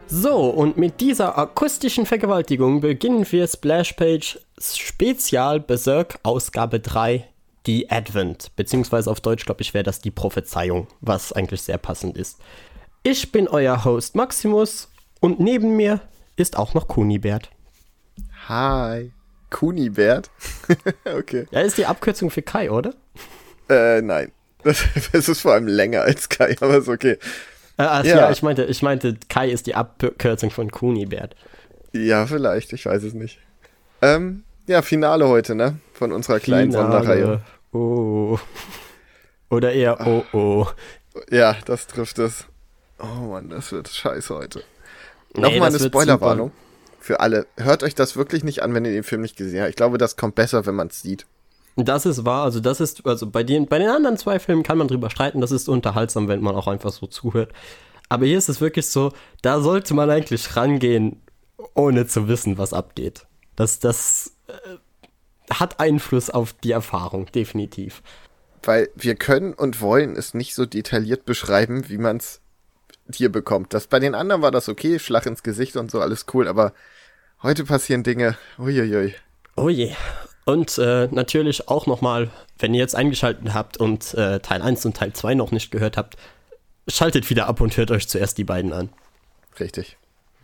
So, und mit dieser akustischen Vergewaltigung beginnen wir Splashpage Spezial Berserk Ausgabe 3, die Advent. Beziehungsweise auf Deutsch, glaube ich, wäre das die Prophezeiung, was eigentlich sehr passend ist. Ich bin euer Host Maximus und neben mir ist auch noch Kunibert. Hi. Kunibert? Okay. Ja, ist die Abkürzung für Kai, oder? Nein. Das ist vor allem länger als Kai, aber ist okay. Ja, ich meinte, Kai ist die Abkürzung von Kunibert. Ja, vielleicht, ich weiß es nicht. Ja, Finale heute, ne? Von unserer kleinen Sonderreihe. Oh. Oder eher oh. Ja, das trifft es. Oh Mann, das wird scheiße heute. Nee, Nochmal eine Spoilerwarnung für alle. Hört euch das wirklich nicht an, wenn ihr den Film nicht gesehen habt. Ich glaube, das kommt besser, wenn man es sieht. Das ist wahr, also bei den anderen zwei Filmen kann man drüber streiten, das ist unterhaltsam, wenn man auch einfach so zuhört. Aber hier ist es wirklich so, da sollte man eigentlich rangehen, ohne zu wissen, was abgeht. Das hat Einfluss auf die Erfahrung, definitiv. Weil wir können und wollen es nicht so detailliert beschreiben, wie man es hier bekommt. Bei den anderen war das okay, Schlag ins Gesicht und so, alles cool, aber heute passieren Dinge, uiuiui. Oh je. Und natürlich auch nochmal, wenn ihr jetzt eingeschaltet habt und Teil 1 und Teil 2 noch nicht gehört habt, schaltet wieder ab und hört euch zuerst die beiden an. Richtig.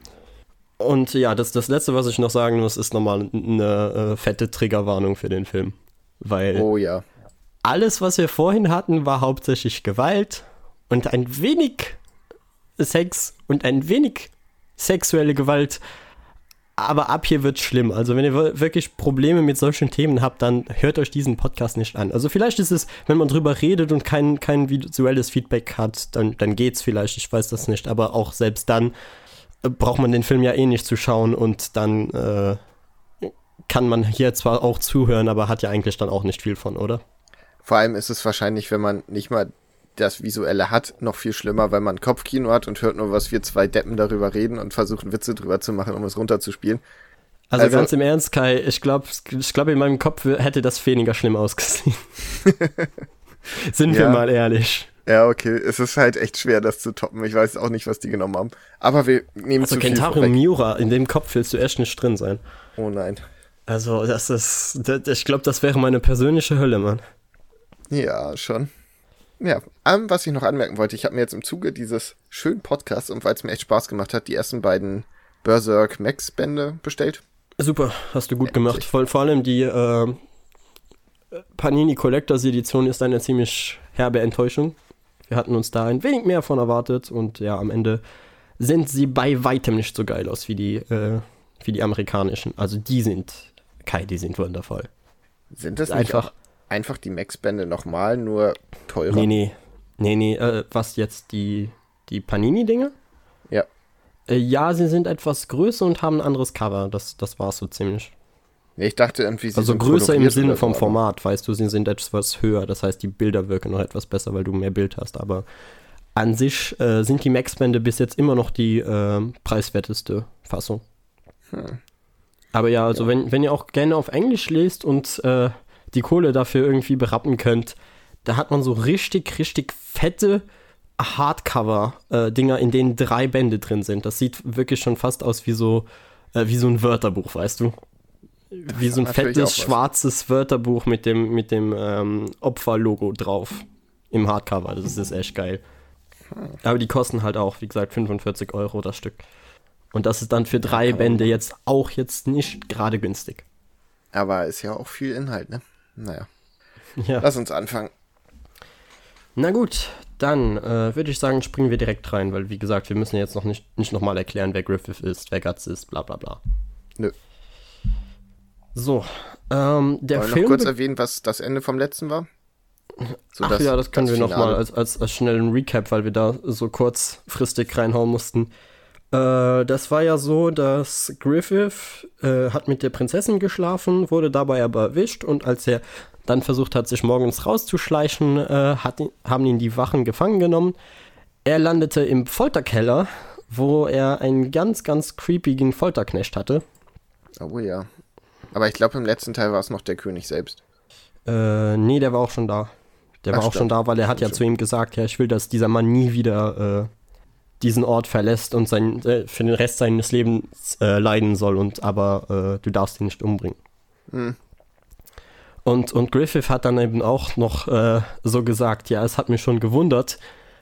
Und ja, das Letzte, was ich noch sagen muss, ist nochmal eine fette Triggerwarnung für den Film. Weil oh ja. Alles, was wir vorhin hatten, war hauptsächlich Gewalt und ein wenig Sex und ein wenig sexuelle Gewalt. Aber ab hier wird's schlimm. Also wenn ihr wirklich Probleme mit solchen Themen habt, dann hört euch diesen Podcast nicht an. Also vielleicht ist es, wenn man drüber redet und kein visuelles Feedback hat, dann geht's vielleicht, ich weiß das nicht. Aber auch selbst dann braucht man den Film ja eh nicht zu schauen und dann kann man hier zwar auch zuhören, aber hat ja eigentlich dann auch nicht viel von, oder? Vor allem ist es wahrscheinlich, wenn man nicht mal das Visuelle hat, noch viel schlimmer, weil man Kopfkino hat und hört nur, was wir zwei Deppen darüber reden und versuchen Witze drüber zu machen, um es runterzuspielen. Also ganz im Ernst, Kai, ich glaube, in meinem Kopf hätte das weniger schlimm ausgesehen. Sind wir mal ehrlich. Ja, okay, es ist halt echt schwer, das zu toppen. Ich weiß auch nicht, was die genommen haben. Aber wir nehmen zu viel Kentaro vorweg. Miura, in dem Kopf willst du echt nicht drin sein. Oh nein. Also ich glaube, das wäre meine persönliche Hölle, Mann. Ja, schon. Ja, was ich noch anmerken wollte, ich habe mir jetzt im Zuge dieses schönen Podcasts und weil es mir echt Spaß gemacht hat, die ersten beiden Berserk Max Bände bestellt. Super, hast du gut gemacht. Vor allem die Panini Collectors Edition ist eine ziemlich herbe Enttäuschung. Wir hatten uns da ein wenig mehr von erwartet und ja, am Ende sind sie bei weitem nicht so geil aus wie die amerikanischen. Also die sind wundervoll. Sind das einfach die Max-Bände nochmal, nur teurer? Nee, was jetzt, die Panini-Dinge? Ja. Ja, sie sind etwas größer und haben ein anderes Cover, das war's so ziemlich. Nee, ich dachte irgendwie, sie also sind größer im Sinne so, vom Format, weißt du, sie sind etwas höher, das heißt, die Bilder wirken noch etwas besser, weil du mehr Bild hast, aber an sich sind die Max-Bände bis jetzt immer noch die preiswerteste Fassung. Aber ja, also wenn ihr auch gerne auf Englisch lest und die Kohle dafür irgendwie berappen könnt, da hat man so richtig, richtig fette Hardcover-Dinger, in denen 3 Bände drin sind. Das sieht wirklich schon fast aus wie so ein Wörterbuch, weißt du? Wie so ein fettes, schwarzes Wörterbuch mit dem Opfer-Logo drauf im Hardcover. Das ist echt geil. Aber die kosten halt auch, wie gesagt, 45 € das Stück. Und das ist dann für 3 Bände jetzt nicht gerade günstig. Aber ist ja auch viel Inhalt, ne? Naja. Ja. Lass uns anfangen. Na gut, dann würde ich sagen, springen wir direkt rein, weil wie gesagt, wir müssen jetzt noch nicht nochmal erklären, wer Griffith ist, wer Guts ist, bla bla bla. Nö. So, der Film... noch kurz erwähnen, was das Ende vom letzten war? So Ach ja, das können wir nochmal als schnellen Recap, weil wir da so kurzfristig reinhauen mussten. Das war ja so, dass Griffith hat mit der Prinzessin geschlafen, wurde dabei aber erwischt und als er dann versucht hat, sich morgens rauszuschleichen, haben ihn die Wachen gefangen genommen. Er landete im Folterkeller, wo er einen ganz, ganz creepigen Folterknecht hatte. Oh ja. Aber ich glaube, im letzten Teil war es noch der König selbst. Nee, der war auch schon da. Der war auch schon da, weil er hat ja zu ihm gesagt, ja, ich will, dass dieser Mann nie wieder diesen Ort verlässt und für den Rest seines Lebens leiden soll, aber du darfst ihn nicht umbringen. Und Griffith hat dann eben auch noch so gesagt, ja, es hat mich schon gewundert,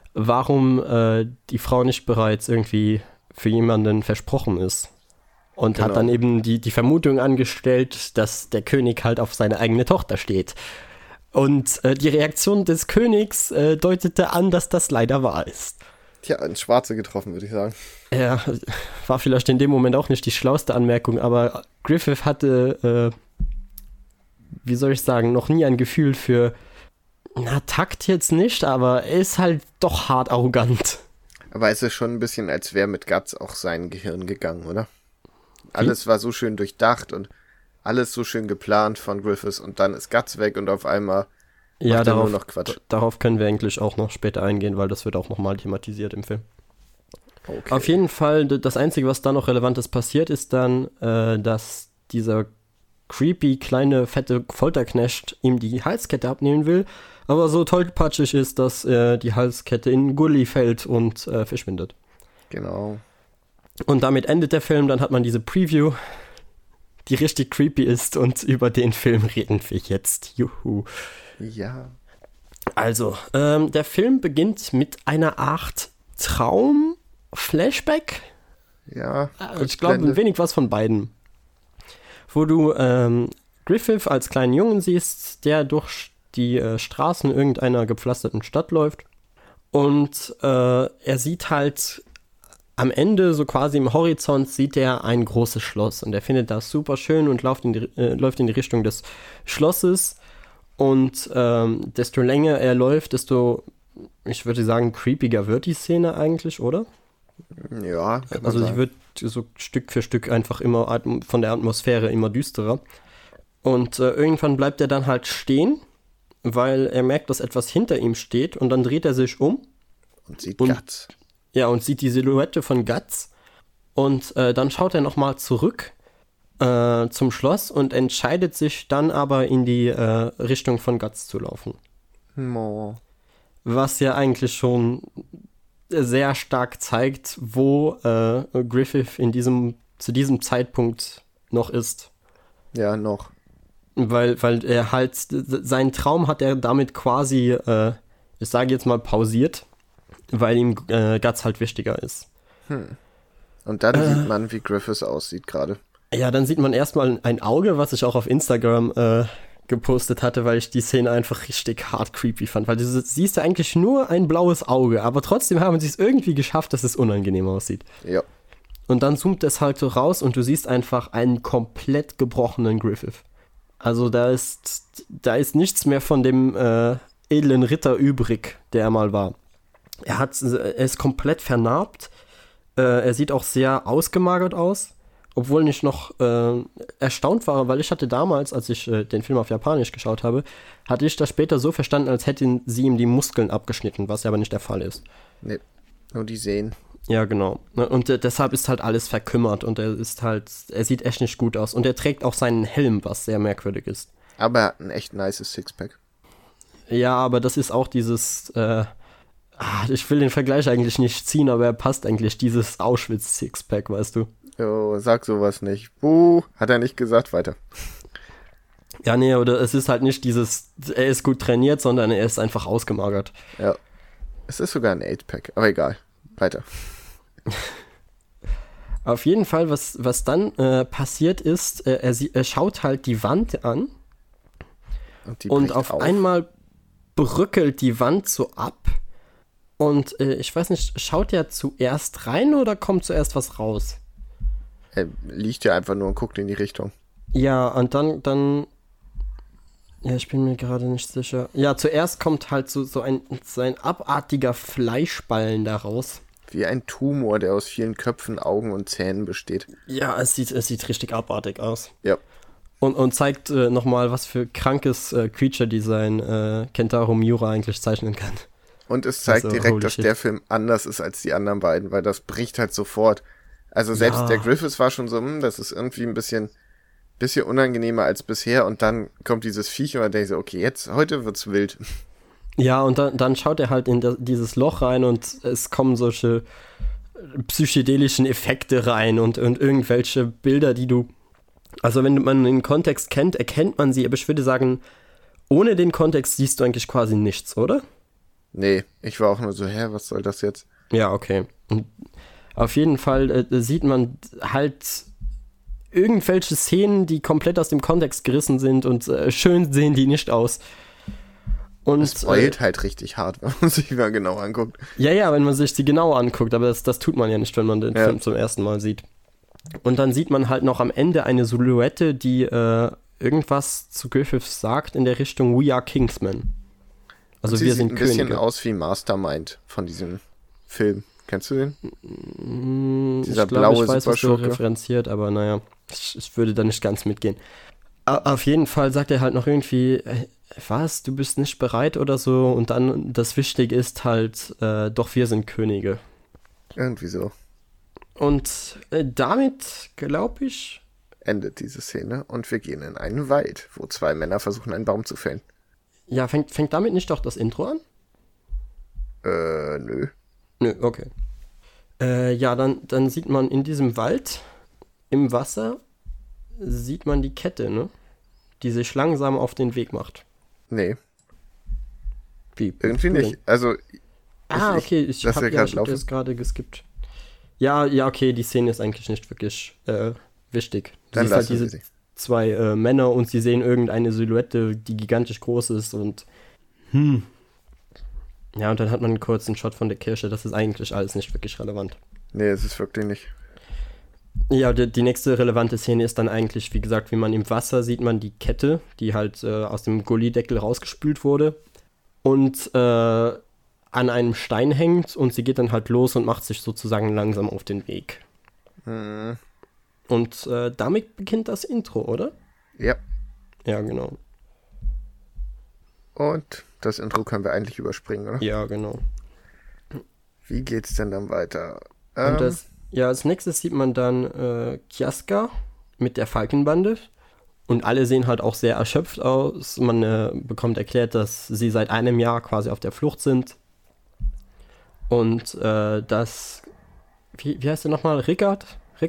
warum die Frau nicht bereits irgendwie für jemanden versprochen ist. Und hat dann eben die Vermutung angestellt, dass der König halt auf seine eigene Tochter steht. Und die Reaktion des Königs deutete an, dass das leider wahr ist. Tja, ins Schwarze getroffen, würde ich sagen. Ja, war vielleicht in dem Moment auch nicht die schlauste Anmerkung, aber Griffith hatte, wie soll ich sagen, noch nie ein Gefühl für, Takt jetzt nicht, aber er ist halt doch hart arrogant. Aber es ist schon ein bisschen, als wäre mit Guts auch sein Gehirn gegangen, oder? Alles war so schön durchdacht und alles so schön geplant von Griffiths und dann ist Guts weg und auf einmal macht er nur noch Quatsch. Darauf können wir eigentlich auch noch später eingehen, weil das wird auch nochmal thematisiert im Film. Okay. Auf jeden Fall, das Einzige, was da noch Relevantes passiert, ist dann, dass dieser creepy, kleine, fette Folterknecht ihm die Halskette abnehmen will, aber so tollpatschig ist, dass die Halskette in Gully fällt und verschwindet. Genau. Und damit endet der Film, dann hat man diese Preview, die richtig creepy ist und über den Film reden wir jetzt. Juhu. Ja. Also, der Film beginnt mit einer Art Traum-Flashback. Ja. Ich glaube, ein wenig was von beiden. Wo du Griffith als kleinen Jungen siehst, der durch die Straßen irgendeiner gepflasterten Stadt läuft. Und er sieht halt am Ende, so quasi im Horizont, sieht er ein großes Schloss. Und er findet das super schön und läuft in die Richtung des Schlosses. Und desto länger er läuft, desto, ich würde sagen, creepiger wird die Szene eigentlich, oder? Ja. Also sie wird so Stück für Stück einfach immer von der Atmosphäre immer düsterer. Und irgendwann bleibt er dann halt stehen, weil er merkt, dass etwas hinter ihm steht. Und dann dreht er sich um. Und sieht Guts. Ja, und sieht die Silhouette von Guts. Und dann schaut er nochmal zurück zum Schloss und entscheidet sich dann aber in die Richtung von Guts zu laufen. Oh. Was ja eigentlich schon sehr stark zeigt, wo Griffith zu diesem Zeitpunkt noch ist. Ja, noch. Weil er halt, seinen Traum hat er damit quasi, ich sage jetzt mal, pausiert, weil ihm Guts halt wichtiger ist. Und dann sieht man, wie Griffiths aussieht gerade. Ja, dann sieht man erstmal ein Auge, was ich auch auf Instagram gepostet hatte, weil ich die Szene einfach richtig hart creepy fand. Weil du siehst ja eigentlich nur ein blaues Auge, aber trotzdem haben sie es irgendwie geschafft, dass es unangenehm aussieht. Ja. Und dann zoomt es halt so raus und du siehst einfach einen komplett gebrochenen Griffith. Also da ist nichts mehr von dem edlen Ritter übrig, der er mal war. Er ist komplett vernarbt. Er sieht auch sehr ausgemagert aus. Obwohl ich noch erstaunt war, weil ich hatte damals, als ich den Film auf Japanisch geschaut habe, hatte ich das später so verstanden, als hätten sie ihm die Muskeln abgeschnitten, was ja aber nicht der Fall ist. Nee, nur die Sehnen. Ja, genau. Und deshalb ist halt alles verkümmert und er sieht echt nicht gut aus. Und er trägt auch seinen Helm, was sehr merkwürdig ist. Aber er hat ein echt nices Sixpack. Ja, aber das ist auch dieses, ich will den Vergleich eigentlich nicht ziehen, aber er passt eigentlich, dieses Auschwitz-Sixpack, weißt du. Jo, sag sowas nicht. Buh, hat er nicht gesagt, weiter. Ja, nee, oder es ist halt nicht dieses, er ist gut trainiert, sondern er ist einfach ausgemagert. Ja. Es ist sogar ein 8-Pack, aber egal. Weiter. Auf jeden Fall, was dann passiert ist, er schaut halt die Wand an und auf einmal bröckelt die Wand so ab und ich weiß nicht, schaut er zuerst rein oder kommt zuerst was raus? Er liegt ja einfach nur und guckt in die Richtung. Ja, und dann ja, ich bin mir gerade nicht sicher. Ja, zuerst kommt halt so ein abartiger Fleischballen da raus. Wie ein Tumor, der aus vielen Köpfen, Augen und Zähnen besteht. Ja, es sieht richtig abartig aus. Ja. Und zeigt nochmal, was für krankes Creature-Design Kentaro Miura eigentlich zeichnen kann. Und es zeigt also, direkt, dass der Film anders ist als die anderen beiden, weil das bricht halt sofort. Also selbst der Griffiths war schon so, das ist irgendwie ein bisschen unangenehmer als bisher und dann kommt dieses Viech und dann denke ich so, okay, heute wird's wild. Ja, und dann schaut er halt in dieses Loch rein und es kommen solche psychedelischen Effekte rein und irgendwelche Bilder, die du... Also wenn man den Kontext kennt, erkennt man sie, aber ich würde sagen, ohne den Kontext siehst du eigentlich quasi nichts, oder? Nee, ich war auch nur so, was soll das jetzt? Ja, okay. Und auf jeden Fall sieht man halt irgendwelche Szenen, die komplett aus dem Kontext gerissen sind und schön sehen die nicht aus. Und es spoilt halt richtig hart, wenn man sich mal genau anguckt. Ja, wenn man sich die genau anguckt, aber das tut man ja nicht, wenn man den Film zum ersten Mal sieht. Und dann sieht man halt noch am Ende eine Silhouette, die irgendwas zu Griffith sagt in der Richtung We are Kingsmen. Also wir sind Könige. Sieht ein bisschen aus wie Mastermind von diesem Film. Kennst du den? Dieser blaue Superschurke. Ich weiß, was du referenziert, aber naja, ich würde da nicht ganz mitgehen. Auf jeden Fall sagt er halt noch irgendwie, was, du bist nicht bereit oder so, und dann das Wichtige ist halt, doch wir sind Könige. Irgendwie so. Und damit, glaube ich... endet diese Szene und wir gehen in einen Wald, wo 2 Männer versuchen, einen Baum zu fällen. Ja, fängt damit nicht doch das Intro an? Nö. Nö, okay. Ja, dann sieht man in diesem Wald, im Wasser, sieht man die Kette, ne? Die sich langsam auf den Weg macht. Nee. Wie? Irgendwie nicht. Also, okay, ich habe das gerade geskippt. Ja, okay, die Szene ist eigentlich nicht wirklich wichtig. Du siehst halt diese 2 Männer und sie sehen irgendeine Silhouette, die gigantisch groß ist und ja, und dann hat man einen kurzen Shot von der Kirche. Das ist eigentlich alles nicht wirklich relevant. Nee, es ist wirklich nicht. Ja, die nächste relevante Szene ist dann eigentlich, wie gesagt, wie man im Wasser sieht man die Kette, die halt aus dem Gullideckel rausgespült wurde und an einem Stein hängt und sie geht dann halt los und macht sich sozusagen langsam auf den Weg. Und damit beginnt das Intro, oder? Ja. Ja, genau. Und das Intro können wir eigentlich überspringen, oder? Ja, genau. Wie geht's denn dann weiter? Und als nächstes sieht man dann Kiaska mit der Falkenbande. Und alle sehen halt auch sehr erschöpft aus. Man bekommt erklärt, dass sie seit einem Jahr quasi auf der Flucht sind. Und das... Wie heißt der nochmal? Rickard?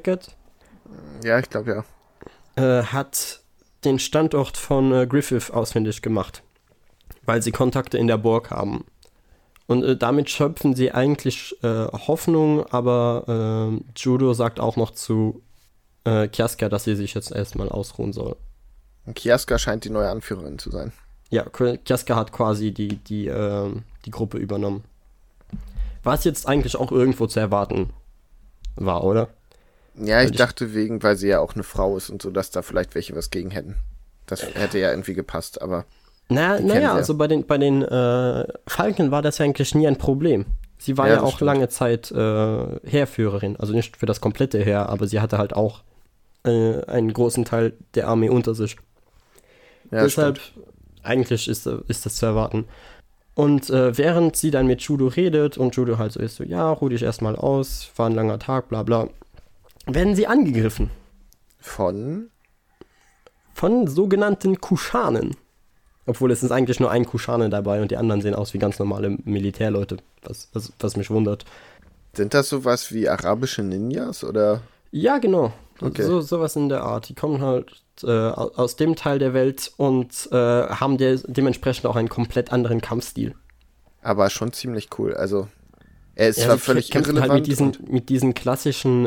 Ja, ich glaube ja. Hat den Standort von Griffith ausfindig gemacht. Weil sie Kontakte in der Burg haben. Und damit schöpfen sie eigentlich Hoffnung, aber Judo sagt auch noch zu Kiaska, dass sie sich jetzt erstmal ausruhen soll. Und Kiaska scheint die neue Anführerin zu sein. Ja, Kiaska hat quasi die Gruppe übernommen. Was jetzt eigentlich auch irgendwo zu erwarten war, oder? Ja, ich dachte weil sie ja auch eine Frau ist und so, dass da vielleicht welche was gegen hätten. Das hätte ja irgendwie gepasst, aber... Naja, also bei den Falken war das ja eigentlich nie ein Problem. Sie war ja auch stimmt. Lange Zeit Heerführerin, also nicht für das komplette Heer, aber sie hatte halt auch einen großen Teil der Armee unter sich. Ja, deshalb, stimmt. Eigentlich ist das zu erwarten. Und während sie dann mit Judo redet und Judo halt so ist, so, ja, ruh dich erstmal aus, war ein langer Tag, bla bla, werden sie angegriffen. Von sogenannten Kushanen. Obwohl es ist eigentlich nur ein Kuschane dabei und die anderen sehen aus wie ganz normale Militärleute, was mich wundert. Sind das sowas wie arabische Ninjas, oder? Ja, genau. Okay. Sowas in der Art. Die kommen halt aus dem Teil der Welt und haben dementsprechend auch einen komplett anderen Kampfstil. Aber schon ziemlich cool. Also, er ist zwar völlig irrelevant. Halt mit diesen klassischen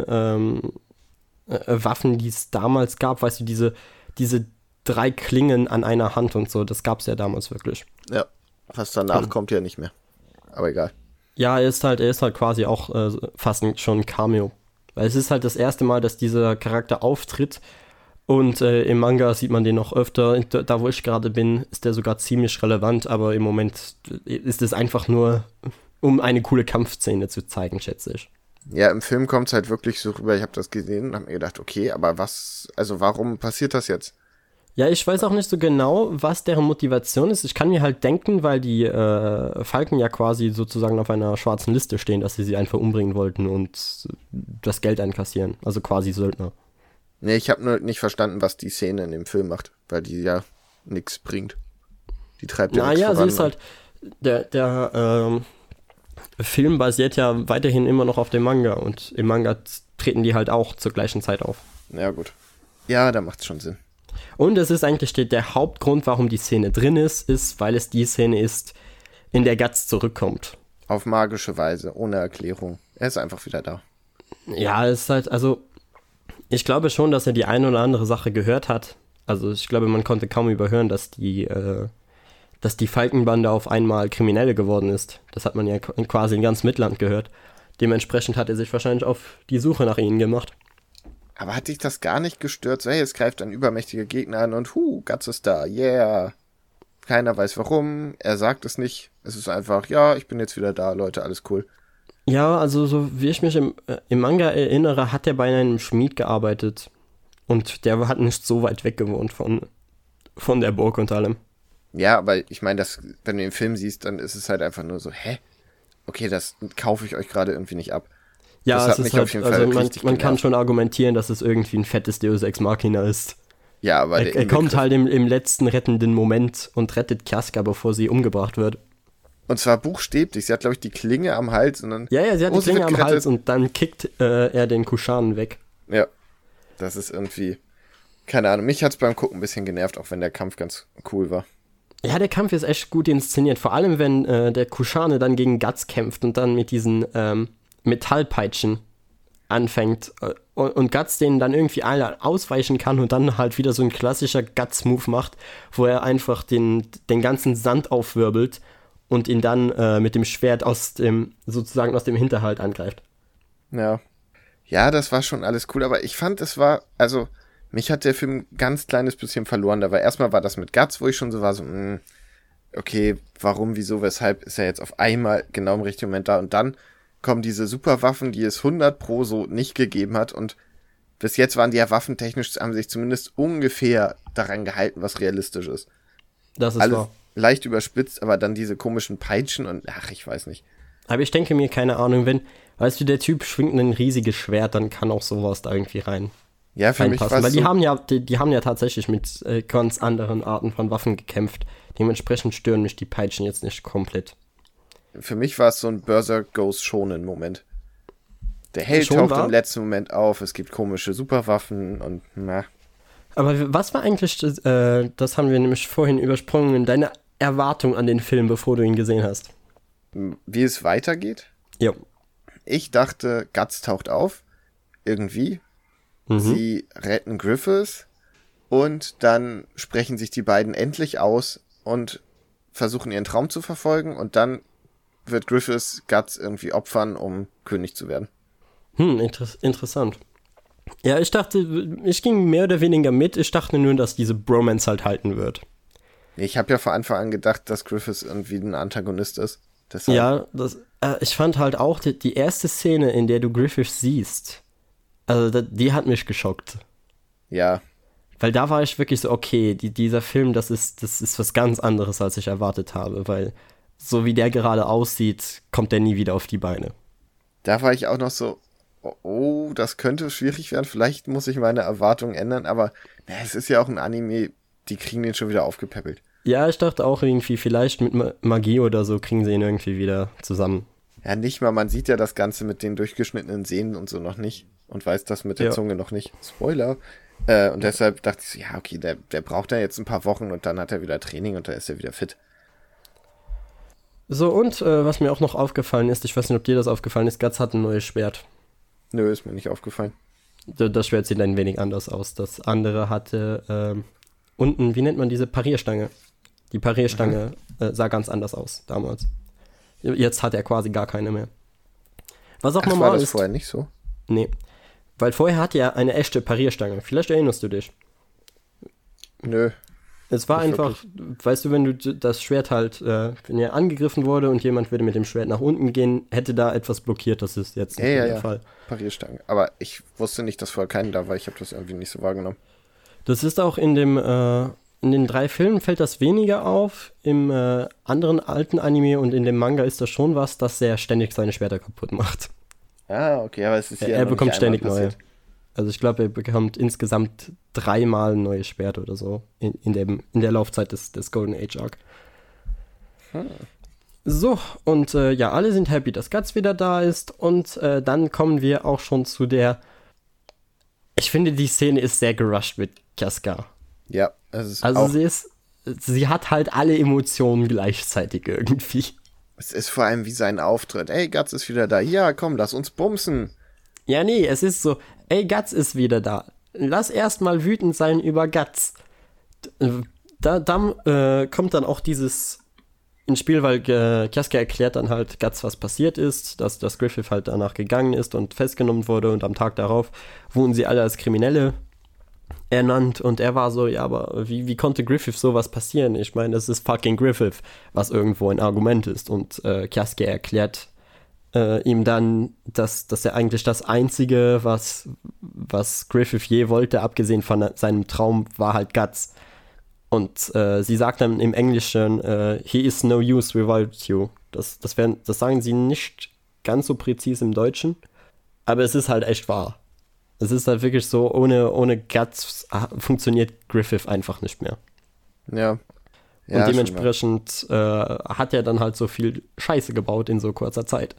Waffen, die es damals gab, weißt du, diese 3 Klingen an einer Hand und so, das gab es ja damals wirklich. Ja, was danach kommt ja nicht mehr. Aber egal. Ja, er ist halt quasi auch fast schon ein Cameo. Weil es ist halt das erste Mal, dass dieser Charakter auftritt und im Manga sieht man den noch öfter. Da, wo ich gerade bin, ist der sogar ziemlich relevant, aber im Moment ist es einfach nur, um eine coole Kampfszene zu zeigen, schätze ich. Ja, im Film kommt es halt wirklich so rüber, ich habe das gesehen und habe mir gedacht, okay, aber warum passiert das jetzt? Ja, ich weiß auch nicht so genau, was deren Motivation ist. Ich kann mir halt denken, weil die Falken ja quasi sozusagen auf einer schwarzen Liste stehen, dass sie einfach umbringen wollten und das Geld einkassieren. Also quasi Söldner. Nee, ich habe nur nicht verstanden, was die Szene in dem Film macht, weil die ja nichts bringt. Die treibt ja nichts voran. Sie ist halt, der Film basiert ja weiterhin immer noch auf dem Manga und im Manga treten die halt auch zur gleichen Zeit auf. Ja, gut. Ja, da macht's schon Sinn. Und es ist eigentlich der Hauptgrund, warum die Szene drin ist, weil es die Szene ist, in der Guts zurückkommt. Auf magische Weise, ohne Erklärung. Er ist einfach wieder da. Ja, es ist halt, also, ich glaube schon, dass er die eine oder andere Sache gehört hat. Also ich glaube, man konnte kaum überhören, dass die Falkenbande auf einmal Kriminelle geworden ist. Das hat man ja quasi in ganz Midland gehört. Dementsprechend hat er sich wahrscheinlich auf die Suche nach ihnen gemacht. Aber hat dich das gar nicht gestört? So, hey, es greift ein übermächtiger Gegner an und Guts ist da, yeah. Keiner weiß warum, er sagt es nicht. Es ist einfach, ja, ich bin jetzt wieder da, Leute, alles cool. Ja, also so wie ich mich im Manga erinnere, hat er bei einem Schmied gearbeitet. Und der hat nicht so weit weg gewohnt von der Burg und allem. Ja, aber ich meine, wenn du den Film siehst, dann ist es halt einfach nur so, hä? Okay, das kaufe ich euch gerade irgendwie nicht ab. Ja, das es hat ist mich halt, auf jeden Fall also richtig man kann genervt. schon argumentieren, dass es irgendwie ein fettes Deus Ex Machina ist. Ja, aber Er kommt halt im letzten rettenden Moment und rettet Kiaska, bevor sie umgebracht wird. Und zwar buchstäblich. Sie hat, glaube ich, die Klinge am Hals und dann... Ja, sie hat die sie Klinge wird am Hals gerettet. und dann kickt er den Kushanen weg. Ja, das ist irgendwie... Keine Ahnung, mich hat's beim Gucken ein bisschen genervt, auch wenn der Kampf ganz cool war. Ja, der Kampf ist echt gut inszeniert. Vor allem, wenn der Kushane dann gegen Guts kämpft und dann mit diesen Metallpeitschen anfängt und Guts denen dann irgendwie alle ausweichen kann und dann halt wieder so ein klassischer Guts-Move macht, wo er einfach den ganzen Sand aufwirbelt und ihn dann mit dem Schwert sozusagen aus dem Hinterhalt angreift. Ja. Ja, das war schon alles cool, aber ich fand, also, mich hat der Film ein ganz kleines bisschen verloren. Erstmal war das mit Guts, wo ich schon so war, so, okay, warum, wieso, weshalb ist er jetzt auf einmal genau im richtigen Moment da? Und dann kommen diese Superwaffen, die es 100% so nicht gegeben hat. Und bis jetzt waren die ja waffentechnisch, haben sich zumindest ungefähr daran gehalten, was realistisch ist. Das ist Alles wahr. leicht überspitzt, aber dann diese komischen Peitschen und, ich weiß nicht. Aber ich denke mir, keine Ahnung, weißt du, der Typ schwingt ein riesiges Schwert, dann kann auch sowas da irgendwie Ja, für mich war reinpassen. es Weil so, die haben ja tatsächlich mit ganz anderen Arten von Waffen gekämpft. Dementsprechend stören mich die Peitschen jetzt nicht komplett. für mich war es so ein Berserk Goes Shonen Moment. Der Held Schon taucht wahr? im letzten Moment auf, es gibt komische Superwaffen und Aber was war eigentlich, das haben wir nämlich vorhin übersprungen, deine Erwartung an den Film, bevor du ihn gesehen hast? wie es weitergeht. Ja. Ich dachte, Guts taucht auf, irgendwie. Sie retten Griffiths und dann sprechen sich die beiden endlich aus und versuchen ihren Traum zu verfolgen und dann wird Griffiths Guts irgendwie opfern, um König zu werden. Interessant. Ja, ich ging mehr oder weniger mit. Ich dachte nur, dass diese Bromance halt halten wird. Ich habe ja von Anfang an gedacht, dass Griffiths irgendwie ein Antagonist ist. Deshalb, Ja, ich fand halt auch die erste Szene, in der du Griffith siehst, also die hat mich geschockt. ja, Weil da war ich wirklich so, okay, dieser Film, das ist was ganz anderes, als ich erwartet habe. Weil so wie der gerade aussieht, kommt der nie wieder auf die Beine. da war ich auch noch so, oh, das könnte schwierig werden. Vielleicht muss ich meine Erwartungen ändern, aber es ist ja auch ein Anime, die kriegen den schon wieder aufgepäppelt. Ja, ich dachte auch irgendwie, vielleicht mit Magie oder so kriegen sie ihn irgendwie wieder zusammen. Ja, nicht mal, man sieht ja das Ganze mit den durchgeschnittenen Sehnen und so noch nicht und weiß das mit der Ja. Zunge noch nicht. Spoiler. Und deshalb dachte ich so, ja, okay, der braucht ja jetzt ein paar Wochen und dann hat er wieder Training und dann ist er wieder fit. So, und was mir auch noch aufgefallen ist, ich weiß nicht, ob dir das aufgefallen ist, Guts hat ein neues Schwert. Nö, ist mir nicht aufgefallen. Das Schwert sieht ein wenig anders aus. Das andere hatte unten, wie nennt man diese Parierstange? Die Parierstange sah ganz anders aus damals. Jetzt hat er quasi gar keine mehr. Was auch Ach, war normal das ist. vorher nicht so? Nee. Weil vorher hatte er eine echte Parierstange. Vielleicht erinnerst du dich. Nö. Es war Nicht einfach, weißt du, wenn du das Schwert halt, wenn er angegriffen wurde und jemand würde mit dem Schwert nach unten gehen, hätte da etwas blockiert. Das ist jetzt nicht mehr der Fall. Parierstange. Aber ich wusste nicht, dass vorher keinen da war. Ich habe das irgendwie nicht so wahrgenommen. Das ist auch in den 3 Filmen fällt das weniger auf. Im anderen alten Anime und in dem Manga ist das schon was, dass er ständig seine Schwerter kaputt macht. Ah, okay, aber es ist hier Er noch bekommt nicht einmal ständig neue. passiert. Also ich glaube, er bekommt insgesamt 3-mal ein neues Schwert oder so in der Laufzeit des Golden Age Arc. So, und ja, alle sind happy, dass Guts wieder da ist. Und dann kommen wir auch schon zu der. Ich finde, die Szene ist sehr gerusht mit Kiaska. Ja, es ist Also auch, sie hat halt alle Emotionen gleichzeitig irgendwie. es ist vor allem wie sein Auftritt. Ey, Guts ist wieder da. Ja, komm, lass uns bumsen. Ja, nee, es ist so, ey, Guts ist wieder da. Lass erstmal wütend sein über Guts. Da kommt dann auch dieses ins Spiel, weil Kiaska erklärt dann halt Guts, was passiert ist, dass Griffith halt danach gegangen ist und festgenommen wurde und am Tag darauf wurden sie alle als Kriminelle ernannt und er war so, ja, aber wie konnte Griffith sowas passieren? Ich meine, es ist fucking Griffith, was irgendwo ein Argument ist und Kiaska erklärt ihm dann, dass er eigentlich das Einzige, was Griffith je wollte, abgesehen von seinem Traum, war halt Guts. Und sie sagt dann im Englischen, he is no use without you. Das sagen sie nicht ganz so präzise im Deutschen, aber es ist halt echt wahr. Es ist halt wirklich so, ohne Guts funktioniert Griffith einfach nicht mehr. Ja. Und dementsprechend hat er dann halt so viel Scheiße gebaut in so kurzer Zeit.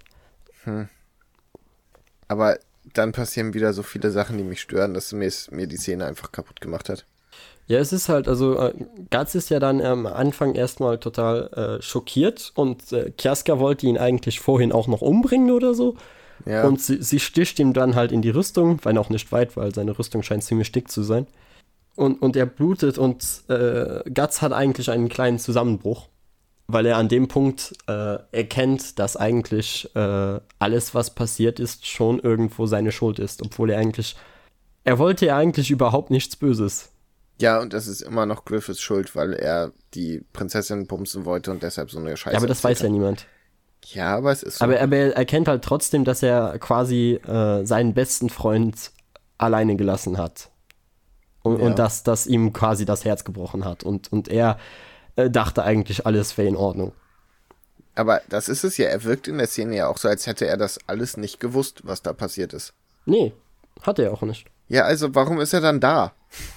Aber dann passieren wieder so viele Sachen, die mich stören, dass mir die Szene einfach kaputt gemacht hat. Ja, es ist halt, also Guts ist ja dann am Anfang erstmal total schockiert und Kiaska wollte ihn eigentlich vorhin auch noch umbringen oder so. Ja. Und sie sticht ihm dann halt in die Rüstung, wenn auch nicht weit, weil seine Rüstung scheint ziemlich dick zu sein. Und er blutet und Guts hat eigentlich einen kleinen Zusammenbruch, weil er an dem Punkt erkennt, dass eigentlich alles, was passiert ist, schon irgendwo seine Schuld ist, obwohl er wollte ja eigentlich überhaupt nichts Böses. Ja, und das ist immer noch Griffiths Schuld, weil er die Prinzessin bumsen wollte und deshalb so eine Scheiße. Ja, aber das weiß ja niemand. Ja, aber es ist so. Aber er erkennt halt trotzdem, dass er quasi seinen besten Freund alleine gelassen hat. Und dass ihm quasi das Herz gebrochen hat. Und er dachte eigentlich, alles wäre in Ordnung. Aber das ist es ja. Er wirkt in der Szene ja auch so, als hätte er das alles nicht gewusst, was da passiert ist. Nee, hat er auch nicht. Ja, also warum ist er dann da?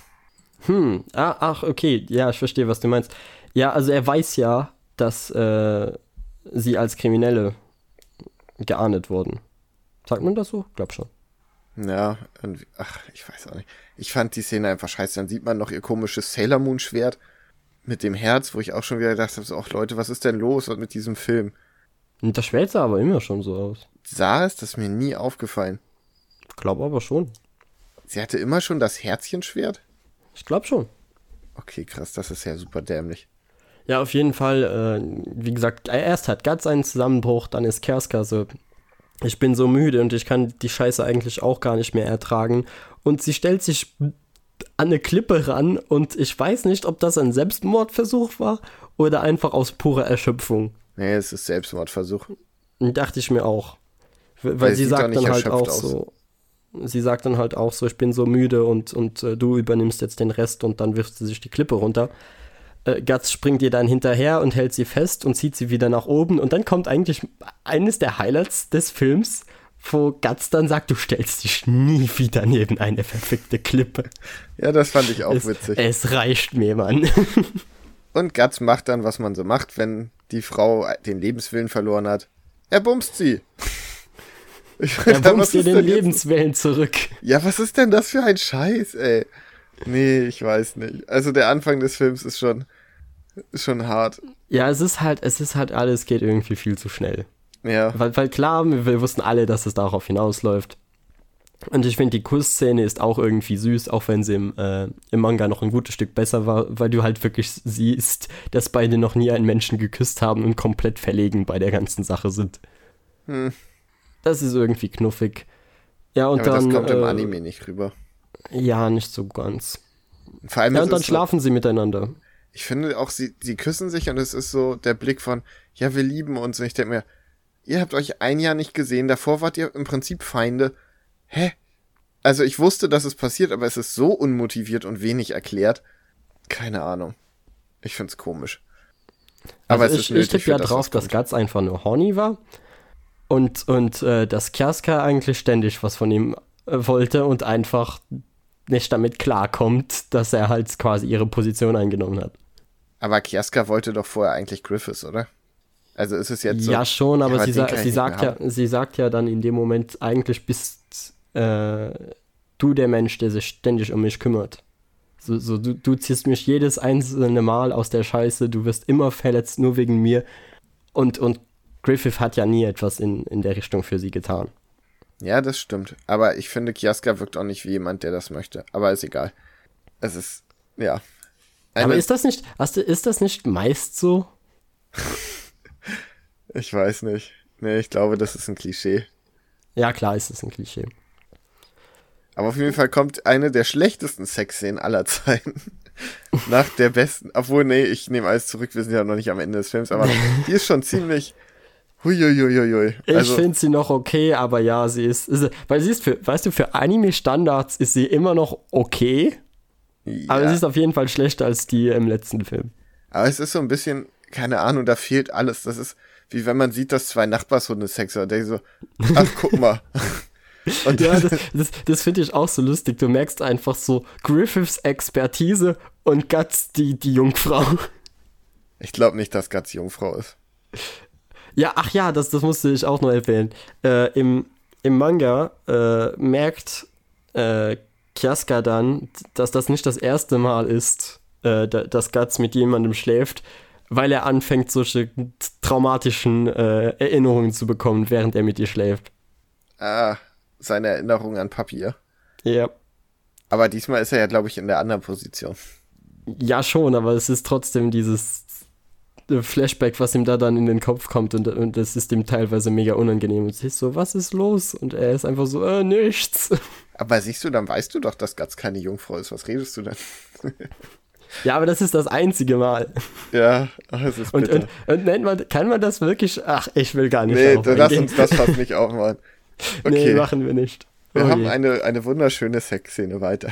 Ach, okay. Ja, ich verstehe, was du meinst. Ja, also er weiß ja, dass sie als Kriminelle geahndet wurden. Sagt man das so? Glaub schon. Ja, irgendwie, ich weiß auch nicht. Ich fand die Szene einfach scheiße. Dann sieht man noch ihr komisches Sailor Moon Schwert mit dem Herz, wo ich auch schon wieder gedacht habe, so, ach Leute, was ist denn los mit diesem Film? Und das Schwert sah aber immer schon so aus. Sah es? Das ist mir nie aufgefallen. Ich glaube aber schon. Sie hatte immer schon das Herzchenschwert? Ich glaube schon. Okay, krass, das ist ja super dämlich. Ja, auf jeden Fall, wie gesagt, erst hat Guts einen Zusammenbruch, dann ist Kiaska so, ich bin so müde und ich kann die Scheiße eigentlich auch gar nicht mehr ertragen. Und sie stellt sich an eine Klippe ran und ich weiß nicht, ob das ein Selbstmordversuch war oder einfach aus purer Erschöpfung. Nee, es ist Selbstmordversuch. Dachte ich mir auch. Weil sie sagt dann halt auch aus. so, sie sagt dann halt auch so, ich bin so müde und du übernimmst jetzt den Rest und dann wirft sie sich die Klippe runter. Guts springt ihr dann hinterher und hält sie fest und zieht sie wieder nach oben und dann kommt eigentlich eines der Highlights des Films, wo Guts dann sagt, du stellst dich nie wieder neben eine verfickte Klippe. Ja, das fand ich auch witzig. Es reicht mir, Mann. Und Guts macht dann, was man so macht, wenn die Frau den Lebenswillen verloren hat. Er bumst sie. Er bumst ihr den Lebenswillen zurück. Ja, was ist denn das für ein Scheiß, ey? Nee, ich weiß nicht. Also der Anfang des Films ist schon hart. Ja, es ist halt alles geht irgendwie viel zu schnell. Ja. Weil klar, wir wussten alle, dass es darauf hinausläuft. Und ich finde, die Kussszene ist auch irgendwie süß, auch wenn sie im Manga noch ein gutes Stück besser war, weil du halt wirklich siehst, dass beide noch nie einen Menschen geküsst haben und komplett verlegen bei der ganzen Sache sind. Das ist irgendwie knuffig. Ja, und aber dann, das kommt im Anime nicht rüber. Ja, nicht so ganz. Vor allem und dann schlafen sie miteinander. Ich finde auch, sie küssen sich und es ist so der Blick von, ja, wir lieben uns. Und ich denke mir, ihr habt euch ein Jahr nicht gesehen, davor wart ihr im Prinzip Feinde. Hä? Also ich wusste, dass es passiert, aber es ist so unmotiviert und wenig erklärt. Keine Ahnung. Ich find's komisch. Aber also es ist nötig ich tippe ja drauf, dass Guts einfach nur horny war und dass Kiaska eigentlich ständig was von ihm wollte und einfach nicht damit klarkommt, dass er halt quasi ihre Position eingenommen hat. Aber Kiaska wollte doch vorher eigentlich Griffiths, oder? Also ist es jetzt so... Ja, schon, aber den kann ich nicht mehr sie sagt ja dann in dem Moment, eigentlich bist du der Mensch, der sich ständig um mich kümmert. Du ziehst mich jedes einzelne Mal aus der Scheiße, du wirst immer verletzt, nur wegen mir. Und Griffith hat ja nie etwas in der Richtung für sie getan. Ja, das stimmt. Aber ich finde, Kiaska wirkt auch nicht wie jemand, der das möchte. Aber ist egal. Es ist, ja. Aber ist das nicht meist so? Ich weiß nicht. Nee, ich glaube, das ist ein Klischee. Ja, klar ist es ein Klischee. Aber auf jeden Fall kommt eine der schlechtesten Sexszenen aller Zeiten. Nach der besten. Obwohl, nee, ich nehme alles zurück, wir sind ja noch nicht am Ende des Films, aber die ist schon ziemlich. Huiuiuiui. Ich finde sie noch okay, aber ja, sie ist weil sie ist für Anime-Standards ist sie immer noch okay, ja. Aber sie ist auf jeden Fall schlechter als die im letzten Film. Aber es ist so ein bisschen, keine Ahnung, da fehlt alles. Das ist wie wenn man sieht, dass zwei Nachbarshunde Sex haben. Der so, ach, guck mal. Und ja, das finde ich auch so lustig. Du merkst einfach so Griffiths Expertise und Guts die Jungfrau. Ich glaube nicht, dass Guts Jungfrau ist. Ja, ach ja, das musste ich auch noch erwähnen. Im Manga merkt Kiaska dann, dass das nicht das erste Mal ist, dass Guts mit jemandem schläft, weil er anfängt, solche traumatischen Erinnerungen zu bekommen, während er mit ihr schläft. Ah, seine Erinnerung an Papier. Ja. Aber diesmal ist er ja, glaube ich, in der anderen Position. Ja, schon, aber es ist trotzdem dieses Flashback, was ihm da dann in den Kopf kommt und das ist ihm teilweise mega unangenehm. Und sie ist so, was ist los? Und er ist einfach so, nichts. Aber siehst du, dann weißt du doch, dass Guts keine Jungfrau ist. Was redest du denn? Ja, aber das ist das einzige Mal. Ja, es ist bitter. Und kann man das wirklich? Ach, ich will gar nicht. Nee, lass uns das fast nicht aufmachen. Okay. Nee, machen wir nicht. Wir haben eine wunderschöne Sexszene weiter.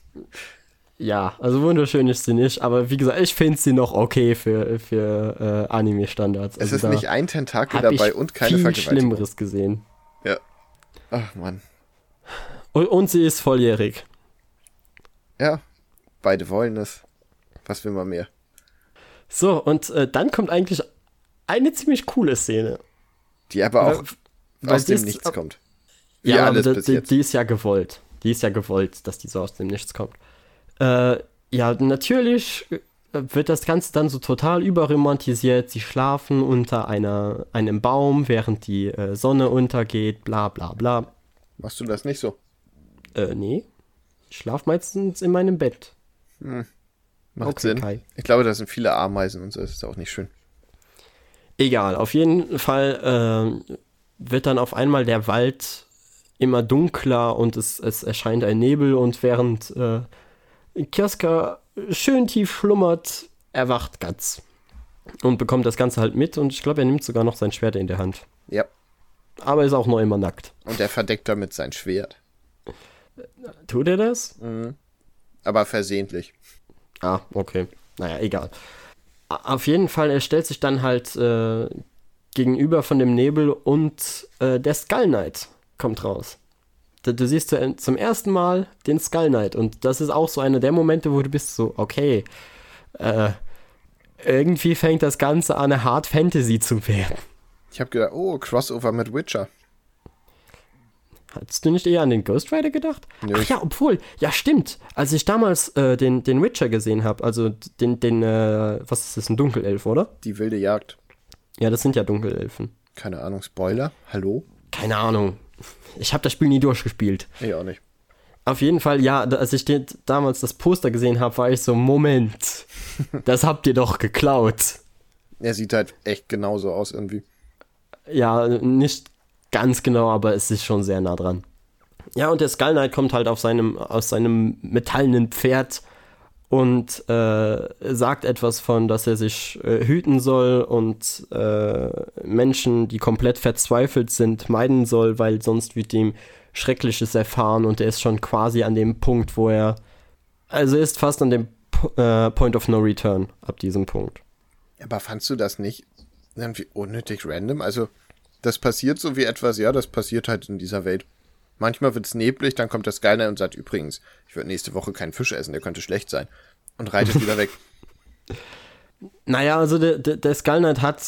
Ja, also wunderschön ist sie nicht, aber wie gesagt, ich finde sie noch okay für Anime-Standards. Also es ist nicht ein Tentakel dabei und keine viel Vergewaltigung. Schlimmeres gesehen. Ja. Ach, Mann. Und sie ist volljährig. Ja, beide wollen es. Was will man mehr? So, und dann kommt eigentlich eine ziemlich coole Szene. Die aber auch aus dem Nichts kommt. Wie ja, alles aber bis jetzt. Die ist ja gewollt. Die ist ja gewollt, dass die so aus dem Nichts kommt. Ja, natürlich wird das Ganze dann so total überromantisiert. Sie schlafen unter einem Baum, während die Sonne untergeht, bla bla bla. Machst du das nicht so? Nee. Ich schlaf meistens in meinem Bett. Macht okay, Sinn. Kai. Ich glaube, da sind viele Ameisen und so, das ist auch nicht schön. Egal, auf jeden Fall wird dann auf einmal der Wald immer dunkler und es erscheint ein Nebel und während Kiaska schön tief schlummert, erwacht Guts und bekommt das Ganze halt mit und ich glaube, er nimmt sogar noch sein Schwert in der Hand. Ja. Aber ist auch noch immer nackt. Und er verdeckt damit sein Schwert. Tut er das? Mhm. Aber versehentlich. Ah, okay. Naja, egal. Auf jeden Fall, er stellt sich dann halt gegenüber von dem Nebel und der Skull Knight kommt raus. Du siehst zum ersten Mal den Skull Knight und das ist auch so einer der Momente, wo du bist so, okay, irgendwie fängt das Ganze an, eine Hard Fantasy zu werden. Ich habe gedacht, Crossover mit Witcher. Hattest du nicht eher an den Ghost Rider gedacht? Nö. Ach ja, obwohl, ja stimmt, als ich damals den Witcher gesehen habe, also den was ist das, ein Dunkelelf, oder? Die wilde Jagd. Ja, das sind ja Dunkelelfen. Keine Ahnung, Spoiler? Hallo? Keine Ahnung. Ich habe das Spiel nie durchgespielt. Ich auch nicht. Auf jeden Fall, ja, als ich damals das Poster gesehen habe, war ich so, Moment, das habt ihr doch geklaut. Er sieht halt echt genauso aus irgendwie. Ja, nicht ganz genau, aber es ist schon sehr nah dran. Ja, und der Skull Knight kommt halt aus seinem metallenen Pferd und sagt etwas von, dass er sich hüten soll und Menschen, die komplett verzweifelt sind, meiden soll, weil sonst wird ihm Schreckliches erfahren und er ist schon quasi an dem Punkt, wo er ist fast an dem Point of No Return ab diesem Punkt. Aber fandst du das nicht irgendwie unnötig random? Also, das passiert so wie etwas, ja, das passiert halt in dieser Welt. Manchmal wird es neblig, dann kommt der Skull Knight und sagt, übrigens, ich würde nächste Woche keinen Fisch essen, der könnte schlecht sein. Und reitet wieder weg. Naja, also der Skull Knight hat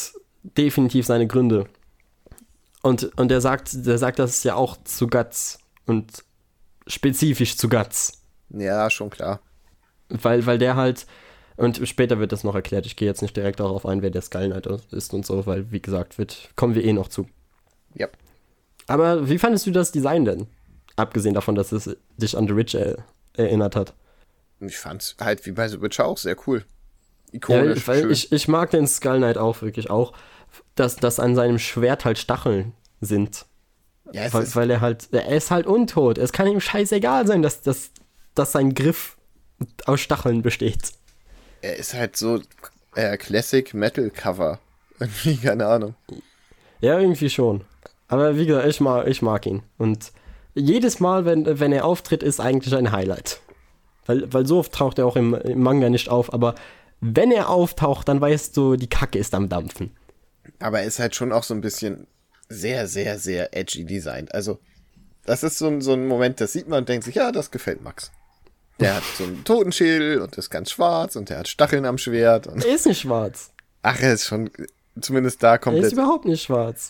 definitiv seine Gründe. Und der sagt das ja auch zu Guts und spezifisch zu Guts. Ja, schon klar. Weil der halt, und später wird das noch erklärt, ich gehe jetzt nicht direkt darauf ein, wer der Skull Knight ist und so, weil, wie gesagt, kommen wir eh noch zu. Ja. Aber wie fandest du das Design denn? Abgesehen davon, dass es dich an The Witcher erinnert hat. Ich fand's halt wie bei The Witcher auch sehr cool. Ikonisch, ja, weil schön. Ich mag den Skull Knight auch wirklich auch, dass an seinem Schwert halt Stacheln sind. Ja, weil er ist halt untot. Es kann ihm scheißegal sein, dass sein Griff aus Stacheln besteht. er ist halt so Classic Metal Cover. Irgendwie, keine Ahnung. Ja, irgendwie schon. Aber wie gesagt, ich mag ihn. Und jedes Mal, wenn er auftritt, ist eigentlich ein Highlight. Weil so oft taucht er auch im Manga nicht auf, aber wenn er auftaucht, dann weißt du, die Kacke ist am Dampfen. Aber er ist halt schon auch so ein bisschen sehr, sehr, sehr edgy designt. Also, das ist so ein Moment, das sieht man und denkt sich, ja, das gefällt Max. Der hat so einen Totenschädel und ist ganz schwarz und der hat Stacheln am Schwert. Und Er ist nicht schwarz. ach, er ist schon zumindest da Er komplett. ist überhaupt nicht schwarz.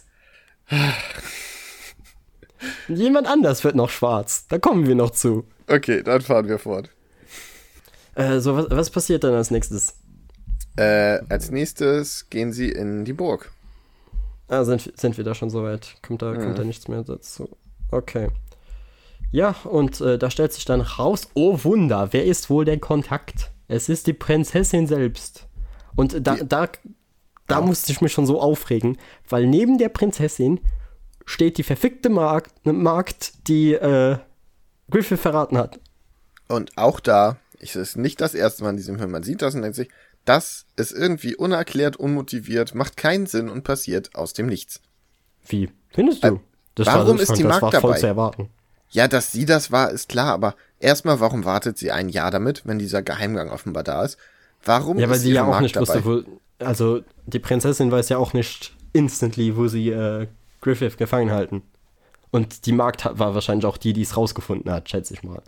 Jemand anders wird noch schwarz. Da kommen wir noch zu. Okay, dann fahren wir fort. Was passiert dann als nächstes? Als nächstes gehen sie in die Burg. Sind wir da schon soweit? Kommt da nichts mehr dazu? Okay. Ja, und da stellt sich dann raus, oh Wunder, wer ist wohl der Kontakt? Es ist die Prinzessin selbst. Und da musste ich mich schon so aufregen, weil neben der Prinzessin steht die verfickte Magd, die Griffith verraten hat. Und auch da, es ist nicht das erste Mal in diesem Film, man sieht das und denkt sich, das ist irgendwie unerklärt, unmotiviert, macht keinen Sinn und passiert aus dem Nichts. Wie? Findest du? Warum ist die Magd das war voll dabei? zu erwarten. Ja, dass sie das war, ist klar, aber erstmal, warum wartet sie ein Jahr damit, wenn dieser Geheimgang offenbar da ist? Warum Ja, weil ist sie ihre ja auch Magd nicht dabei? wusste, also die Prinzessin weiß ja auch nicht instantly, wo sie Griffith gefangen halten. Und die Magd war wahrscheinlich auch die es rausgefunden hat, schätze ich mal.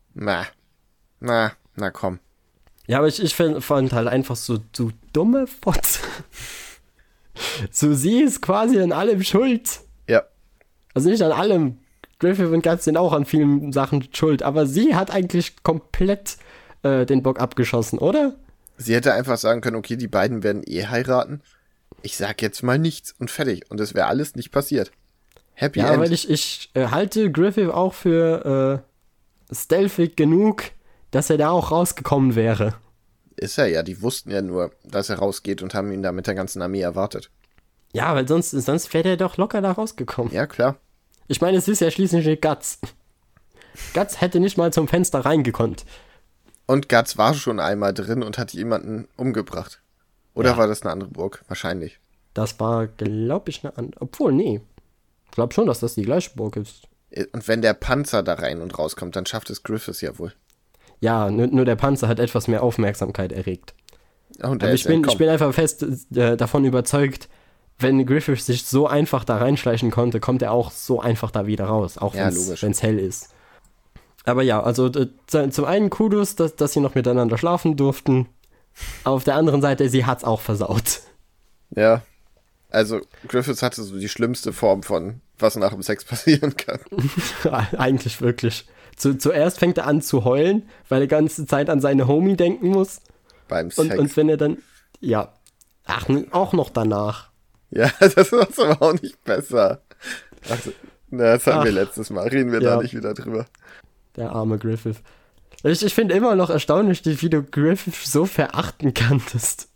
Na komm. Ja, aber ich fand halt einfach so dumme Fotze. So, sie ist quasi an allem schuld. Ja. Also nicht an allem. Griffith und Guts sind auch an vielen Sachen schuld, aber sie hat eigentlich komplett den Bock abgeschossen, oder? Sie hätte einfach sagen können, okay, die beiden werden heiraten. Ich sag jetzt mal nichts und fertig. Und es wäre alles nicht passiert. Happy Ja, End. weil ich halte Griffith auch für stealthig genug, dass er da auch rausgekommen wäre. Ist er ja, die wussten ja nur, dass er rausgeht und haben ihn da mit der ganzen Armee erwartet. Ja, weil sonst wäre er doch locker da rausgekommen. Ja, klar. Ich meine, es ist ja schließlich nicht Guts. Guts hätte nicht mal zum Fenster reingekonnt. Und Guts war schon einmal drin und hat jemanden umgebracht. Oder Ja. war das eine andere Burg? Wahrscheinlich. Das war, glaube ich, eine andere. Obwohl, nee. Ich glaube schon, dass das die gleiche Burg ist. Und wenn der Panzer da rein und rauskommt, dann schafft es Griffiths ja wohl. Ja, nur der Panzer hat etwas mehr Aufmerksamkeit erregt. Und Aber ich bin einfach fest davon überzeugt, wenn Griffith sich so einfach da reinschleichen konnte, kommt er auch so einfach da wieder raus. Auch Ja, wenn logisch. es hell ist. Aber ja, also zum einen Kudos, dass sie noch miteinander schlafen durften. Auf der anderen Seite, sie hat's auch versaut. Ja. Also, Griffiths hatte so die schlimmste Form von, was nach dem Sex passieren kann. Eigentlich wirklich. Zuerst fängt er an zu heulen, weil er die ganze Zeit an seine Homie denken muss. Beim Sex. Und wenn er dann, ja, auch noch danach. Ja, das ist aber auch nicht besser. Also, das hatten wir letztes Mal. Reden wir Ja. da nicht wieder drüber. Der arme Griffith. Ich finde immer noch erstaunlich, wie du Griffith so verachten kanntest.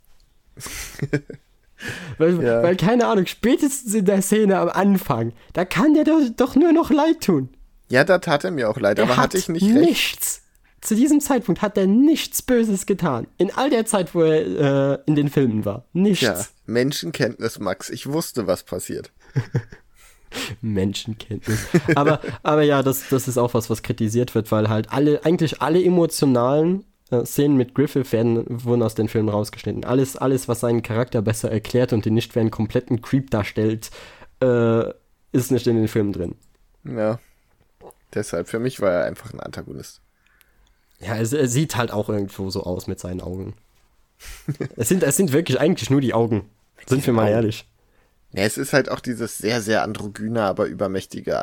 Weil, keine Ahnung, spätestens in der Szene am Anfang, da kann der doch nur noch leid tun. Ja, da tat er mir auch leid, aber hatte ich nicht recht. Nichts. Zu diesem Zeitpunkt hat er nichts Böses getan. In all der Zeit, wo er in den Filmen war. Nichts. Ja, Menschenkenntnis, Max. Ich wusste, was passiert. Menschenkenntnis. Aber ja, das ist auch was kritisiert wird, weil halt eigentlich alle emotionalen Szenen mit Griffith wurden aus den Filmen rausgeschnitten. Alles, was seinen Charakter besser erklärt und ihn nicht wie einen kompletten Creep darstellt, ist nicht in den Filmen drin. Ja. Deshalb, für mich war er einfach ein Antagonist. Ja, er sieht halt auch irgendwo so aus mit seinen Augen. Es sind wirklich eigentlich nur die Augen. Sind wir mal ehrlich. Ja, es ist halt auch dieses sehr, sehr androgyne, aber übermächtige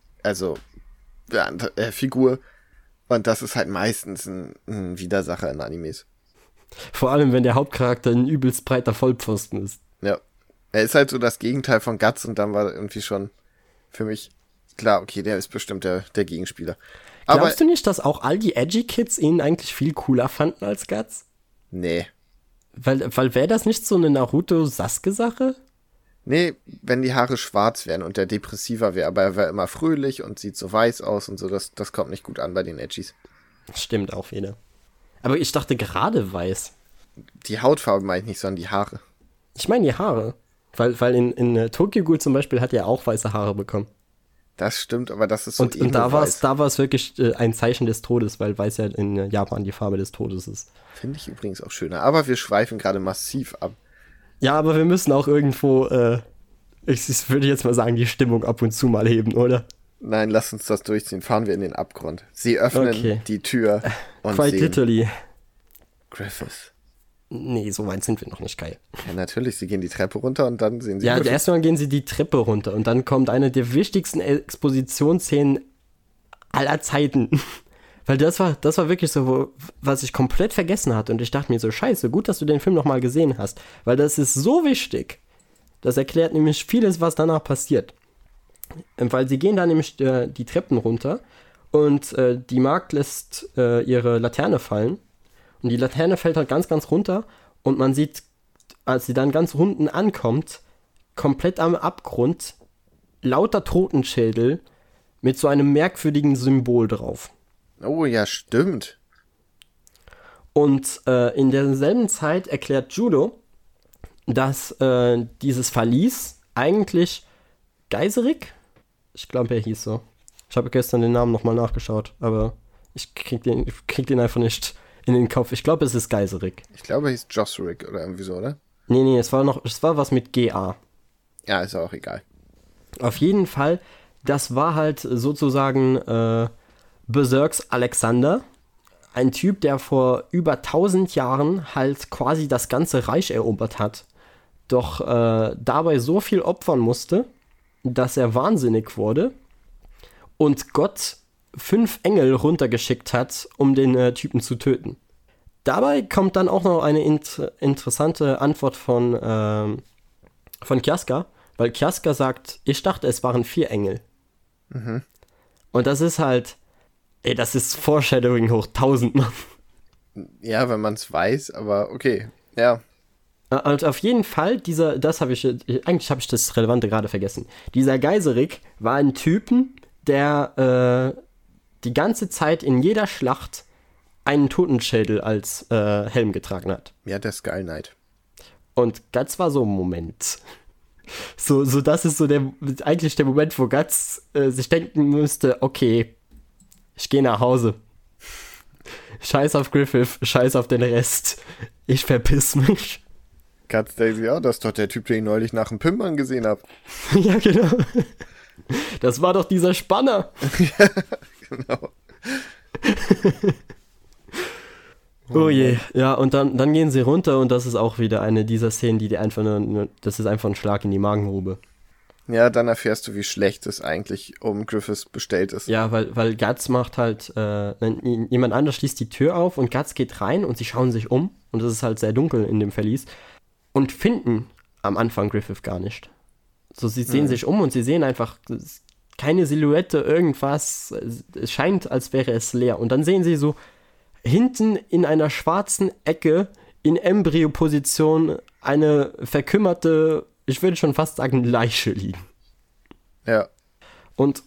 Figur. Und das ist halt meistens ein Widersacher in Animes. Vor allem, wenn der Hauptcharakter ein übelst breiter Vollpfosten ist. Ja. Er ist halt so das Gegenteil von Guts und dann war irgendwie schon für mich klar, okay, der ist bestimmt der Gegenspieler. Aber Glaubst du nicht, dass auch all die Edgy Kids ihn eigentlich viel cooler fanden als Guts? nee. Weil wäre das nicht so eine Naruto-Sasuke-Sache? Nee, wenn die Haare schwarz wären und der depressiver wäre, aber er wäre immer fröhlich und sieht so weiß aus und so, das kommt nicht gut an bei den Edgys. Stimmt auch wieder. Aber ich dachte gerade weiß. Die Hautfarbe meine ich nicht, sondern die Haare. Ich meine die Haare. Weil in Tokyo Ghoul zum Beispiel hat er auch weiße Haare bekommen. Das stimmt, aber das ist so Und da war weiß. es wirklich ein Zeichen des Todes, weil weiß ja in Japan die Farbe des Todes ist. Finde ich übrigens auch schöner. Aber wir schweifen gerade massiv ab. Ja, aber wir müssen auch irgendwo, ich würde jetzt mal sagen, die Stimmung ab und zu mal heben, oder? Nein, lass uns das durchziehen. Fahren wir in den Abgrund. Sie öffnen die Tür und Quite sehen literally. Griffith. Nee, so weit sind wir noch nicht, Kai. Ja, natürlich. Sie gehen die Treppe runter und dann sehen sie Ja, Griffith. erstmal gehen sie die Treppe runter und dann kommt eine der wichtigsten Expositionsszenen aller Zeiten. Weil das war wirklich so, was ich komplett vergessen hatte. Und ich dachte mir so, scheiße, gut, dass du den Film nochmal gesehen hast. Weil das ist so wichtig. Das erklärt nämlich vieles, was danach passiert. Weil sie gehen da nämlich die Treppen runter und die Magd lässt ihre Laterne fallen. Und die Laterne fällt halt ganz, ganz runter. Und man sieht, als sie dann ganz unten ankommt, komplett am Abgrund, lauter Totenschädel mit so einem merkwürdigen Symbol drauf. Oh ja, stimmt. Und in derselben Zeit erklärt Judo, dass dieses Verlies eigentlich Geiserik, ich glaube, er hieß so. Ich habe gestern den Namen nochmal nachgeschaut, aber ich krieg den einfach nicht in den Kopf. Ich glaube, es ist Geiserik. Ich glaube, er hieß Josric oder irgendwie so, oder? Nee, es war was mit GA. Ja, ist auch egal. Auf jeden Fall, das war halt sozusagen Berserks Alexander. Ein Typ, der vor über 1000 Jahren halt quasi das ganze Reich erobert hat. Doch dabei so viel opfern musste, dass er wahnsinnig wurde und Gott 5 Engel runtergeschickt hat, um den Typen zu töten. Dabei kommt dann auch noch eine interessante Antwort von Kiaska, weil Kiaska sagt, ich dachte, es waren 4 Engel. Mhm. Und das ist halt, das ist Foreshadowing hoch 1000 Mann. Ja, wenn man es weiß, aber okay, ja. Und auf jeden Fall, eigentlich habe ich das Relevante gerade vergessen. Dieser Geiserik war ein Typen, der die ganze Zeit in jeder Schlacht einen Totenschädel als Helm getragen hat. Ja, der Skull Knight. Und Guts war so ein Moment. So, das ist so eigentlich der Moment, wo Guts sich denken müsste, okay, ich gehe nach Hause. Scheiß auf Griffith, scheiß auf den Rest. Ich verpiss mich. Guts Daisy, ja, das ist doch der Typ, den ich neulich nach dem Pimpern gesehen habe. Ja, genau. Das war doch dieser Spanner. Ja, genau. Oh je, ja, und dann gehen sie runter und das ist auch wieder eine dieser Szenen, die einfach das ist einfach ein Schlag in die Magengrube. Ja, dann erfährst du, wie schlecht es eigentlich um Griffiths bestellt ist. Ja, weil Guts macht halt, jemand anders schließt die Tür auf und Guts geht rein und sie schauen sich um und es ist halt sehr dunkel in dem Verlies und finden am Anfang Griffith gar nicht. So, sie sehen sich um und sie sehen einfach keine Silhouette, irgendwas. Es scheint, als wäre es leer. Und dann sehen sie so hinten in einer schwarzen Ecke in Embryoposition eine verkümmerte, ich würde schon fast sagen, Leiche liegen. Ja. Und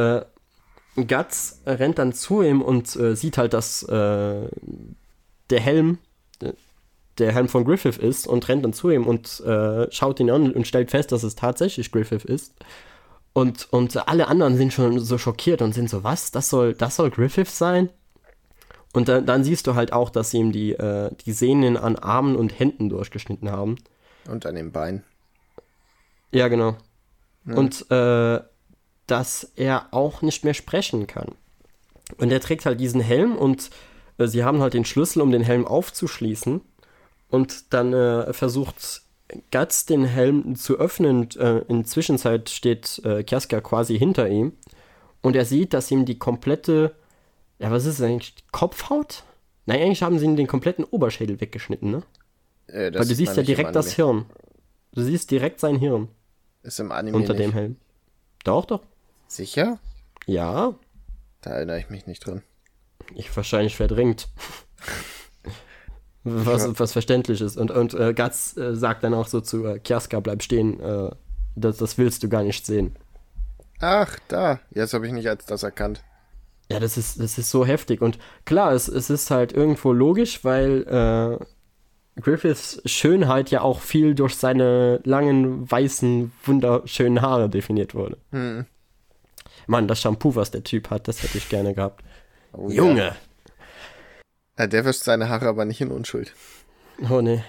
Guts rennt dann zu ihm und sieht halt, dass der Helm von Griffith ist und rennt dann zu ihm und schaut ihn an und stellt fest, dass es tatsächlich Griffith ist. Und alle anderen sind schon so schockiert und sind so, was? Das soll Griffith sein? Und dann siehst du halt auch, dass sie ihm die Sehnen an Armen und Händen durchgeschnitten haben. Und an den Beinen. Ja, genau. Und dass er auch nicht mehr sprechen kann. Und er trägt halt diesen Helm und sie haben halt den Schlüssel, um den Helm aufzuschließen. Und dann versucht Guts den Helm zu öffnen, in Zwischenzeit steht Kiaska quasi hinter ihm und er sieht, dass ihm die komplette, ja, was ist das eigentlich, Kopfhaut? Nein, eigentlich haben sie ihm den kompletten Oberschädel weggeschnitten, ne? Weil du siehst ja direkt das Hirn. Du siehst direkt sein Hirn. Ist im Anime unter nicht. Dem Helm. Doch. Sicher? Ja. Da erinnere ich mich nicht dran. Ich wahrscheinlich verdrängt. was verständlich ist. Und Guts sagt dann auch so zu Kiaska, bleib stehen, das willst du gar nicht sehen. Ach, da. Jetzt habe ich nicht als das erkannt. Ja, das ist so heftig. Und klar, es ist halt irgendwo logisch, weil Griffiths Schönheit ja auch viel durch seine langen, weißen, wunderschönen Haare definiert wurde. Mann, das Shampoo, was der Typ hat, das hätte ich gerne gehabt. Oh, Junge! Ja. Ja, der wäscht seine Haare aber nicht in Unschuld. Oh, nee.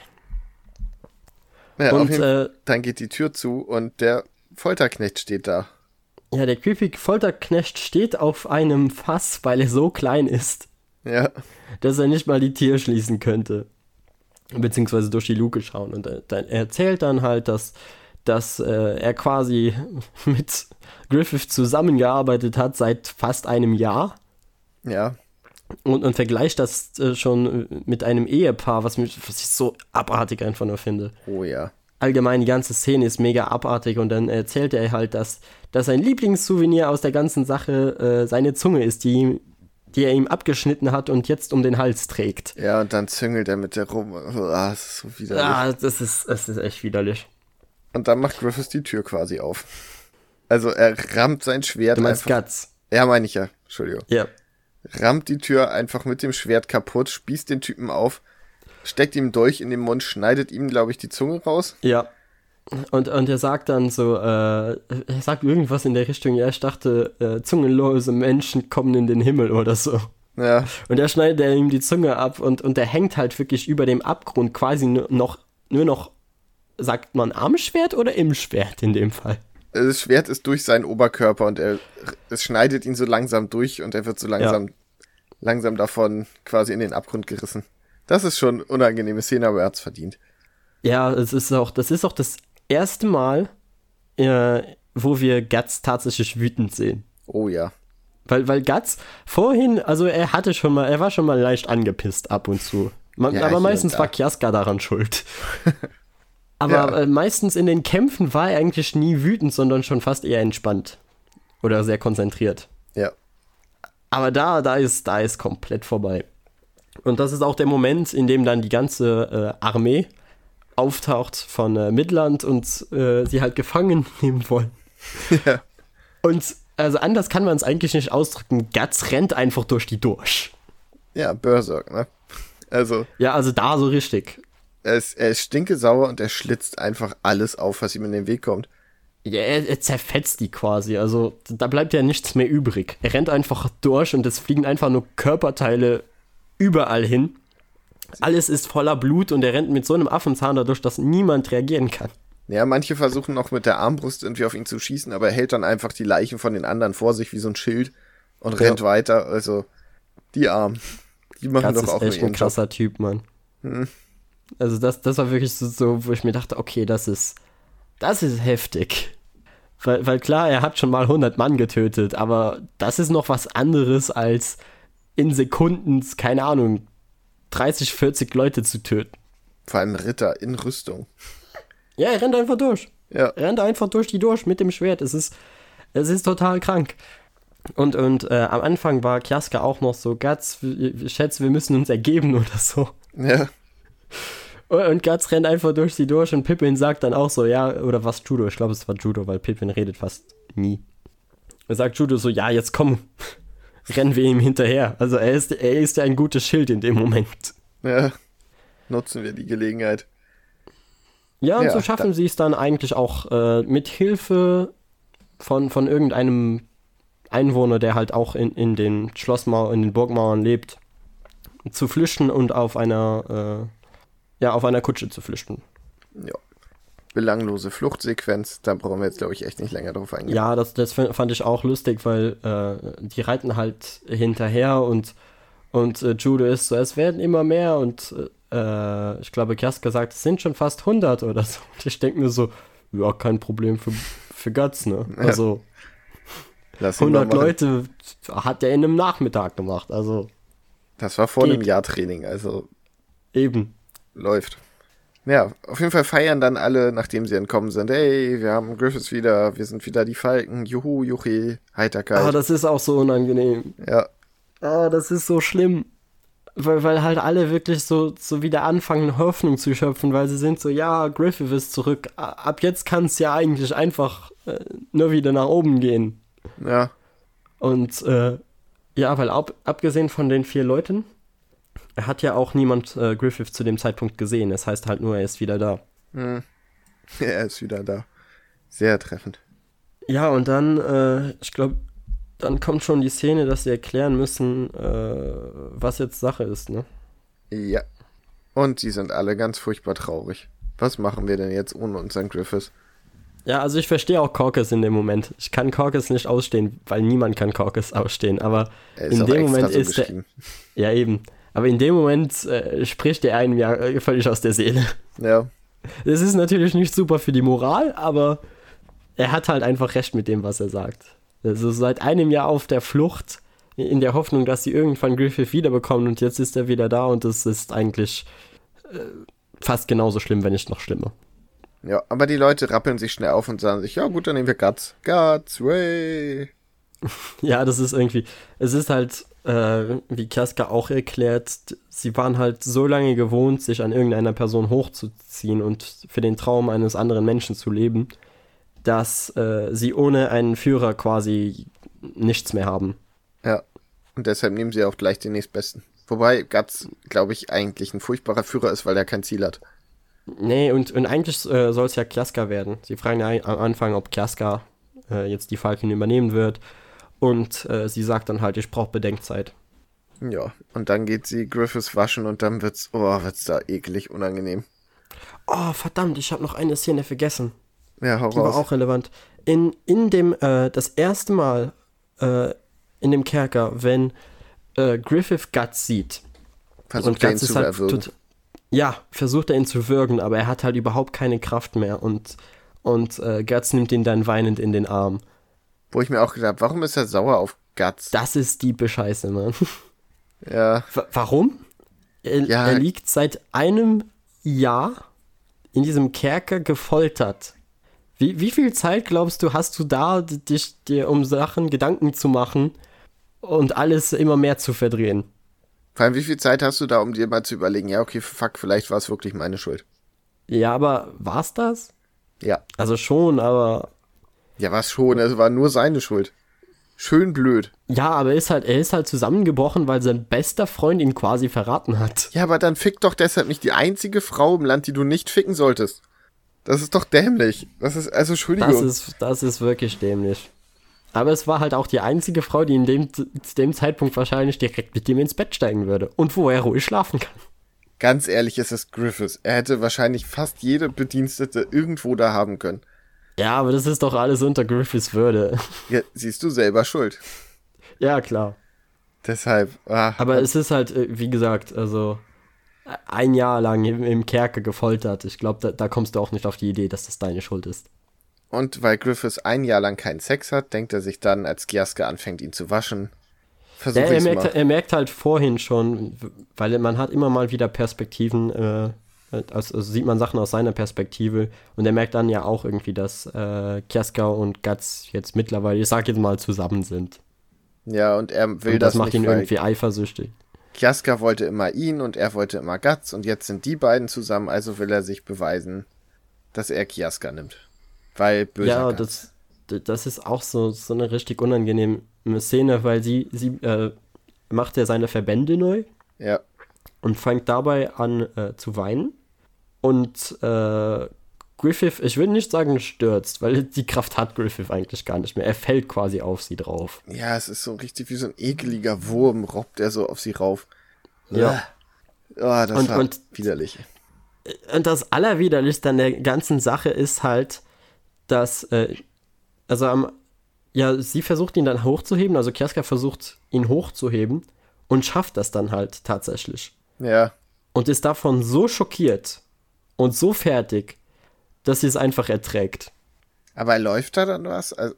Ja, und auf jeden Fall, dann geht die Tür zu und der Folterknecht steht da. Ja, der creepy Folterknecht steht auf einem Fass, weil er so klein ist, dass er nicht mal die Tür schließen könnte. Beziehungsweise durch die Luke schauen. Und er erzählt dann halt, dass er quasi mit Griffith zusammengearbeitet hat seit fast einem Jahr. Ja. Und vergleicht das schon mit einem Ehepaar, was ich so abartig einfach nur finde. Oh ja. Allgemein, die ganze Szene ist mega abartig und dann erzählt er halt, dass sein Lieblingssouvenir aus der ganzen Sache seine Zunge ist, die er ihm abgeschnitten hat und jetzt um den Hals trägt. Ja, und dann züngelt er mit der rum. Das ist so widerlich. Ah, das ist echt widerlich. Und dann macht Griffiths die Tür quasi auf. Also er rammt sein Schwert Du meinst einfach... Guts? Ja, meine ich ja. Entschuldigung. Ja. Rammt die Tür einfach mit dem Schwert kaputt, spießt den Typen auf, steckt ihm Dolch in den Mund, schneidet ihm, glaube ich, die Zunge raus. Ja. Und er sagt dann so, er sagt irgendwas in der Richtung, ja, ich dachte, zungenlose Menschen kommen in den Himmel oder so. Ja. Und er schneidet ihm die Zunge ab und er hängt halt wirklich über dem Abgrund quasi nur noch, sagt man am Schwert oder im Schwert in dem Fall? Das Schwert ist durch seinen Oberkörper und es schneidet ihn so langsam durch und er wird so langsam davon quasi in den Abgrund gerissen. Das ist schon eine unangenehme Szene, aber er hat's verdient. Ja, das ist auch das erste Mal, wo wir Guts tatsächlich wütend sehen. Oh ja. Weil Guts vorhin, also er war schon mal leicht angepisst ab und zu. Aber meistens war Kiaska daran schuld. Aber meistens in den Kämpfen war er eigentlich nie wütend, sondern schon fast eher entspannt. Oder sehr konzentriert. Ja. Aber da ist komplett vorbei. Und das ist auch der Moment, in dem dann die ganze Armee auftaucht von Midland und sie halt gefangen nehmen wollen. Ja. Und also anders kann man es eigentlich nicht ausdrücken. Guts rennt einfach durch die durch. Ja, Berserk, ne? Also. Ja, also da so richtig. Er ist stinkesauer und er schlitzt einfach alles auf, was ihm in den Weg kommt. Ja, er zerfetzt die quasi. Also da bleibt ja nichts mehr übrig. Er rennt einfach durch und es fliegen einfach nur Körperteile überall hin. Alles ist voller Blut und er rennt mit so einem Affenzahn dadurch, dass niemand reagieren kann. Ja, manche versuchen noch mit der Armbrust irgendwie auf ihn zu schießen, aber er hält dann einfach die Leichen von den anderen vor sich wie so ein Schild und rennt weiter. Also, die Armen, die machen Guts doch auch ist echt ein krasser Typ, Mann. Also das war wirklich so, wo ich mir dachte, okay, das ist heftig. Weil klar, er hat schon mal 100 Mann getötet, aber das ist noch was anderes als in Sekunden, keine Ahnung, 30, 40 Leute zu töten. Vor allem Ritter in Rüstung. Ja, er rennt einfach durch. Ja. Er rennt einfach durch die durch mit dem Schwert. Es ist total krank. Und am Anfang war Kiaska auch noch so, Guts, ich schätze, wir müssen uns ergeben oder so. Ja. Und Guts rennt einfach durch sie durch und Pippin sagt dann auch so, ja, oder was Judo? Ich glaube, es war Judo, weil Pippin redet fast nie. Er sagt Judo so, ja, jetzt komm, rennen wir ihm hinterher. Also er ist ja ein gutes Schild in dem Moment. Ja, nutzen wir die Gelegenheit. Ja, und so schaffen sie es dann eigentlich auch mit Hilfe von irgendeinem Einwohner, der halt auch in den Schlossmauern, in den Burgmauern lebt, zu flüchten und auf einer Kutsche zu flüchten. Ja. Belanglose Fluchtsequenz, da brauchen wir jetzt, glaube ich, echt nicht länger drauf eingehen. Ja, das fand ich auch lustig, weil die reiten halt hinterher und Judo ist so, es werden immer mehr und ich glaube, Kiaska sagt, es sind schon fast 100 oder so. Und ich denke mir so, ja, kein Problem für Guts, ne? Also, Lass ihn mal 100 machen. Leute hat er in einem Nachmittag gemacht, also Das war vor Geht. einem Jahr Training, also eben. läuft. Ja, auf jeden Fall feiern dann alle, nachdem sie entkommen sind. Hey, wir haben Griffiths wieder, wir sind wieder die Falken. Juhu, Juchi, Heiterkeit. Das ist auch so unangenehm. Ja, Das ist so schlimm. Weil halt alle wirklich so wieder anfangen, Hoffnung zu schöpfen, weil sie sind so, ja, Griffith ist zurück. Ab jetzt kann es ja eigentlich einfach nur wieder nach oben gehen. ja, Und ja, weil abgesehen von den 4 Leuten, hat ja auch niemand Griffith zu dem Zeitpunkt gesehen. Das heißt halt nur, er ist wieder da. er ist wieder da. Sehr treffend. Ja, und dann, ich glaube, dann kommt schon die Szene, dass sie erklären müssen, was jetzt Sache ist, ne? Ja. Und die sind alle ganz furchtbar traurig. Was machen wir denn jetzt ohne unseren Griffiths? Ja, also ich verstehe auch Corcus in dem Moment. Ich kann Corcus nicht ausstehen, weil niemand kann Corcus ausstehen, aber Er ist in auch dem extra Moment so ist er, geschrieben. ja eben, aber in dem Moment spricht er einem ja völlig aus der Seele. Ja, Das ist natürlich nicht super für die Moral, aber er hat halt einfach recht mit dem, was er sagt. Also seit einem Jahr auf der Flucht, in der Hoffnung, dass sie irgendwann Griffith wiederbekommen und jetzt ist er wieder da und das ist eigentlich fast genauso schlimm, wenn nicht noch schlimmer. ja, aber die Leute rappeln sich schnell auf und sagen sich, ja gut, dann nehmen wir Guts. Guts, way. Ja, das ist irgendwie, es ist halt, wie Kiaska auch erklärt, sie waren halt so lange gewohnt, sich an irgendeiner Person hochzuziehen und für den Traum eines anderen Menschen zu leben, dass sie ohne einen Führer quasi nichts mehr haben. Ja, und deshalb nehmen sie auch gleich den nächstbesten. Wobei Guts, glaube ich, eigentlich ein furchtbarer Führer ist, weil er kein Ziel hat. Nee, und eigentlich soll es ja Kiaska werden. Sie fragen ja am Anfang, ob Kiaska jetzt die Falken übernehmen wird. Und sie sagt dann halt, ich brauche Bedenkzeit. Ja, und dann geht sie Griffiths waschen und dann wird's da eklig unangenehm. Oh, verdammt, ich habe noch eine Szene vergessen. Ja, hau Die war raus. auch relevant. In dem, das erste Mal in dem Kerker, wenn Griffith Guts sieht. Versucht er ihn Guts zu ist halt erwürgen. ja, versucht er ihn zu würgen, aber er hat halt überhaupt keine Kraft mehr und Guts nimmt ihn dann weinend in den Arm. Wo ich mir auch gedacht habe, warum ist er sauer auf Guts? Das ist die Bescheiße, Mann. Ja, Warum? Ja. Er liegt seit einem Jahr in diesem Kerker gefoltert. Wie viel Zeit, glaubst du, hast du da, dir um Sachen Gedanken zu machen und alles immer mehr zu verdrehen? vor allem, wie viel Zeit hast du da, um dir mal zu überlegen, ja, okay, fuck, vielleicht war es wirklich meine Schuld. Ja, aber war's das? Ja. Also schon, aber... Ja, was schon, es war nur seine Schuld. Schön blöd. Ja, aber er ist halt zusammengebrochen, weil sein bester Freund ihn quasi verraten hat. Ja, aber dann fick doch deshalb nicht die einzige Frau im Land, die du nicht ficken solltest. Das ist doch dämlich. Das ist, also, Entschuldigung. Das ist wirklich dämlich. Aber es war halt auch die einzige Frau, die zu dem Zeitpunkt wahrscheinlich direkt mit ihm ins Bett steigen würde. Und wo er ruhig schlafen kann. Ganz ehrlich, es ist Griffiths. Er hätte wahrscheinlich fast jede Bedienstete irgendwo da haben können. Ja, aber das ist doch alles unter Griffiths Würde. Ja, siehst du selber schuld. Ja, klar. Deshalb, Aber es ist halt, wie gesagt, also ein Jahr lang im Kerker gefoltert. Ich glaube, da kommst du auch nicht auf die Idee, dass das deine Schuld ist. Und weil Griffiths ein Jahr lang keinen Sex hat, denkt er sich dann, als Kiaska anfängt, ihn zu waschen, versuch ich's mal. Er merkt halt vorhin schon, weil man hat immer mal wieder Perspektiven, also sieht man Sachen aus seiner Perspektive und er merkt dann ja auch irgendwie, dass Kiaska und Guts jetzt mittlerweile, ich sag jetzt mal, zusammen sind. Ja, und er will Und das das macht nicht, ihn weil irgendwie eifersüchtig. Kiaska wollte immer ihn und er wollte immer Guts und jetzt sind die beiden zusammen, also will er sich beweisen, dass er Kiaska nimmt. Weil böser Ja, Guts. das ist auch so eine richtig unangenehme Szene, weil sie macht ja seine Verbände neu Ja, und fängt dabei an zu weinen. Und Griffith, ich will nicht sagen stürzt, weil die Kraft hat Griffith eigentlich gar nicht mehr. Er fällt quasi auf sie drauf. ja, es ist so richtig wie so ein ekeliger Wurm, robbt er so auf sie rauf. Ja. Oh, das Und- war und- widerlich. Und das Allerwiderlichste an der ganzen Sache ist halt, dass, sie versucht ihn dann hochzuheben, also Kiaska versucht ihn hochzuheben und schafft das dann halt tatsächlich. Ja, und ist davon so schockiert und so fertig, dass sie es einfach erträgt. Aber läuft da dann was? Also,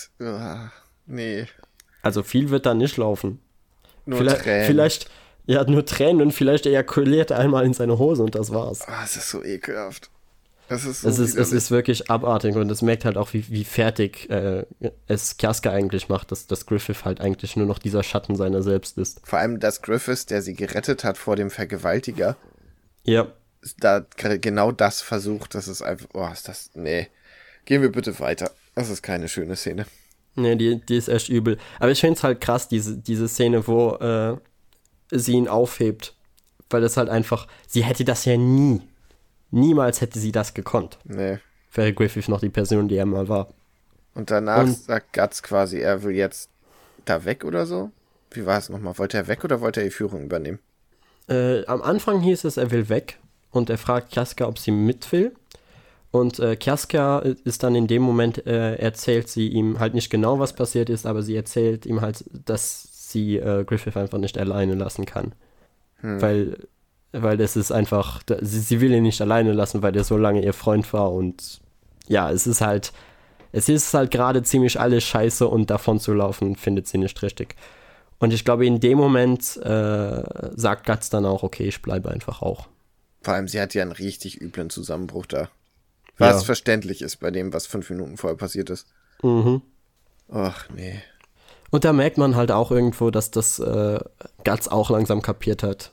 nee. Also viel wird da nicht laufen. Nur Tränen. Vielleicht, ja, nur Tränen und vielleicht ejakuliert er einmal in seine Hose und das war's. Es ist so ekelhaft. Es ist so es ist wirklich abartig und es merkt halt auch, wie fertig es Kiaska eigentlich macht, dass Griffith halt eigentlich nur noch dieser Schatten seiner selbst ist. Vor allem, dass Griffith, der sie gerettet hat vor dem Vergewaltiger, ja, da genau das versucht. Das ist einfach, nee. Gehen wir bitte weiter. Das ist keine schöne Szene. Nee, die ist echt übel. Aber ich finde es halt krass, diese Szene, wo sie ihn aufhebt. Weil das halt einfach, sie hätte das ja niemals hätte sie das gekonnt. Nee. Wäre Griffith noch die Person, die er mal war. Und danach sagt Guts quasi, er will jetzt da weg oder so? Wie war es nochmal? Wollte er weg oder wollte er die Führung übernehmen? Am Anfang hieß es, er will weg. Und er fragt Kiaska, ob sie mit will. Und Kiaska ist dann in dem Moment, erzählt sie ihm halt nicht genau, was passiert ist, aber sie erzählt ihm halt, dass sie Griffith einfach nicht alleine lassen kann. Weil das ist einfach, sie will ihn nicht alleine lassen, weil er so lange ihr Freund war und ja, es ist halt gerade ziemlich alles scheiße und davon zu laufen, findet sie nicht richtig. Und ich glaube, in dem Moment sagt Guts dann auch, okay, ich bleibe einfach auch. Vor allem, sie hat ja einen richtig üblen Zusammenbruch da. Was verständlich ist bei dem, was 5 Minuten vorher passiert ist. Mhm. Ach, nee. Und da merkt man halt auch irgendwo, dass das Guts auch langsam kapiert hat,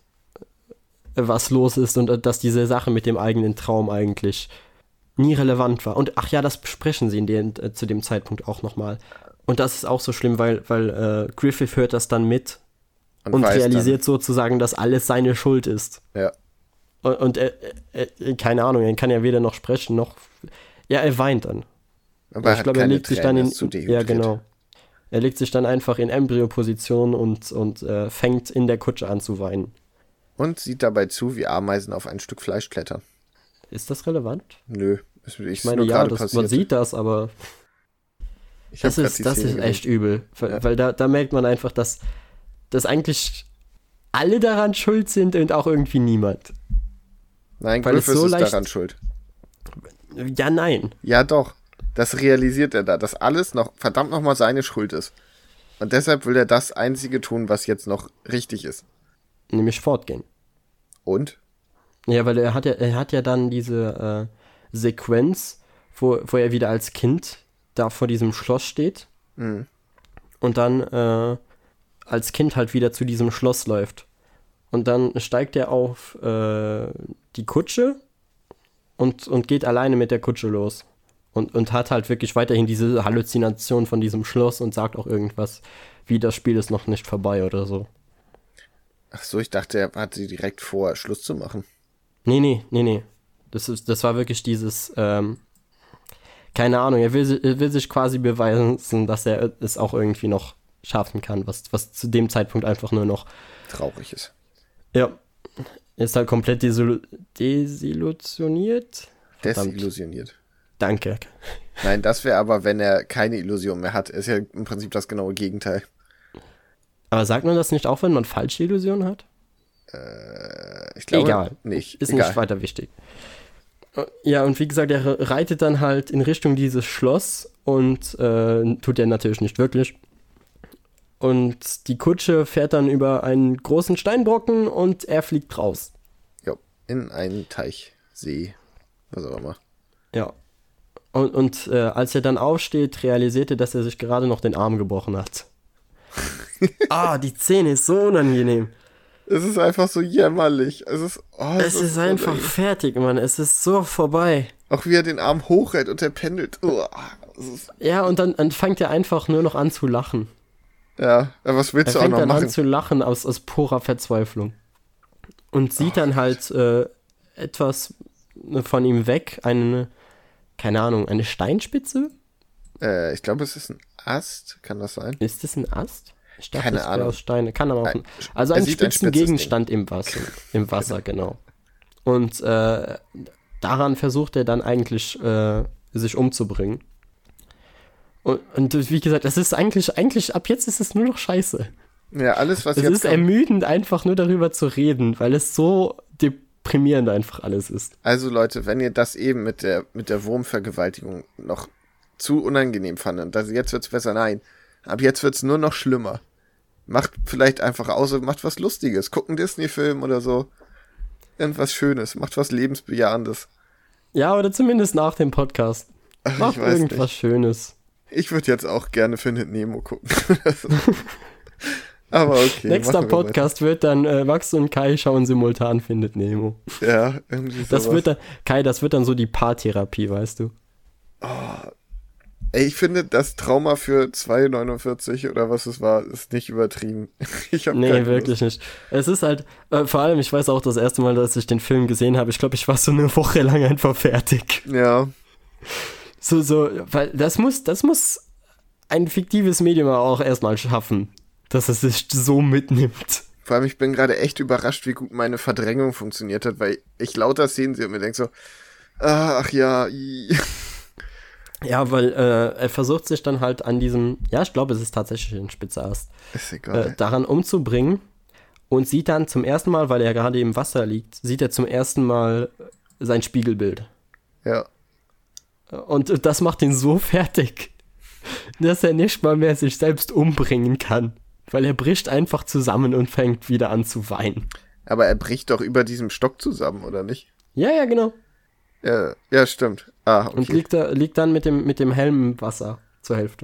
was los ist und dass diese Sache mit dem eigenen Traum eigentlich nie relevant war. Und ach ja, das besprechen sie zu dem Zeitpunkt auch nochmal. Und das ist auch so schlimm, weil Griffith hört das dann mit und realisiert dann sozusagen, dass alles seine Schuld ist. Ja. Und er, keine Ahnung, er kann ja weder noch sprechen, noch... Ja, er weint dann. Aber ich glaube, er legt sich dann in... Ja, genau. Er legt sich dann einfach in Embryo-Position und fängt in der Kutsche an zu weinen. Und sieht dabei zu, wie Ameisen auf ein Stück Fleisch klettern. Ist das relevant? Nö. Ich meine, ja, man sieht das, aber... Das ist echt übel. Weil da merkt man einfach, dass eigentlich alle daran schuld sind und auch irgendwie niemand. Nein, Griffith ist daran schuld. Ja, nein. Ja, doch. Das realisiert er da, dass alles noch verdammt nochmal seine Schuld ist. Und deshalb will er das Einzige tun, was jetzt noch richtig ist. Nämlich fortgehen. Und? Ja, weil er hat ja dann diese Sequenz, wo er wieder als Kind da vor diesem Schloss steht. Mhm. Und dann als Kind halt wieder zu diesem Schloss läuft. Und dann steigt er auf die Kutsche und geht alleine mit der Kutsche los. Und hat halt wirklich weiterhin diese Halluzination von diesem Schloss und sagt auch irgendwas, wie das Spiel ist noch nicht vorbei oder so. Ach so, ich dachte, er hatte direkt vor, Schluss zu machen. Nee. Das war wirklich dieses, keine Ahnung, er will sich quasi beweisen, dass er es auch irgendwie noch schaffen kann, was zu dem Zeitpunkt einfach nur noch traurig ist. Ja, ist halt komplett desillusioniert. Desillusioniert. Danke. Nein, das wäre aber, wenn er keine Illusion mehr hat. Ist ja im Prinzip das genaue Gegenteil. Aber sagt man das nicht auch, wenn man falsche Illusionen hat? Ich glaube egal. Nicht. Ist nicht weiter wichtig. Ja, und wie gesagt, er reitet dann halt in Richtung dieses Schloss und tut er natürlich nicht wirklich. Und die Kutsche fährt dann über einen großen Steinbrocken und er fliegt raus. Ja, in einen Teich, See, was auch immer. Ja. Und als er dann aufsteht, realisiert er, dass er sich gerade noch den Arm gebrochen hat. Die Szene ist so unangenehm. Es ist einfach so jämmerlich. Es ist einfach fertig, Mann. Es ist so vorbei. Auch wie er den Arm hochhält und er pendelt. Ja, und dann fängt er einfach nur noch an zu lachen. Ja, was willst du auch noch machen? Er fängt dann an zu lachen aus purer Verzweiflung. Und sieht dann halt etwas von ihm weg, keine Ahnung, eine Steinspitze? Ich glaube, es ist ein Ast, kann das sein? Ist das ein Ast? Ich dachte, Keine Ahnung. Aus Steine. Kann aber auch also ein spitzen Gegenstand im Wasser, genau. Und daran versucht er dann eigentlich sich umzubringen. Und wie gesagt, das ist eigentlich ab jetzt ist es nur noch scheiße. Ja, alles, was jetzt... Es ist ermüdend, einfach nur darüber zu reden, weil es so deprimierend einfach alles ist. Also Leute, wenn ihr das eben mit der Wurmvergewaltigung noch zu unangenehm fandet, also jetzt wird's besser, nein, ab jetzt wird's nur noch schlimmer. Macht vielleicht einfach aus und macht was Lustiges. Guckt einen Disney-Film oder so. Irgendwas Schönes. Macht was Lebensbejahendes. Ja, oder zumindest nach dem Podcast. Macht irgendwas Schönes. Ich würde jetzt auch gerne Findet Nemo gucken. Aber okay. Nächster Podcast wird dann Max und Kai schauen simultan Findet Nemo. Ja, irgendwie sowas. Das wird dann so die Paartherapie, weißt du. Oh. Ey, ich finde, das Trauma für 2,49 oder was es war, ist nicht übertrieben. Nee, wirklich nicht. Es ist halt, vor allem, ich weiß auch das erste Mal, dass ich den Film gesehen habe, ich glaube, ich war so eine Woche lang einfach fertig. Ja. Weil das muss ein fiktives Medium auch erstmal schaffen, dass es sich so mitnimmt. Vor allem, ich bin gerade echt überrascht, wie gut meine Verdrängung funktioniert hat, weil ich lauter Szenen sehe und mir denke so, ach ja, Ja, weil er versucht sich dann halt an diesem, ja, ich glaube, es ist tatsächlich ein Spitzerast, ist egal. Daran umzubringen und sieht dann zum ersten Mal, weil er gerade im Wasser liegt, sieht er zum ersten Mal sein Spiegelbild. Ja. Und das macht ihn so fertig, dass er nicht mal mehr sich selbst umbringen kann, weil er bricht einfach zusammen und fängt wieder an zu weinen. Aber er bricht doch über diesem Stock zusammen, oder nicht? Ja, genau. Ja, stimmt. Ah, okay. Und liegt dann mit dem Helm im Wasser zur Hälfte.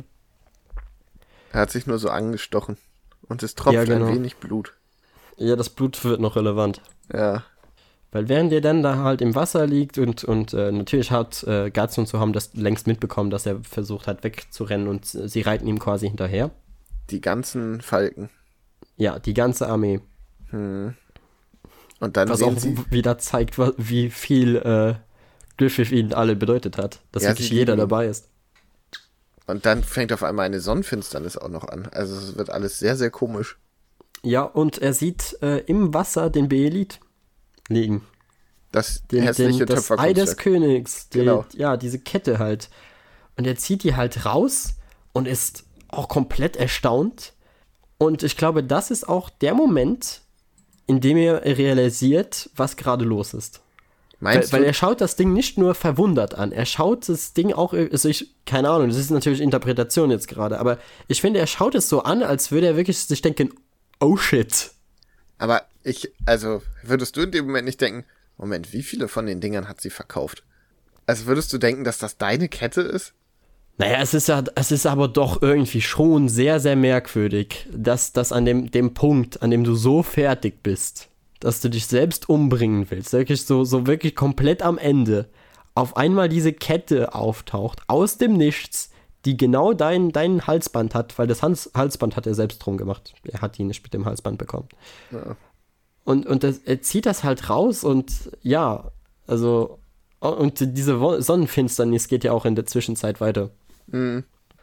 Er hat sich nur so angestochen. Und es tropft ein wenig Blut. Ja, das Blut wird noch relevant. Ja. Weil während er dann da halt im Wasser liegt und natürlich hat Guts und so haben das längst mitbekommen, dass er versucht hat wegzurennen und sie reiten ihm quasi hinterher. Die ganzen Falken. Ja, die ganze Armee. Und dann was auch wieder zeigt, wie viel Griffith ihnen alle bedeutet hat. Dass wirklich jeder dabei ist. Und dann fängt auf einmal eine Sonnenfinsternis auch noch an. Also es wird alles sehr, sehr komisch. Ja, und er sieht im Wasser den Beelit liegen. Das hässliche Töpferkunstwerk. Das Ei des Königs. Genau. Ja, diese Kette halt. Und er zieht die halt raus und ist auch komplett erstaunt. Und ich glaube, das ist auch der Moment, in dem er realisiert, was gerade los ist. Weil er schaut das Ding nicht nur verwundert an, er schaut das Ding auch, also keine Ahnung, das ist natürlich Interpretation jetzt gerade, aber ich finde, er schaut es so an, als würde er wirklich sich denken, oh shit. Aber würdest du in dem Moment nicht denken, Moment, wie viele von den Dingern hat sie verkauft? Also würdest du denken, dass das deine Kette ist? Naja, es ist aber doch irgendwie schon sehr, sehr merkwürdig, dass das an dem Punkt, an dem du so fertig bist, dass du dich selbst umbringen willst, wirklich so wirklich komplett am Ende, auf einmal diese Kette auftaucht, aus dem Nichts, die genau dein Halsband hat, weil das Halsband hat er selbst drum gemacht. Er hat ihn nicht mit dem Halsband bekommen. Ja. Und er zieht das halt raus und ja, also, und diese Sonnenfinsternis geht ja auch in der Zwischenzeit weiter. Mhm.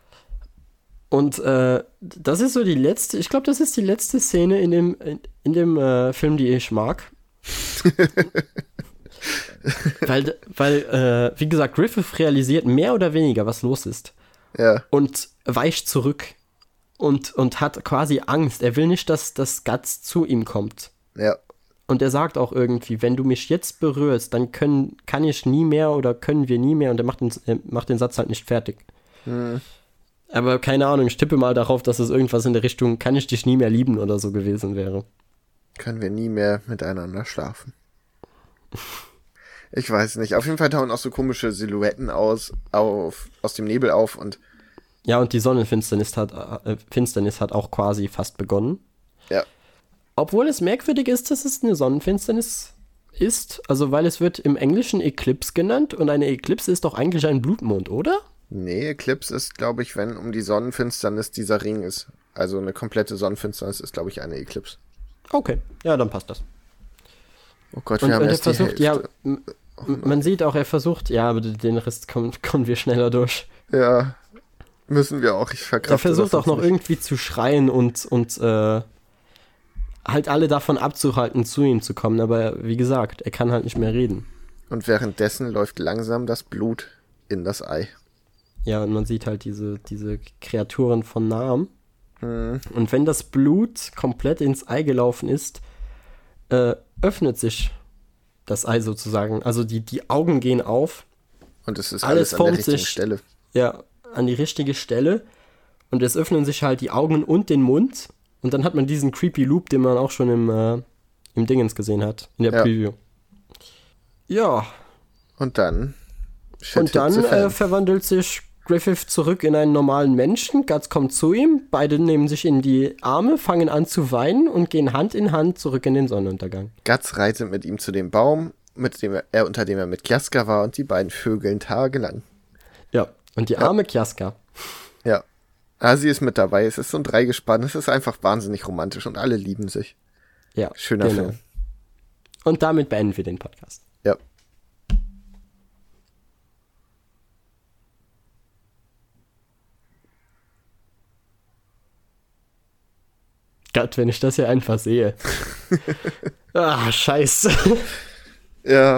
Und das ist so die letzte, ich glaube, das ist die letzte Szene in dem Film, die ich mag. weil wie gesagt, Griffith realisiert mehr oder weniger, was los ist. Ja. Und weicht zurück und hat quasi Angst. Er will nicht, dass das Guts zu ihm kommt. Ja. Und er sagt auch irgendwie, wenn du mich jetzt berührst, dann kann ich nie mehr oder können wir nie mehr. Und er macht den Satz halt nicht fertig. Mhm. Aber keine Ahnung, ich tippe mal darauf, dass es irgendwas in der Richtung, kann ich dich nie mehr lieben oder so gewesen wäre. Können wir nie mehr miteinander schlafen. Ich weiß nicht. Auf jeden Fall tauchen auch so komische Silhouetten aus dem Nebel auf und ja, und die Sonnenfinsternis hat auch quasi fast begonnen. Ja. Obwohl es merkwürdig ist, dass es eine Sonnenfinsternis ist, also weil es wird im Englischen Eclipse genannt und eine Eclipse ist doch eigentlich ein Blutmond, oder? Nee, Eclipse ist, glaube ich, wenn um die Sonnenfinsternis dieser Ring ist. Also eine komplette Sonnenfinsternis ist, glaube ich, eine Eclipse. Okay, ja, dann passt das. Oh Gott, wir haben erst die Hälfte. Ja, man sieht auch, er versucht, ja, aber den Rest kommen wir schneller durch. Ja, müssen wir auch, ich verkrafte. Er versucht auch noch nicht irgendwie zu schreien und halt alle davon abzuhalten, zu ihm zu kommen, aber wie gesagt, er kann halt nicht mehr reden. Und währenddessen läuft langsam das Blut in das Ei. Ja, und man sieht halt diese Kreaturen von nahem. Hm. Und wenn das Blut komplett ins Ei gelaufen ist, öffnet sich das Ei sozusagen. Also die Augen gehen auf. Und es ist Alles alles an der formt richtigen sich. Stelle. Ja, an die richtige Stelle. Und es öffnen sich halt die Augen und den Mund. Und dann hat man diesen creepy Loop, den man auch schon im Dingens gesehen hat. In der Ja. Preview. Ja. Und dann Und dann verwandelt sich Griffith zurück in einen normalen Menschen. Guts kommt zu ihm. Beide nehmen sich in die Arme, fangen an zu weinen und gehen Hand in Hand zurück in den Sonnenuntergang. Guts reitet mit ihm zu dem Baum, unter dem er mit Kiaska war, und die beiden vögeln tagelang. Ja, und die arme Kiaska. Ja. Sie ist mit dabei. Es ist so ein Dreigespann. Es ist einfach wahnsinnig romantisch und alle lieben sich. Ja, Schöner Film. Und damit beenden wir den Podcast. Ja. Gott, wenn ich das hier einfach sehe. Scheiße. Ja.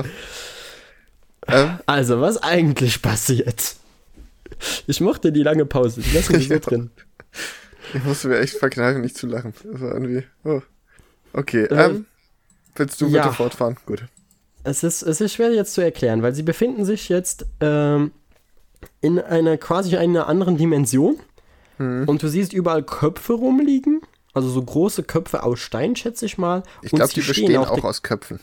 Also, was eigentlich passiert? Ich mochte die lange Pause. Die lassen mich so drin. Ich musste mir echt verkneifen, nicht zu lachen. Das war irgendwie... Oh. Okay, willst du bitte fortfahren? Gut. Es ist schwer jetzt zu erklären, weil sie befinden sich jetzt in quasi einer anderen Dimension. Und du siehst überall Köpfe rumliegen. Also so große Köpfe aus Stein, schätze ich mal. Ich glaube, die bestehen auch aus Köpfen.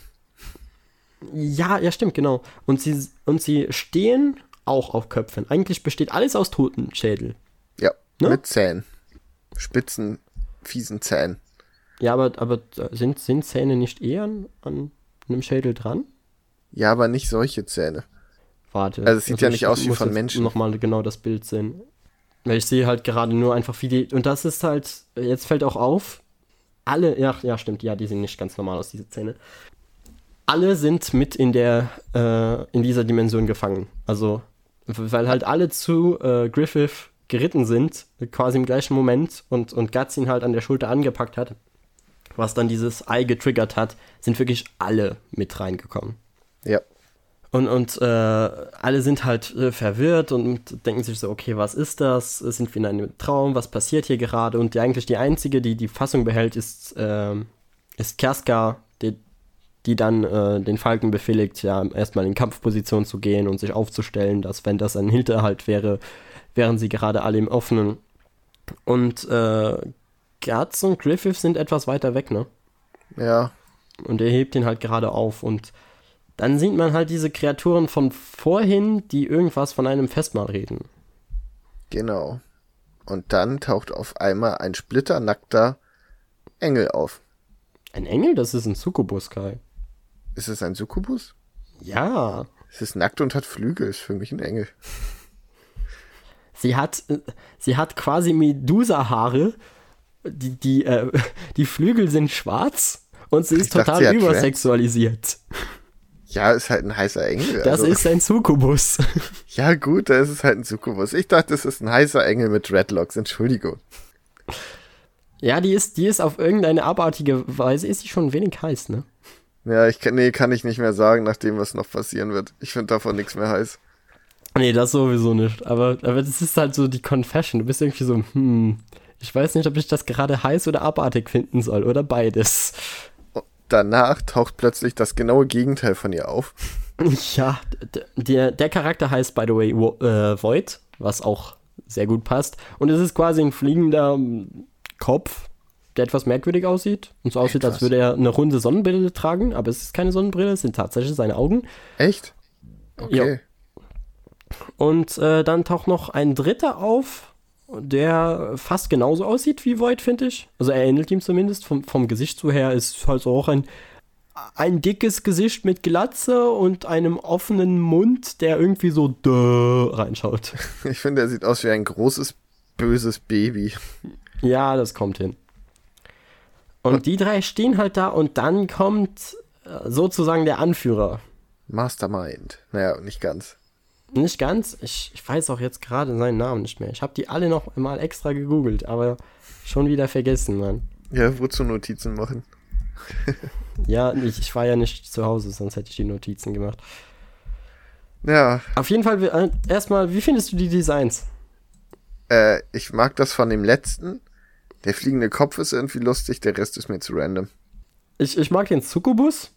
Ja, stimmt, genau. Und sie stehen auch auf Köpfen. Eigentlich besteht alles aus Totenschädel. Ja, ne? Mit Zähnen. Spitzen, fiesen Zähnen. Ja, aber sind Zähne nicht eher an einem Schädel dran? Ja, aber nicht solche Zähne. Warte. Also es sieht ja nicht aus wie von Menschen. Nochmal genau das Bild sehen. Weil ich sehe halt gerade nur einfach wie die... Und das ist halt... Jetzt fällt auch auf, alle... Ja, stimmt. Ja, die sehen nicht ganz normal aus, diese Zähne. Alle sind mit in dieser Dimension gefangen. Also, weil halt alle zu Griffith geritten sind, quasi im gleichen Moment, und Guts ihn halt an der Schulter angepackt hat, was dann dieses Ei getriggert hat, sind wirklich alle mit reingekommen. Ja. Und alle sind halt verwirrt und denken sich so, okay, was ist das? Sind wir in einem Traum? Was passiert hier gerade? Und eigentlich die Einzige, die die Fassung behält, ist Kiaska, die dann den Falken befehligt, ja, erstmal in Kampfposition zu gehen und sich aufzustellen, dass, wenn das ein Hinterhalt wäre, wären sie gerade alle im Offenen. Und Guts und Griffith sind etwas weiter weg, ne? Ja. Und er hebt ihn halt gerade auf und dann sieht man halt diese Kreaturen von vorhin, die irgendwas von einem Festmahl reden. Genau. Und dann taucht auf einmal ein splitternackter Engel auf. Ein Engel? Das ist ein Succubus, Kai. Ist es ein Succubus? Ja. Es ist nackt und hat Flügel, ist für mich ein Engel. Sie hat quasi Medusa-Haare. Die Flügel sind schwarz und sie ist total übersexualisiert. Ja, ist halt ein heißer Engel. Das ist ein Succubus. Ja gut, da ist es halt ein Succubus. Ich dachte, es ist ein heißer Engel mit Dreadlocks. Entschuldigung. Ja, die ist auf irgendeine abartige Weise, ist sie schon ein wenig heiß, ne? Ja, kann ich nicht mehr sagen, nachdem was noch passieren wird. Ich finde davon nichts mehr heiß. Nee, das sowieso nicht. Aber das ist halt so die Confession. Du bist irgendwie so, ich weiß nicht, ob ich das gerade heiß oder abartig finden soll oder beides. Danach taucht plötzlich das genaue Gegenteil von ihr auf. Ja, der Charakter heißt, by the way, Void, was auch sehr gut passt. Und es ist quasi ein fliegender Kopf, der etwas merkwürdig aussieht. Und so aussieht, als würde er eine runde Sonnenbrille tragen. Aber es ist keine Sonnenbrille, es sind tatsächlich seine Augen. Echt? Okay. Ja. Und dann taucht noch ein dritter auf, der fast genauso aussieht wie Void, finde ich. Also er ähnelt ihm zumindest. Vom Gesicht zu her ist halt auch ein dickes Gesicht mit Glatze und einem offenen Mund, der irgendwie so reinschaut. Ich finde, er sieht aus wie ein großes, böses Baby. Ja, das kommt hin. Und die drei stehen halt da und dann kommt sozusagen der Anführer. Mastermind. Naja, nicht ganz. Nicht ganz. Ich weiß auch jetzt gerade seinen Namen nicht mehr. Ich habe die alle noch mal extra gegoogelt, aber schon wieder vergessen, Mann. Ja, wozu Notizen machen? Ja, ich war ja nicht zu Hause, sonst hätte ich die Notizen gemacht. Ja. Auf jeden Fall, erstmal, wie findest du die Designs? Ich mag das von dem letzten. Der fliegende Kopf ist irgendwie lustig, der Rest ist mir zu random. Ich mag den Succubus.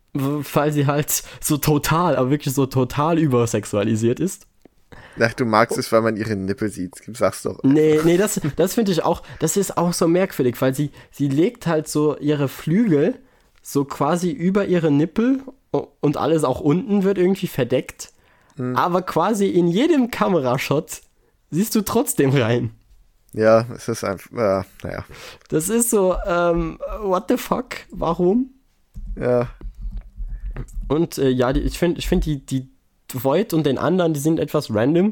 weil sie halt so total, aber wirklich so total übersexualisiert ist. Ach, du magst es, weil man ihre Nippel sieht. Sag's doch. Nee, das finde ich auch, das ist auch so merkwürdig, weil sie legt halt so ihre Flügel so quasi über ihre Nippel und alles auch unten wird irgendwie verdeckt. Aber quasi in jedem Kamerashot siehst du trotzdem rein. Ja, es ist einfach, naja. Das ist so, what the fuck? Warum? Ja. Und ich finde die Void und den anderen, die sind etwas random.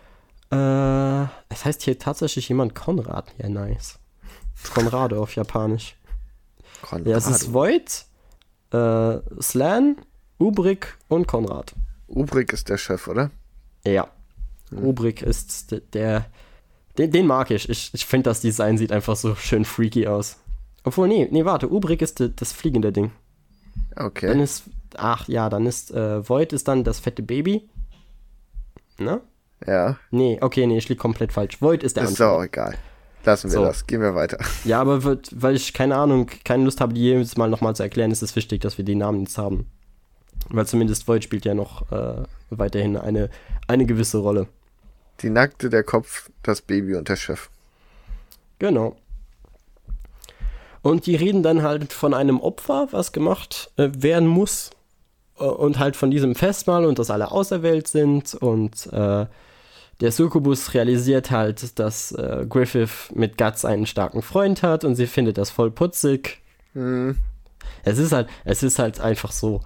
Es heißt hier tatsächlich jemand Konrad. Ja, nice. Konrado auf Japanisch. Konrado. Ja, es ist Void, Slan, Ubrik und Konrad. Ubrik ist der Chef, oder? Ja. Ubrik ist den mag ich. Ich finde, das Design sieht einfach so schön freaky aus. Obwohl, nee, warte. Ubrik ist das fliegende Ding. Okay. Dann ist Void ist dann das fette Baby. Ne? Ja. Nee, ich liege komplett falsch. Void ist der Ist doch auch egal. Lassen wir das. Gehen wir weiter. Ja, aber weil ich keine Lust habe, die jedes Mal nochmal zu erklären, ist es wichtig, dass wir die Namen jetzt haben. Weil zumindest Void spielt ja noch weiterhin eine gewisse Rolle. Die Nackte, der Kopf, das Baby und der Chef. Genau. Und die reden dann halt von einem Opfer, was gemacht werden muss. Und halt von diesem Festmahl und dass alle auserwählt sind. Und der Succubus realisiert halt, dass Griffith mit Guts einen starken Freund hat und sie findet das voll putzig. Es ist halt einfach so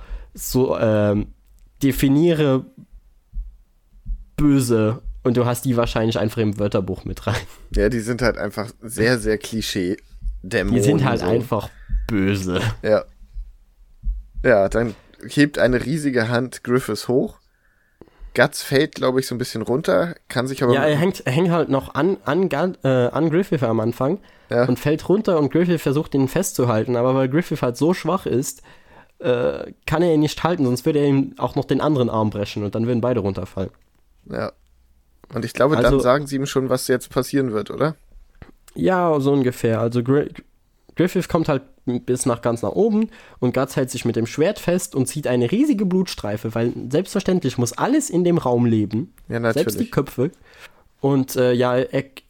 definiere böse und du hast die wahrscheinlich einfach im Wörterbuch mit rein. Ja, die sind halt einfach sehr, sehr Klischee-Dämonen. Die sind halt so. einfach böse. Ja. Ja, dann hebt eine riesige Hand Griffiths hoch. Guts fällt, glaube ich, so ein bisschen runter, kann sich aber... Ja, er hängt halt noch an Griffith am Anfang und fällt runter und Griffith versucht, ihn festzuhalten, aber weil Griffith halt so schwach ist, kann er ihn nicht halten, sonst würde er ihm auch noch den anderen Arm brechen und dann würden beide runterfallen. Ja. Und ich glaube, dann sagen sie ihm schon, was jetzt passieren wird, oder? Ja, so ungefähr. Also Griffith kommt halt bis ganz nach oben und Guts hält sich mit dem Schwert fest und zieht eine riesige Blutstreife, weil selbstverständlich muss alles in dem Raum leben. Ja, natürlich. Selbst die Köpfe. Und er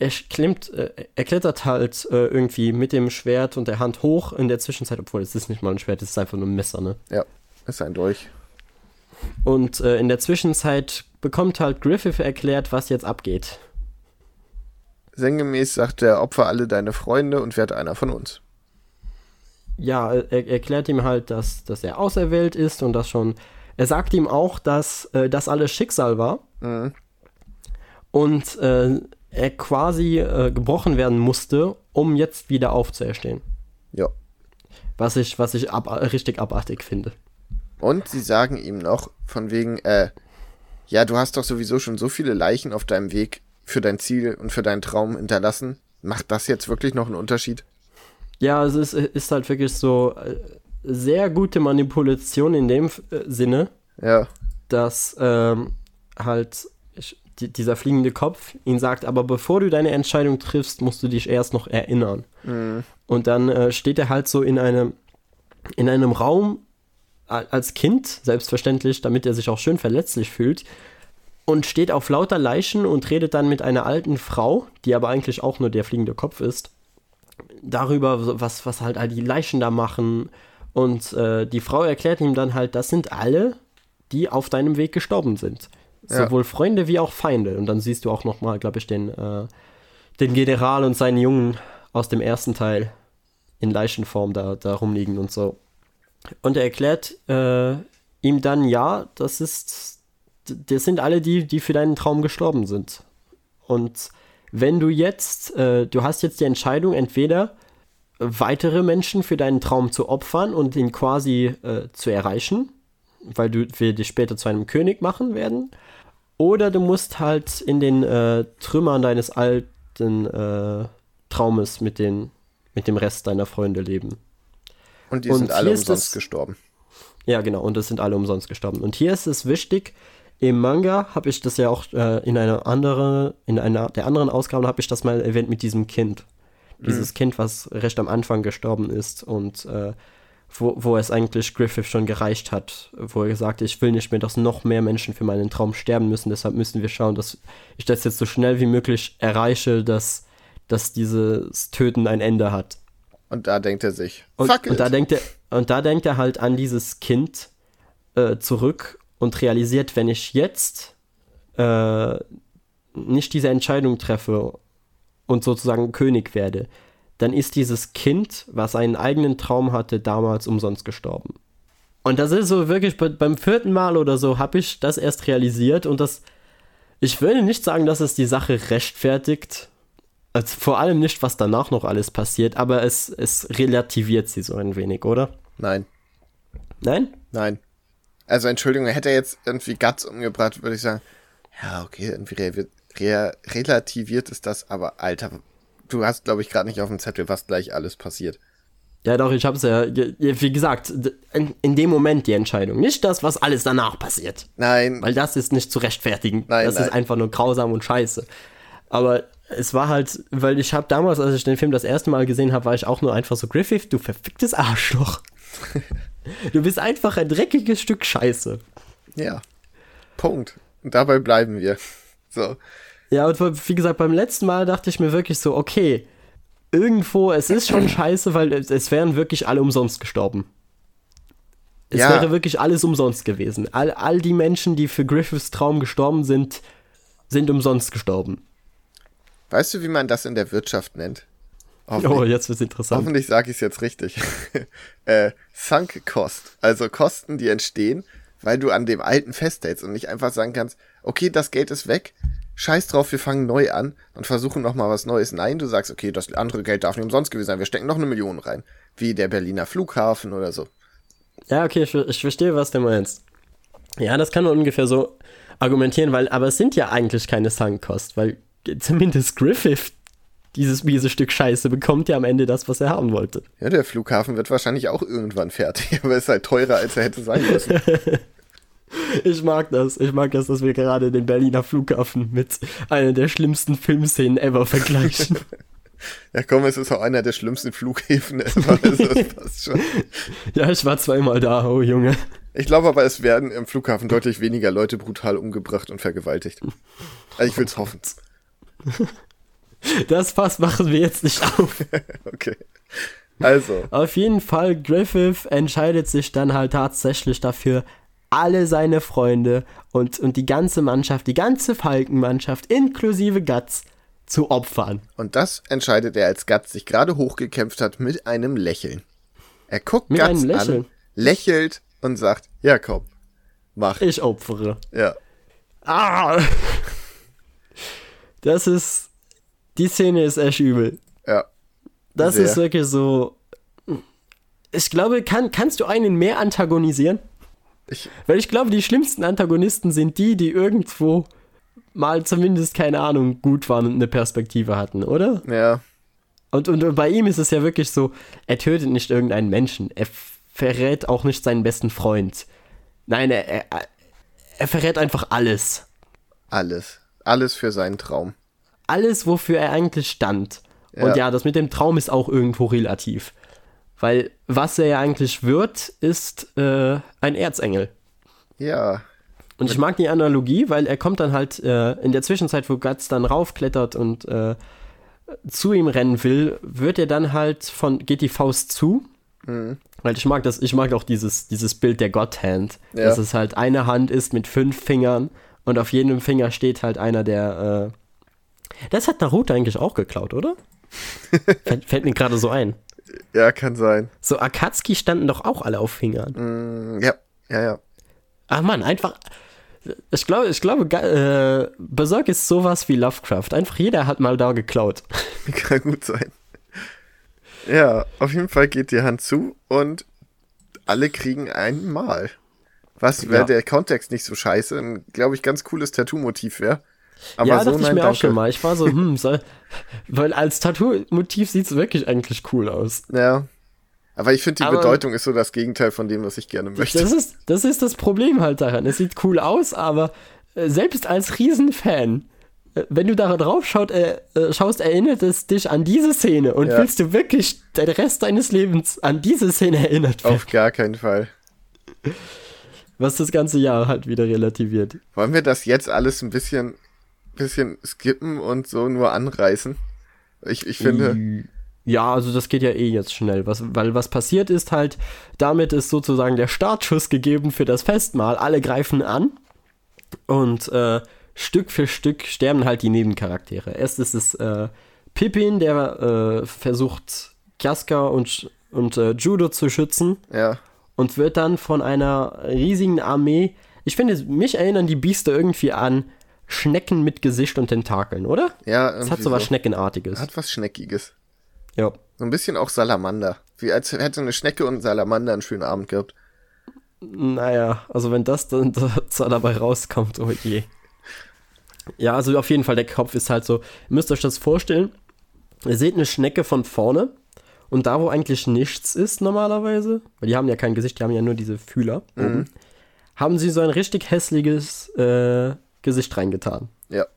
klettert halt irgendwie mit dem Schwert und der Hand hoch in der Zwischenzeit, obwohl es ist nicht mal ein Schwert, es ist einfach nur ein Messer, ne? Ja, ist ein Dolch. Und in der Zwischenzeit bekommt halt Griffith erklärt, was jetzt abgeht. Sinngemäß sagt der Opfer alle deine Freunde und werd einer von uns. Ja, er erklärt ihm halt, dass er auserwählt ist und das schon. Er sagt ihm auch, dass das alles Schicksal war. Mhm. Und er quasi gebrochen werden musste, um jetzt wieder aufzuerstehen. Ja. Was ich richtig abartig finde. Und sie sagen ihm noch von wegen, ja, du hast doch sowieso schon so viele Leichen auf deinem Weg für dein Ziel und für deinen Traum hinterlassen. Macht das jetzt wirklich noch einen Unterschied? Ja, es ist halt wirklich so sehr gute Manipulation in dem Sinne, dass halt dieser fliegende Kopf ihn sagt, aber bevor du deine Entscheidung triffst, musst du dich erst noch erinnern. Mhm. Und dann steht er halt so in einem Raum als Kind, selbstverständlich, damit er sich auch schön verletzlich fühlt, und steht auf lauter Leichen und redet dann mit einer alten Frau, die aber eigentlich auch nur der fliegende Kopf ist, darüber, was halt all die Leichen da machen. Und die Frau erklärt ihm dann halt, das sind alle, die auf deinem Weg gestorben sind. Ja. Sowohl Freunde wie auch Feinde. Und dann siehst du auch nochmal, glaube ich, den General und seinen Jungen aus dem ersten Teil in Leichenform da rumliegen und so. Und er erklärt ihm dann, ja, das sind alle die für deinen Traum gestorben sind. Und wenn du jetzt, du hast jetzt die Entscheidung, entweder weitere Menschen für deinen Traum zu opfern und ihn quasi zu erreichen, weil wir dich später zu einem König machen werden, oder du musst halt in den Trümmern deines alten Traumes mit dem Rest deiner Freunde leben. Und die sind alle umsonst gestorben. Ja, genau, und es sind alle umsonst gestorben. Und hier ist es wichtig, im Manga habe ich das ja auch in einer der anderen Ausgaben habe ich das mal erwähnt mit diesem Kind. Dieses Kind, was recht am Anfang gestorben ist und wo es eigentlich Griffith schon gereicht hat, wo er gesagt hat, ich will nicht mehr, dass noch mehr Menschen für meinen Traum sterben müssen, deshalb müssen wir schauen, dass ich das jetzt so schnell wie möglich erreiche, dass dieses Töten ein Ende hat. Und da denkt er sich, fuck it. Und da denkt er halt an dieses Kind zurück und realisiert, wenn ich jetzt nicht diese Entscheidung treffe und sozusagen König werde, dann ist dieses Kind, was einen eigenen Traum hatte, damals umsonst gestorben. Und das ist so wirklich, beim 4. Mal oder so habe ich das erst realisiert und ich würde nicht sagen, dass es die Sache rechtfertigt, also vor allem nicht, was danach noch alles passiert, aber es relativiert sie so ein wenig, oder? Nein. Nein? Nein. Also Entschuldigung, hätte er jetzt irgendwie Guts umgebracht, würde ich sagen, ja, okay, irgendwie relativiert ist das, aber Alter, du hast, glaube ich, gerade nicht auf dem Zettel, was gleich alles passiert. Ja, doch, ich hab's ja, wie gesagt, in dem Moment die Entscheidung. Nicht das, was alles danach passiert. Nein. Weil das ist nicht zu rechtfertigen. Nein, das ist einfach nur grausam und scheiße. Aber es war halt, weil ich habe damals, als ich den Film das erste Mal gesehen habe, war ich auch nur einfach so, Griffith, du verficktes Arschloch. Du bist einfach ein dreckiges Stück Scheiße. Ja. Punkt. Und dabei bleiben wir. So. Ja, und wie gesagt, beim letzten Mal dachte ich mir wirklich so, okay, irgendwo, es ist schon scheiße, weil es wären wirklich alle umsonst gestorben. Es wäre wirklich alles umsonst gewesen. All die Menschen, die für Griffiths Traum gestorben sind, sind umsonst gestorben. Weißt du, wie man das in der Wirtschaft nennt? Oh, jetzt wird's interessant. Hoffentlich sage ich es jetzt richtig. Sunk Cost. Also Kosten, die entstehen, weil du an dem Alten festhältst und nicht einfach sagen kannst, okay, das Geld ist weg, scheiß drauf, wir fangen neu an und versuchen nochmal was Neues. Nein, du sagst, okay, das andere Geld darf nicht umsonst gewesen sein, wir stecken noch 1 Million rein. Wie der Berliner Flughafen oder so. Ja, okay, ich verstehe, was du meinst. Ja, das kann man ungefähr so argumentieren, aber es sind ja eigentlich keine Sunk Cost, weil zumindest Griffith, dieses miese Stück Scheiße, bekommt ja am Ende das, was er haben wollte. Ja, der Flughafen wird wahrscheinlich auch irgendwann fertig, aber ist halt teurer, als er hätte sein müssen. Ich mag das, dass wir gerade den Berliner Flughafen mit einer der schlimmsten Filmszenen ever vergleichen. Ja komm, es ist auch einer der schlimmsten Flughäfen ever, also das passt schon. Ja, ich war 2-mal da, oh Junge. Ich glaube aber, es werden im Flughafen deutlich weniger Leute brutal umgebracht und vergewaltigt. Also ich will's hoffen. Das Fass machen wir jetzt nicht auf. Okay. Also. Auf jeden Fall, Griffith entscheidet sich dann halt tatsächlich dafür, alle seine Freunde und die ganze Mannschaft, die ganze Falkenmannschaft, inklusive Guts, zu opfern. Und das entscheidet er, als Guts sich gerade hochgekämpft hat, mit einem Lächeln. Er guckt Guts an, lächelt und sagt, ja komm, mach. Ich opfere. Ja. Ah! Die Szene ist echt übel. Ja. Das ist wirklich so. Ich glaube, kannst du einen mehr antagonisieren? Weil ich glaube, die schlimmsten Antagonisten sind die irgendwo mal zumindest, keine Ahnung, gut waren und eine Perspektive hatten, oder? Ja. Und bei ihm ist es ja wirklich so, er tötet nicht irgendeinen Menschen. Er verrät auch nicht seinen besten Freund. Nein, er verrät einfach alles. Alles. Alles für seinen Traum. Alles, wofür er eigentlich stand. Ja. Und ja, das mit dem Traum ist auch irgendwo relativ. Weil was er ja eigentlich wird, ist ein Erzengel. Ja. Und ich mag die Analogie, weil er kommt dann halt in der Zwischenzeit, wo Guts dann raufklettert und zu ihm rennen will, wird er dann halt geht die Faust zu. Mhm. Weil ich mag auch dieses Bild der God-Hand. Ja. Dass es halt eine Hand ist mit 5 Fingern und auf jedem Finger steht halt einer der das hat Naruto eigentlich auch geklaut, oder? Fällt mir gerade so ein. Ja, kann sein. So Akatsuki standen doch auch alle auf Fingern. Ja. Ach man, einfach. Ich glaube, Berserk ist sowas wie Lovecraft. Einfach jeder hat mal da geklaut. Kann gut sein. Ja, auf jeden Fall geht die Hand zu und alle kriegen ein Mal. Was, wäre der Kontext nicht so scheiße, ein, glaube ich, ganz cooles Tattoo-Motiv wäre. Aber ja, so, dachte ich mir auch schon mal. Ich war so, weil als Tattoo-Motiv sieht es wirklich eigentlich cool aus. Ja. Aber ich finde, die Bedeutung ist so das Gegenteil von dem, was ich gerne möchte. Das ist das Problem halt daran. Es sieht cool aus, aber selbst als Riesenfan wenn du da drauf schaust, erinnert es dich an diese Szene und willst du wirklich den Rest deines Lebens an diese Szene erinnert werden? Auf gar keinen Fall. Was das ganze Jahr halt wieder relativiert. Wollen wir das jetzt alles ein bisschen skippen und so nur anreißen? Ich finde... Ja, also das geht ja eh jetzt schnell, weil was passiert ist halt, damit ist sozusagen der Startschuss gegeben für das Festmahl. Alle greifen an und Stück für Stück sterben halt die Nebencharaktere. Erst ist es Pippin, der versucht, Kiaska und Judo zu schützen. Ja. Und wird dann von einer riesigen Armee, ich finde, mich erinnern die Biester irgendwie an Schnecken mit Gesicht und Tentakeln, oder? Ja, es hat so was Schneckenartiges. Hat was Schneckiges. Ja. So ein bisschen auch Salamander. Wie als hätte eine Schnecke und ein Salamander einen schönen Abend gehabt. Naja, also wenn das dann dabei rauskommt, oh je. Ja, also auf jeden Fall, der Kopf ist halt so, ihr müsst euch das vorstellen, ihr seht eine Schnecke von vorne und da, wo eigentlich nichts ist normalerweise, weil die haben ja kein Gesicht, die haben ja nur diese Fühler oben, haben sie so ein richtig hässliches Gesicht reingetan. Ja.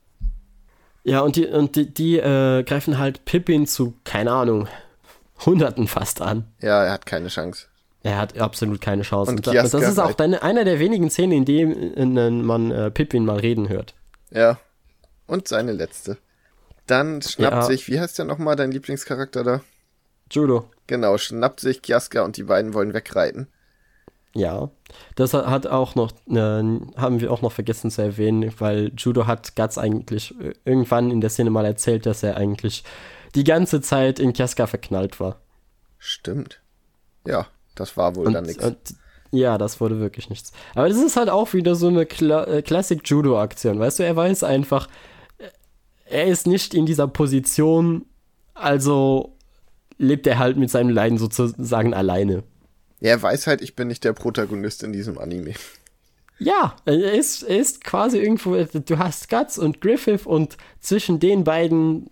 Ja, und die greifen halt Pippin zu, keine Ahnung, Hunderten fast an. Ja, er hat keine Chance. Er hat absolut keine Chance. Und das ist auch einer der wenigen Szenen, in denen man Pippin mal reden hört. Ja. Und seine letzte. Dann schnappt sich, wie heißt der nochmal, dein Lieblingscharakter da? Judo. Genau, schnappt sich Kiaska und die beiden wollen wegreiten. Ja, das hat auch noch, haben wir auch noch vergessen zu erwähnen, weil Judo hat Guts eigentlich irgendwann in der Szene mal erzählt, dass er eigentlich die ganze Zeit in Kiaska verknallt war. Stimmt. Ja, das war wohl dann nichts. Ja, das wurde wirklich nichts. Aber das ist halt auch wieder so eine Classic-Judo-Aktion, weißt du, er weiß einfach, er ist nicht in dieser Position, also lebt er halt mit seinem Leiden sozusagen alleine. Ja, er weiß halt, ich bin nicht der Protagonist in diesem Anime. Ja, er ist quasi irgendwo, du hast Guts und Griffith und zwischen den beiden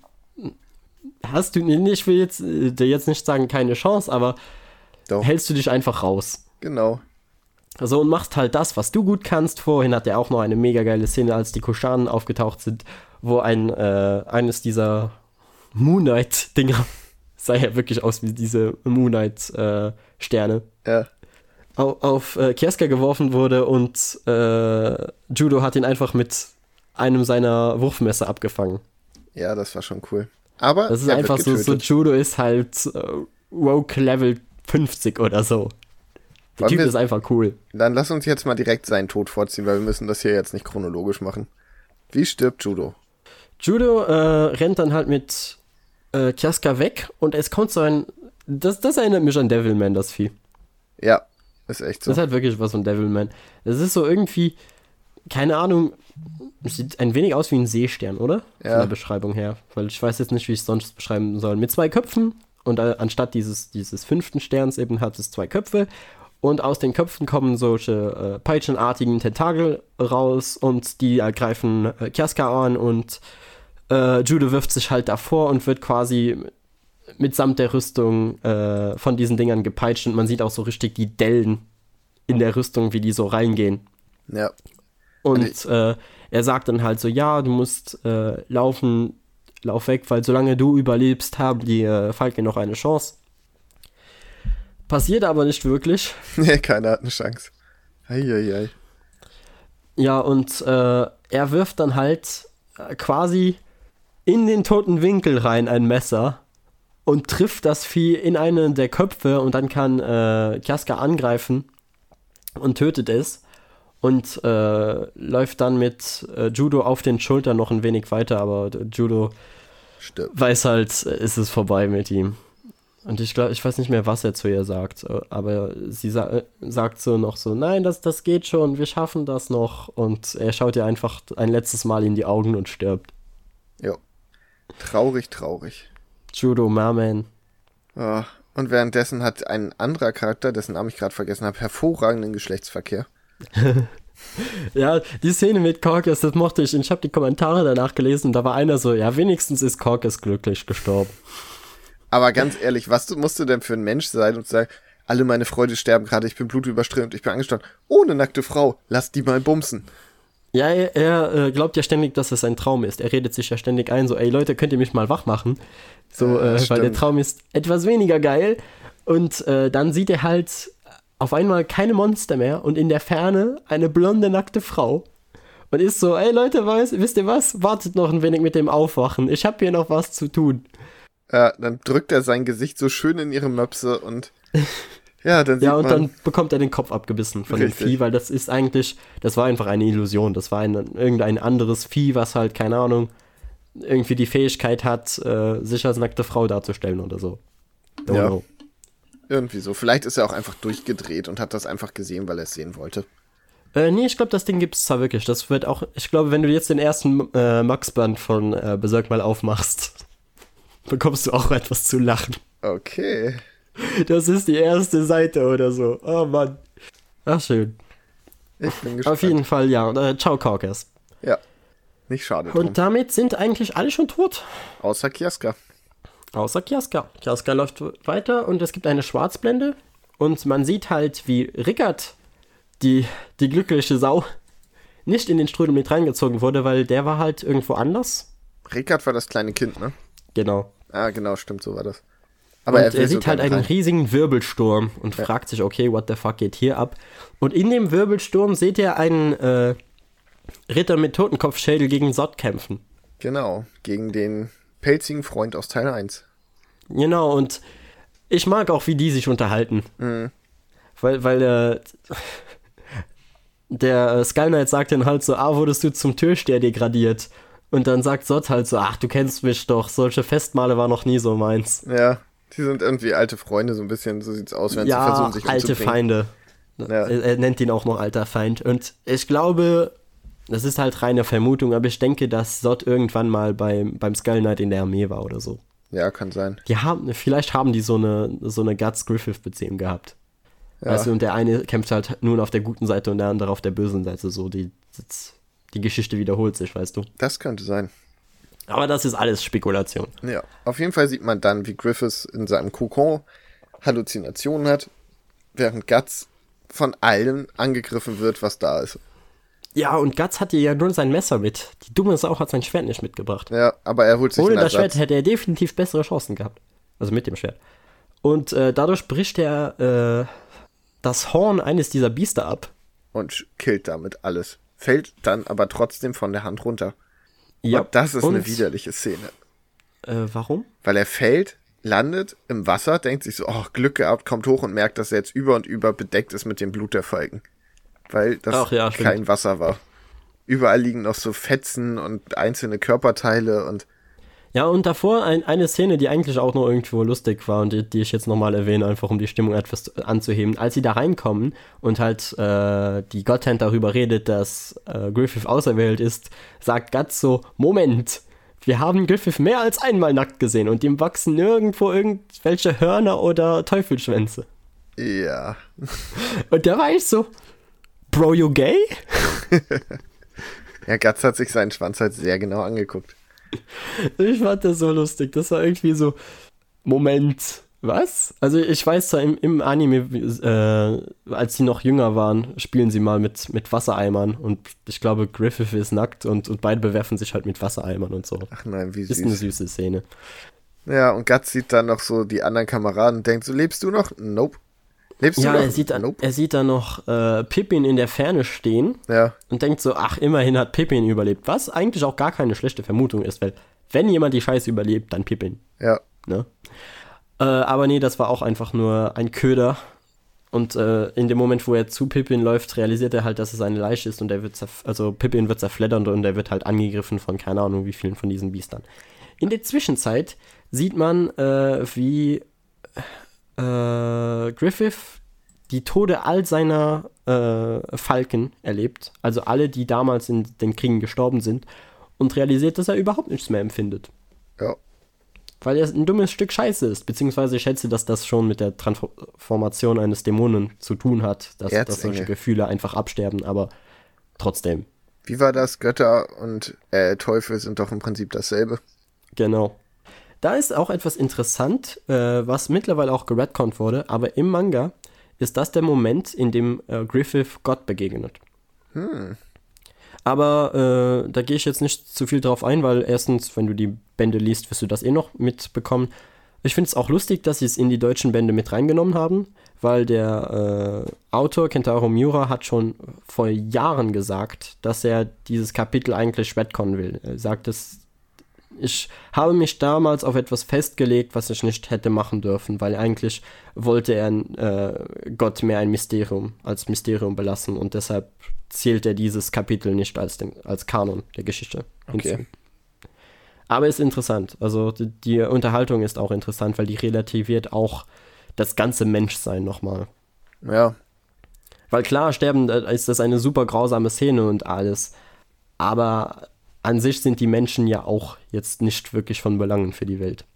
hast du, ich will dir jetzt nicht sagen, keine Chance, aber Doch. Hältst du dich einfach raus. Genau. Also und machst halt das, was du gut kannst. Vorhin hat er auch noch eine mega geile Szene, als die Koshanen aufgetaucht sind, wo eines dieser Moonlight-Dinger sah ja wirklich aus wie diese Moonlight-Sterne. Ja. Auf Kiaska geworfen wurde und Judo hat ihn einfach mit einem seiner Wurfmesser abgefangen. Ja, das war schon cool. Aber das ist einfach so, Judo ist halt Rogue Level 50 oder so. Der Typ ist einfach cool. Dann lass uns jetzt mal direkt seinen Tod vorziehen, weil wir müssen das hier jetzt nicht chronologisch machen. Wie stirbt Judo? Judo rennt dann halt mit Kiaska weg und es kommt so ein... Das erinnert mich an Devilman, das Vieh. Ja, ist echt so. Das ist halt wirklich was von Devilman. Es ist so irgendwie, keine Ahnung, sieht ein wenig aus wie ein Seestern, oder? Ja. Von der Beschreibung her. Weil ich weiß jetzt nicht, wie ich es sonst beschreiben soll. Mit 2 Köpfen und anstatt dieses 5. Sterns eben hat es 2 Köpfe. Und aus den Köpfen kommen solche peitschenartigen Tentakel raus und die greifen Kiaska an und Judo wirft sich halt davor und wird quasi mitsamt der Rüstung von diesen Dingern gepeitscht und man sieht auch so richtig die Dellen in der Rüstung, wie die so reingehen. Ja. Und er sagt dann halt so, ja, du musst laufen, lauf weg, weil solange du überlebst, haben die Falken noch eine Chance. Passiert aber nicht wirklich. Nee, keiner hat eine Chance. Eieiei. Ja, und er wirft dann halt quasi in den toten Winkel rein ein Messer und trifft das Vieh in einen der Köpfe und dann kann Kiaska angreifen und tötet es und läuft dann mit Judo auf den Schultern noch ein wenig weiter, aber Judo weiß halt, es ist vorbei mit ihm. Und ich weiß nicht mehr, was er zu ihr sagt, aber sie sagt so noch so, nein, das geht schon, wir schaffen das noch. Und er schaut ihr einfach ein letztes Mal in die Augen und stirbt. Jo. Traurig, traurig. Judo, Merman. Oh. Und währenddessen hat ein anderer Charakter, dessen Namen ich gerade vergessen habe, hervorragenden Geschlechtsverkehr. Ja, die Szene mit Corcus, das mochte ich. Und ich habe die Kommentare danach gelesen und da war einer so, ja, wenigstens ist Corcus glücklich gestorben. Aber ganz ehrlich, was musst du denn für ein Mensch sein und sagen, alle meine Freunde sterben gerade, ich bin blutüberströmt, ich bin angestorben. Ohne nackte Frau, lass die mal bumsen. Ja, er glaubt ja ständig, dass es ein Traum ist. Er redet sich ja ständig ein, so, ey Leute, könnt ihr mich mal wach machen? So, weil der Traum ist etwas weniger geil. Und dann sieht er halt auf einmal keine Monster mehr und in der Ferne eine blonde, nackte Frau. Und ist so, ey Leute, wisst ihr was? Wartet noch ein wenig mit dem Aufwachen. Ich habe hier noch was zu tun. Dann drückt er sein Gesicht so schön in ihre Möpse und ja, dann sieht man... Ja, und dann bekommt er den Kopf abgebissen von dem Vieh, weil das war einfach eine Illusion. Das war irgendein anderes Vieh, was halt, keine Ahnung, irgendwie die Fähigkeit hat, sich als nackte Frau darzustellen oder so. Ja, irgendwie so. Vielleicht ist er auch einfach durchgedreht und hat das einfach gesehen, weil er es sehen wollte. Nee, ich glaube, das Ding gibt's zwar wirklich. Das wird auch, ich glaube, wenn du jetzt den ersten Max-Band von Berserk mal aufmachst, bekommst du auch etwas zu lachen. Okay. Das ist die erste Seite oder so. Oh Mann. Ach, schön. Ich bin gespannt. Auf jeden Fall, ja. Ciao, Caucus. Ja. Nicht schade drum. Und damit sind eigentlich alle schon tot. Außer Kiaska. Außer Kiaska. Kiaska läuft weiter und es gibt eine Schwarzblende. Und man sieht halt, wie Rickard, die glückliche Sau, nicht in den Strudel mit reingezogen wurde, weil der war halt irgendwo anders. Rickard war das kleine Kind, ne? Genau. Ah, genau, stimmt, so war das. Aber und er sieht halt einen riesigen Wirbelsturm und fragt sich, okay, what the fuck geht hier ab? Und in dem Wirbelsturm seht ihr einen Ritter mit Totenkopfschädel gegen Zod kämpfen. Genau, gegen den pelzigen Freund aus Teil 1. Genau, und ich mag auch, wie die sich unterhalten. Mhm. Weil der Skull Knight sagt dann halt so, wurdest du zum Türsteher degradiert? Und dann sagt Zod halt so, ach, du kennst mich doch, solche Festmale war noch nie so meins. Ja, die sind irgendwie alte Freunde, so ein bisschen, so sieht's aus, wenn sie versuchen, sich alte Feinde. Ja. Er nennt ihn auch noch alter Feind. Und ich glaube, das ist halt reine Vermutung, aber ich denke, dass Zod irgendwann mal beim Skull Knight in der Armee war oder so. Ja, kann sein. Vielleicht haben die so eine Guts-Griffith-Beziehung gehabt. Ja. Weißt du, und der eine kämpft halt nun auf der guten Seite und der andere auf der bösen Seite. So, die Geschichte wiederholt sich, weißt du. Das könnte sein. Aber das ist alles Spekulation. Ja, auf jeden Fall sieht man dann, wie Griffiths in seinem Kokon Halluzinationen hat, während Guts von allem angegriffen wird, was da ist. Ja, und Guts hatte ja nur sein Messer mit. Die dumme Sau hat sein Schwert nicht mitgebracht. Ja, aber er holt sich ohne das Schwert hätte er definitiv bessere Chancen gehabt. Also mit dem Schwert. Und dadurch bricht er das Horn eines dieser Biester ab. Und killt damit alles. Fällt dann aber trotzdem von der Hand runter. Ja. Und das ist eine widerliche Szene. Warum? Weil er fällt, landet im Wasser, denkt sich so, Glück gehabt, kommt hoch und merkt, dass er jetzt über und über bedeckt ist mit dem Blut der Falken. Weil das kein Wasser war. Überall liegen noch so Fetzen und einzelne Körperteile und... Ja, und davor eine Szene, die eigentlich auch noch irgendwo lustig war und die ich jetzt nochmal erwähne, einfach um die Stimmung etwas anzuheben. Als sie da reinkommen und halt die Godhand darüber redet, dass Griffith auserwählt ist, sagt Guts so, Moment, wir haben Griffith mehr als einmal nackt gesehen und ihm wachsen nirgendwo irgendwelche Hörner oder Teufelschwänze. Ja. Und da war ich so, Bro, you gay? Ja, Guts hat sich seinen Schwanz halt sehr genau angeguckt. Ich fand das so lustig. Das war irgendwie so, Moment, was? Also ich weiß zwar im Anime, als sie noch jünger waren, spielen sie mal mit Wassereimern und ich glaube, Griffith ist nackt und beide bewerfen sich halt mit Wassereimern und so. Ach nein, wie süß. Ist eine süße Szene. Ja, und Guts sieht dann noch so die anderen Kameraden und denkt so, lebst du noch? Nope. Lebst du noch? Nope. Er sieht dann noch Pippin in der Ferne stehen und denkt so, ach, immerhin hat Pippin überlebt. Was eigentlich auch gar keine schlechte Vermutung ist, weil wenn jemand die Scheiße überlebt, dann Pippin. Ja. Ne? Aber nee, das war auch einfach nur ein Köder. Und in dem Moment, wo er zu Pippin läuft, realisiert er halt, dass es eine Leiche ist und Pippin wird zerfleddert und er wird halt angegriffen von keine Ahnung wie vielen von diesen Biestern. In der Zwischenzeit sieht man, wie Griffith die Tode all seiner Falken erlebt, also alle, die damals in den Kriegen gestorben sind, und realisiert, dass er überhaupt nichts mehr empfindet. Ja. Weil er ein dummes Stück Scheiße ist, beziehungsweise ich schätze, dass das schon mit der Transformation eines Dämonen zu tun hat, dass solche Gefühle einfach absterben, aber trotzdem. Wie war das? Götter und Teufel sind doch im Prinzip dasselbe. Genau. Da ist auch etwas interessant, was mittlerweile auch geredconnt wurde, aber im Manga ist das der Moment, in dem Griffith Gott begegnet. Aber da gehe ich jetzt nicht zu viel drauf ein, weil erstens, wenn du die Bände liest, wirst du das eh noch mitbekommen. Ich finde es auch lustig, dass sie es in die deutschen Bände mit reingenommen haben, weil der Autor Kentaro Miura hat schon vor Jahren gesagt, dass er dieses Kapitel eigentlich retconnen will. Er sagt, ich habe mich damals auf etwas festgelegt, was ich nicht hätte machen dürfen, weil eigentlich wollte er Gott mehr als Mysterium belassen und deshalb zählt er dieses Kapitel nicht als Kanon der Geschichte hinzu. Okay. Aber ist interessant. Also die Unterhaltung ist auch interessant, weil die relativiert auch das ganze Menschsein nochmal. Ja. Weil klar, sterben ist das eine super grausame Szene und alles. Aber an sich sind die Menschen ja auch jetzt nicht wirklich von Belangen für die Welt.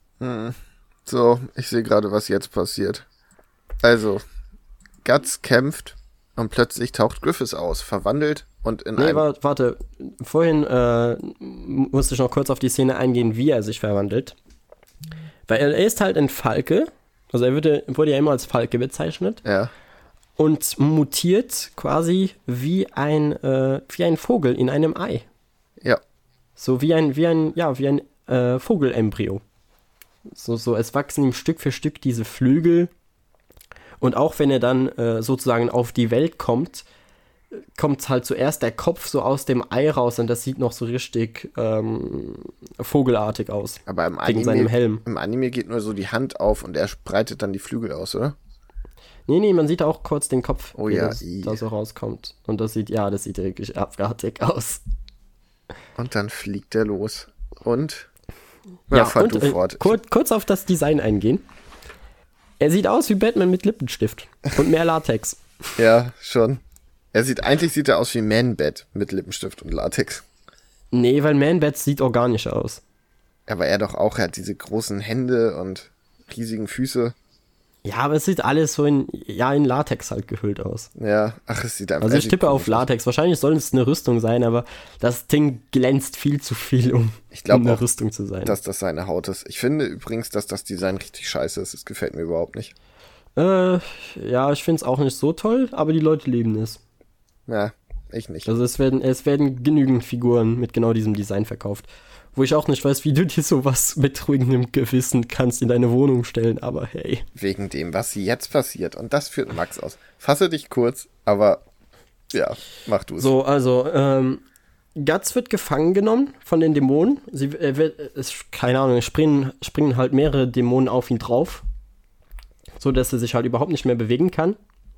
So, ich sehe gerade, was jetzt passiert. Also, Guts kämpft und plötzlich taucht Griffiths aus, verwandelt und in einem... Warte. Vorhin musste ich noch kurz auf die Szene eingehen, wie er sich verwandelt. Weil er ist halt ein Falke. Also er wurde ja immer als Falke bezeichnet. Ja. Und mutiert quasi wie ein Vogel in einem Ei. Ja. So wie ein Vogelembryo. So, es wachsen ihm Stück für Stück diese Flügel. Und auch wenn er dann sozusagen auf die Welt kommt halt zuerst der Kopf so aus dem Ei raus und das sieht noch so richtig vogelartig aus. Aber wegen seinem Helm. Im Anime geht nur so die Hand auf und er breitet dann die Flügel aus, oder? Nee, man sieht auch kurz den Kopf, da so rauskommt. Und das sieht wirklich abartig aus. Und dann fliegt er los. Und? Fahr du fort. Kurz auf das Design eingehen. Er sieht aus wie Batman mit Lippenstift und mehr Latex. Ja, schon. Eigentlich sieht er aus wie Man-Bat mit Lippenstift und Latex. Nee, weil Man-Bat sieht organisch aus. Aber er doch auch, er hat diese großen Hände und riesigen Füße. Ja, aber es sieht alles so in Latex halt gehüllt aus. Ja, es sieht einfach... Also ich tippe auf Latex. Wahrscheinlich soll es eine Rüstung sein, aber das Ding glänzt viel zu viel, um eine Rüstung zu sein. Dass das seine Haut ist. Ich finde übrigens, dass das Design richtig scheiße ist. Das gefällt mir überhaupt nicht. Ich finde es auch nicht so toll, aber die Leute lieben es. Ja, ich nicht. Also es werden genügend Figuren mit genau diesem Design verkauft. Wo ich auch nicht weiß, wie du dir sowas mit ruhigem Gewissen kannst in deine Wohnung stellen, aber hey. Wegen dem, was jetzt passiert. Und das führt Max aus. Fasse dich kurz, aber ja, mach du es. So, also, Guts wird gefangen genommen von den Dämonen. Keine Ahnung, springen halt mehrere Dämonen auf ihn drauf. So, dass er sich halt überhaupt nicht mehr bewegen kann.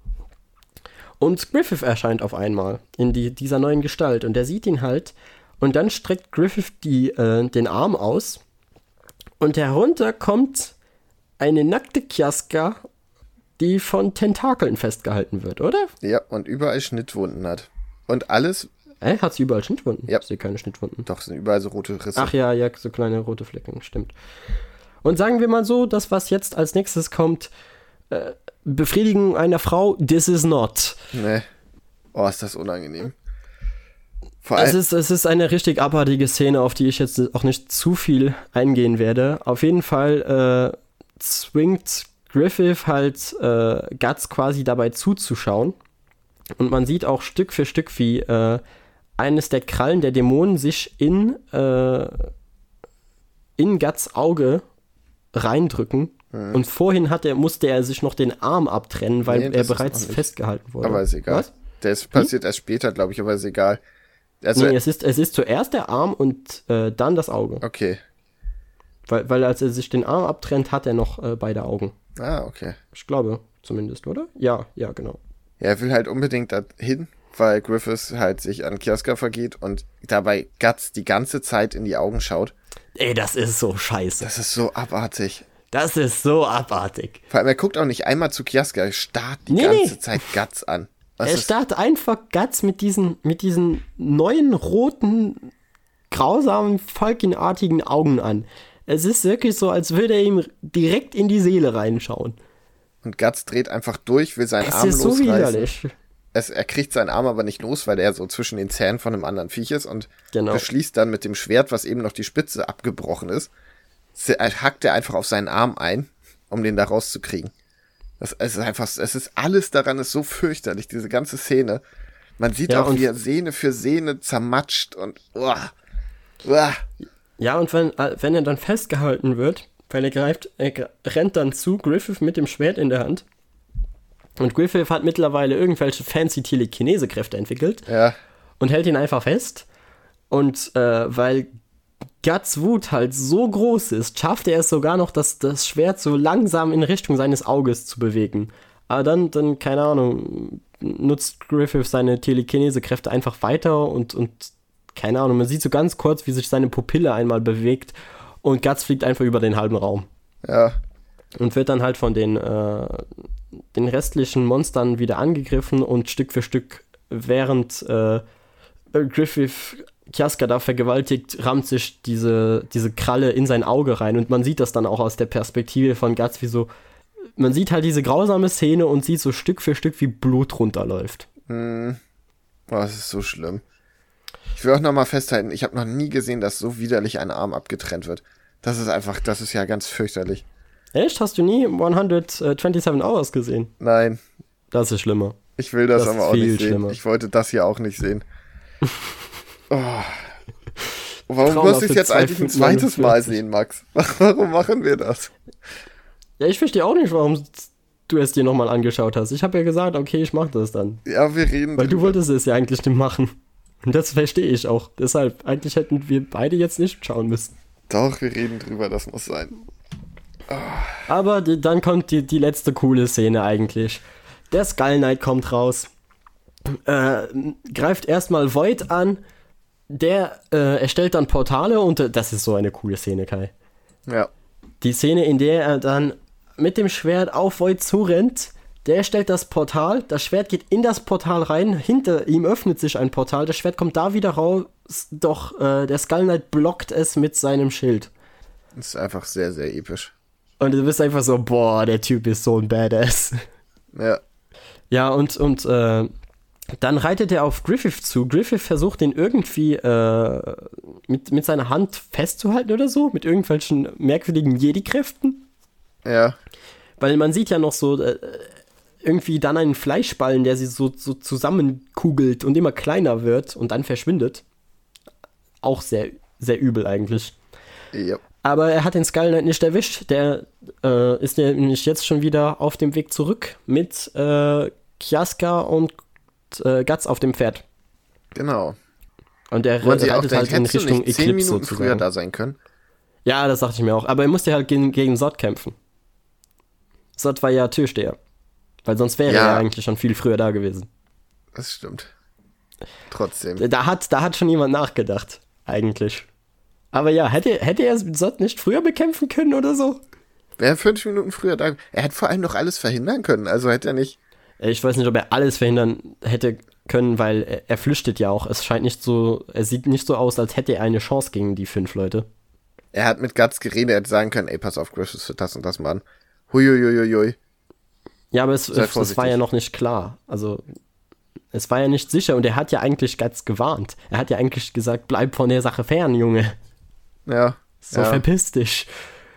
Und Griffith erscheint auf einmal in dieser neuen Gestalt. Und der sieht ihn halt. Und dann streckt Griffith den Arm aus. Und herunter kommt eine nackte Kiaska, die von Tentakeln festgehalten wird, oder? Ja, und überall Schnittwunden hat. Und alles... Hat sie überall Schnittwunden? Ja. Ich sehe keine Schnittwunden. Doch, sind überall so rote Risse. Ach ja, so kleine rote Flecken, stimmt. Und sagen wir mal so, das, was jetzt als nächstes kommt, Befriedigung einer Frau, this is not. Nee. Oh, ist das unangenehm. Es ist eine richtig abartige Szene, auf die ich jetzt auch nicht zu viel eingehen werde. Auf jeden Fall zwingt Griffith halt Guts quasi dabei zuzuschauen. Und man sieht auch Stück für Stück, wie eines der Krallen der Dämonen sich in Guts Auge reindrücken. Und vorhin musste er sich noch den Arm abtrennen, weil er bereits festgehalten wurde. Aber ist egal. Was? Das passiert erst später, glaube ich, aber ist egal. Also, nee, es ist zuerst der Arm und dann das Auge. Okay. Weil als er sich den Arm abtrennt, hat er noch beide Augen. Ah, okay. Ich glaube zumindest, oder? Ja, genau. Ja, er will halt unbedingt dahin, weil Griffiths halt sich an Kiaska vergeht und dabei Guts die ganze Zeit in die Augen schaut. Ey, das ist so scheiße. Das ist so abartig. Das ist so abartig. Vor allem, er guckt auch nicht einmal zu Kiaska, er starrt die ganze Zeit Guts an. Er starrt einfach Guts mit diesen neuen, roten, grausamen, falkenartigen Augen an. Es ist wirklich so, als würde er ihm direkt in die Seele reinschauen. Und Guts dreht einfach durch, will seinen Arm losreißen. Es ist so widerlich. Er kriegt seinen Arm aber nicht los, weil er so zwischen den Zähnen von einem anderen Viech ist und beschließt dann mit dem Schwert, was eben noch die Spitze abgebrochen ist, hackt er einfach auf seinen Arm ein, um den da rauszukriegen. Es ist alles daran ist so fürchterlich, diese ganze Szene. Man sieht Ja, auch, und- wie er Sehne für Sehne zermatscht und uah. Ja, und wenn er dann festgehalten wird, weil er rennt dann zu Griffith mit dem Schwert in der Hand. Und Griffith hat mittlerweile irgendwelche fancy Telekinese-Kräfte entwickelt Ja, und hält ihn einfach fest. Und weil Guts Wut halt so groß ist, schafft er es sogar noch, das Schwert so langsam in Richtung seines Auges zu bewegen. Aber dann keine Ahnung, nutzt Griffith seine Telekinese-Kräfte einfach weiter und keine Ahnung, man sieht so ganz kurz, wie sich seine Pupille einmal bewegt und Guts fliegt einfach über den halben Raum. ja, Und wird dann halt von den restlichen Monstern wieder angegriffen und Stück für Stück, während Griffith Kiaska da vergewaltigt, rammt sich diese Kralle in sein Auge rein und man sieht das dann auch aus der Perspektive von Guts, wie so, man sieht halt diese grausame Szene und sieht so Stück für Stück, wie Blut runterläuft. Oh, das ist so schlimm. Ich will auch nochmal festhalten, ich habe noch nie gesehen, dass so widerlich ein Arm abgetrennt wird. Das ist ja ganz fürchterlich. Echt? Hast du nie 127 Hours gesehen? Nein, Das ist schlimmer. ich will das Das aber ist auch viel nicht sehen. schlimmer. Ich wollte das hier auch nicht sehen. Oh. Warum muss Traumhafte ich jetzt eigentlich ein zweites Mal 2:49. sehen, Max? Warum machen wir das? Ja, ich verstehe auch nicht, warum du es dir nochmal angeschaut hast. Ich habe ja gesagt, okay, ich mach das dann. Ja, wir reden Weil du drüber. wolltest es ja eigentlich nicht machen. Und das verstehe ich auch. Deshalb, eigentlich hätten wir beide jetzt nicht schauen müssen. Doch, wir reden drüber, das muss sein. Aber dann kommt die letzte coole Szene eigentlich. Der Skull Knight kommt raus, greift erstmal Void an, der erstellt dann Portale und das ist so eine coole Szene, Kai. Ja, Die Szene, in der er dann mit dem Schwert auf Void zurennt, der stellt das Portal, das Schwert geht in das Portal rein, hinter ihm öffnet sich ein Portal, das Schwert kommt da wieder raus, doch der Skull Knight blockt es mit seinem Schild. das ist einfach sehr, sehr episch. Und du bist einfach so, boah, der Typ ist so ein Badass. Ja, Ja, und dann reitet er auf Griffith zu. Griffith versucht ihn irgendwie mit seiner Hand festzuhalten oder so, mit irgendwelchen merkwürdigen Jedi-Kräften. ja, Weil man sieht ja noch so irgendwie dann einen Fleischballen, der sie so zusammenkugelt und immer kleiner wird und dann verschwindet. Auch sehr, sehr übel eigentlich. ja. Aber er hat den Skull Knight nicht erwischt. Der ist nämlich jetzt schon wieder auf dem Weg zurück mit Kiaska und Guts auf dem Pferd. Genau. Und er Wollen sie auch reitet denken, halt in hättest du Richtung nicht 10 Eclipse Minuten früher sozusagen. da sein können? Ja, das dachte ich mir auch. Aber er musste halt gegen Zod kämpfen. Zod war ja Türsteher. Weil sonst wäre Ja. er eigentlich schon viel früher da gewesen. Das stimmt. Trotzdem. Da hat schon jemand nachgedacht, eigentlich. Aber ja, hätte er Zod nicht früher bekämpfen können oder so? Wäre 5 Minuten früher da. Er hätte vor allem noch alles verhindern können. Also hätte er nicht. Ich weiß nicht, ob er alles verhindern hätte können, weil er flüchtet ja auch. Es sieht nicht so aus, als hätte er eine Chance gegen die 5 Leute. Er hat mit Guts geredet, er hätte sagen können, ey, pass auf, Griffiths wird das und das machen. Huiuiuiui. Ja, aber es vorsichtig. war ja noch nicht klar. Also, es war ja nicht sicher und er hat ja eigentlich Guts gewarnt. Er hat ja eigentlich gesagt, bleib von der Sache fern, Junge. Ja. So, ja. verpiss dich.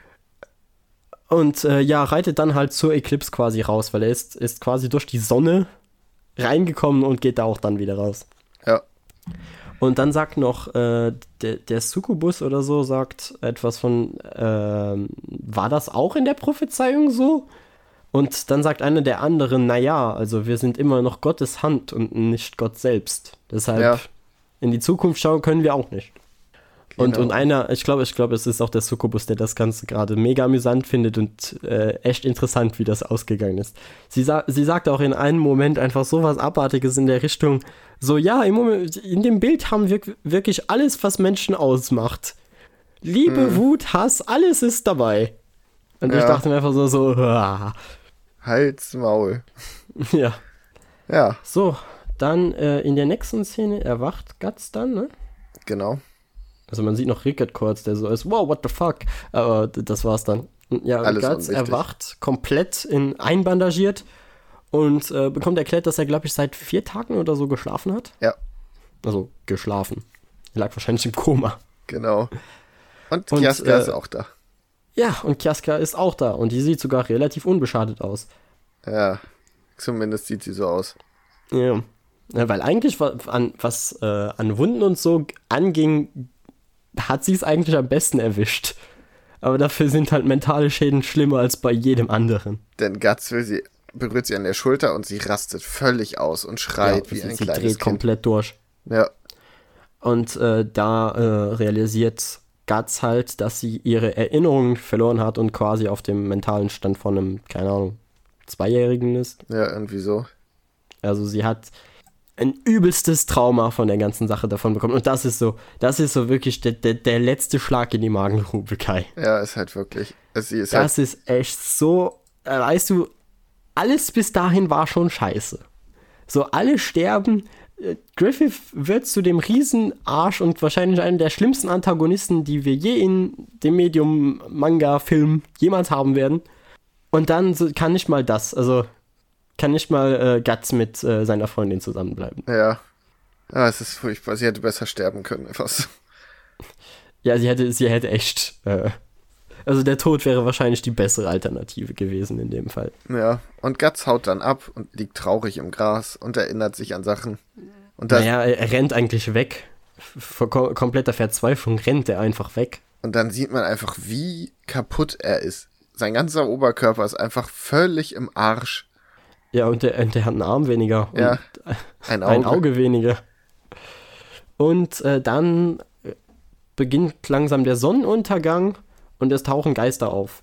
Und reitet dann halt zur Eclipse quasi raus, weil er ist quasi durch die Sonne reingekommen und geht da auch dann wieder raus. Ja. Und dann sagt noch der Succubus oder so, sagt etwas von, war das auch in der Prophezeiung so? Und dann sagt einer der anderen, naja, also wir sind immer noch Gottes Hand und nicht Gott selbst. Deshalb Ja. in die Zukunft schauen können wir auch nicht. Genau. Und einer, ich glaube, es ist auch der Succubus, der das Ganze gerade mega amüsant findet und echt interessant, wie das ausgegangen ist. Sie sagt auch in einem Moment einfach so was Abartiges in der Richtung, so, ja, in dem Bild haben wir wirklich alles, was Menschen ausmacht. Liebe, Wut, Hass, alles ist dabei. Und ich Ja. dachte mir einfach so, Halt's Maul. ja. Ja, So, dann in der nächsten Szene erwacht Guts dann, ne? genau. Also man sieht noch Rickard kurz, der so ist, wow, what the fuck? Aber das war's dann. Ja, Alles Guts unwichtig. erwacht, komplett einbandagiert und bekommt erklärt, dass er, glaube ich, seit 4 Tagen oder so geschlafen hat. Ja, Also geschlafen. Er lag wahrscheinlich im Koma. genau. Und Und, Kiaska ist auch da. Ja, und Kiaska ist auch da und die sieht sogar relativ unbeschadet aus. Ja, zumindest sieht sie so aus. Ja. Ja, weil eigentlich, was an Wunden und so anging, hat sie es eigentlich am besten erwischt. Aber dafür sind halt mentale Schäden schlimmer als bei jedem anderen. Denn Guts berührt sie an der Schulter und sie rastet völlig aus und schreit wie ein sie kleines dreht Kind. Komplett durch. Ja. Und da realisiert Guts halt, dass sie ihre Erinnerungen verloren hat und quasi auf dem mentalen Stand von einem, keine Ahnung, 2-Jährigen ist. Ja, irgendwie so. Also sie hat ein übelstes Trauma von der ganzen Sache davon bekommen. Und das ist so wirklich der letzte Schlag in die Magengrube, Kai. Ja, ist halt wirklich. Das ist echt so, weißt du, alles bis dahin war schon scheiße. So, alle sterben. Griffith wird zu dem Riesenarsch und wahrscheinlich einem der schlimmsten Antagonisten, die wir je in dem Medium Manga-Film jemals haben werden. Und dann kann nicht mal Guts mit seiner Freundin zusammenbleiben. Ja. Ja, es ist furchtbar. Sie hätte besser sterben können. Was? Ja, sie hätte echt. Also der Tod wäre wahrscheinlich die bessere Alternative gewesen in dem Fall. Ja, und Guts haut dann ab und liegt traurig im Gras und erinnert sich an Sachen. Und er rennt eigentlich weg. Vor kompletter Verzweiflung rennt er einfach weg. Und dann sieht man einfach, wie kaputt er ist. Sein ganzer Oberkörper ist einfach völlig im Arsch. Ja, und der hat einen Arm weniger. Ja, und ein Auge weniger. Und dann beginnt langsam der Sonnenuntergang und es tauchen Geister auf.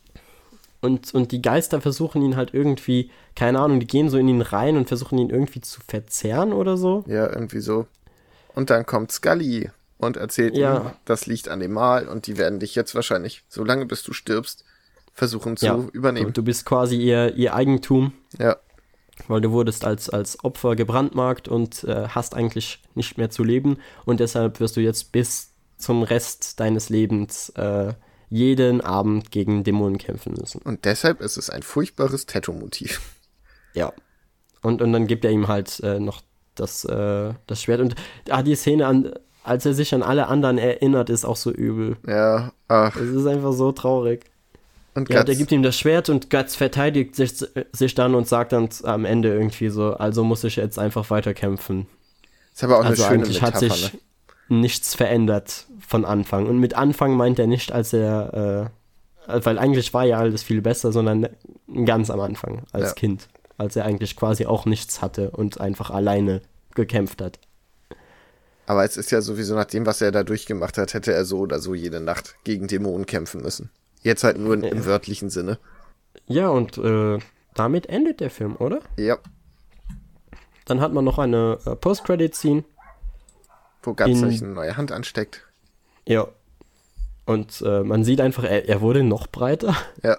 Und die Geister versuchen ihn halt irgendwie, keine Ahnung, die gehen so in ihn rein und versuchen ihn irgendwie zu verzehren oder so. Ja, irgendwie so. Und dann kommt Scully und erzählt ihm, das liegt an dem Mal und die werden dich jetzt wahrscheinlich, solange bis du stirbst, versuchen zu übernehmen. Du bist quasi ihr Eigentum. Ja. Weil du wurdest als Opfer gebrandmarkt und hast eigentlich nicht mehr zu leben. Und deshalb wirst du jetzt bis zum Rest deines Lebens jeden Abend gegen Dämonen kämpfen müssen. Und deshalb ist es ein furchtbares Tattoo-Motiv. Ja. Und dann gibt er ihm halt noch das Schwert. Und die Szene, als er sich an alle anderen erinnert, ist auch so übel. Ja, ach. Es ist einfach so traurig. Und der gibt ihm das Schwert und Guts verteidigt sich dann und sagt dann am Ende irgendwie so, also muss ich jetzt einfach weiter kämpfen. Ist aber auch eine schöne eigentlich Metapher, hat sich nichts verändert von Anfang. Und mit Anfang meint er nicht, als er, weil eigentlich war ja alles viel besser, sondern ganz am Anfang als Kind, als er eigentlich quasi auch nichts hatte und einfach alleine gekämpft hat. Aber es ist ja sowieso nach dem, was er da durchgemacht hat, hätte er so oder so jede Nacht gegen Dämonen kämpfen müssen. Jetzt halt nur im wörtlichen Sinne. Ja, und damit endet der Film, oder? Ja. Dann hat man noch eine Post-Credit-Scene. Wo Guts sich eine neue Hand ansteckt. Ja. Und man sieht einfach, er wurde noch breiter. Ja.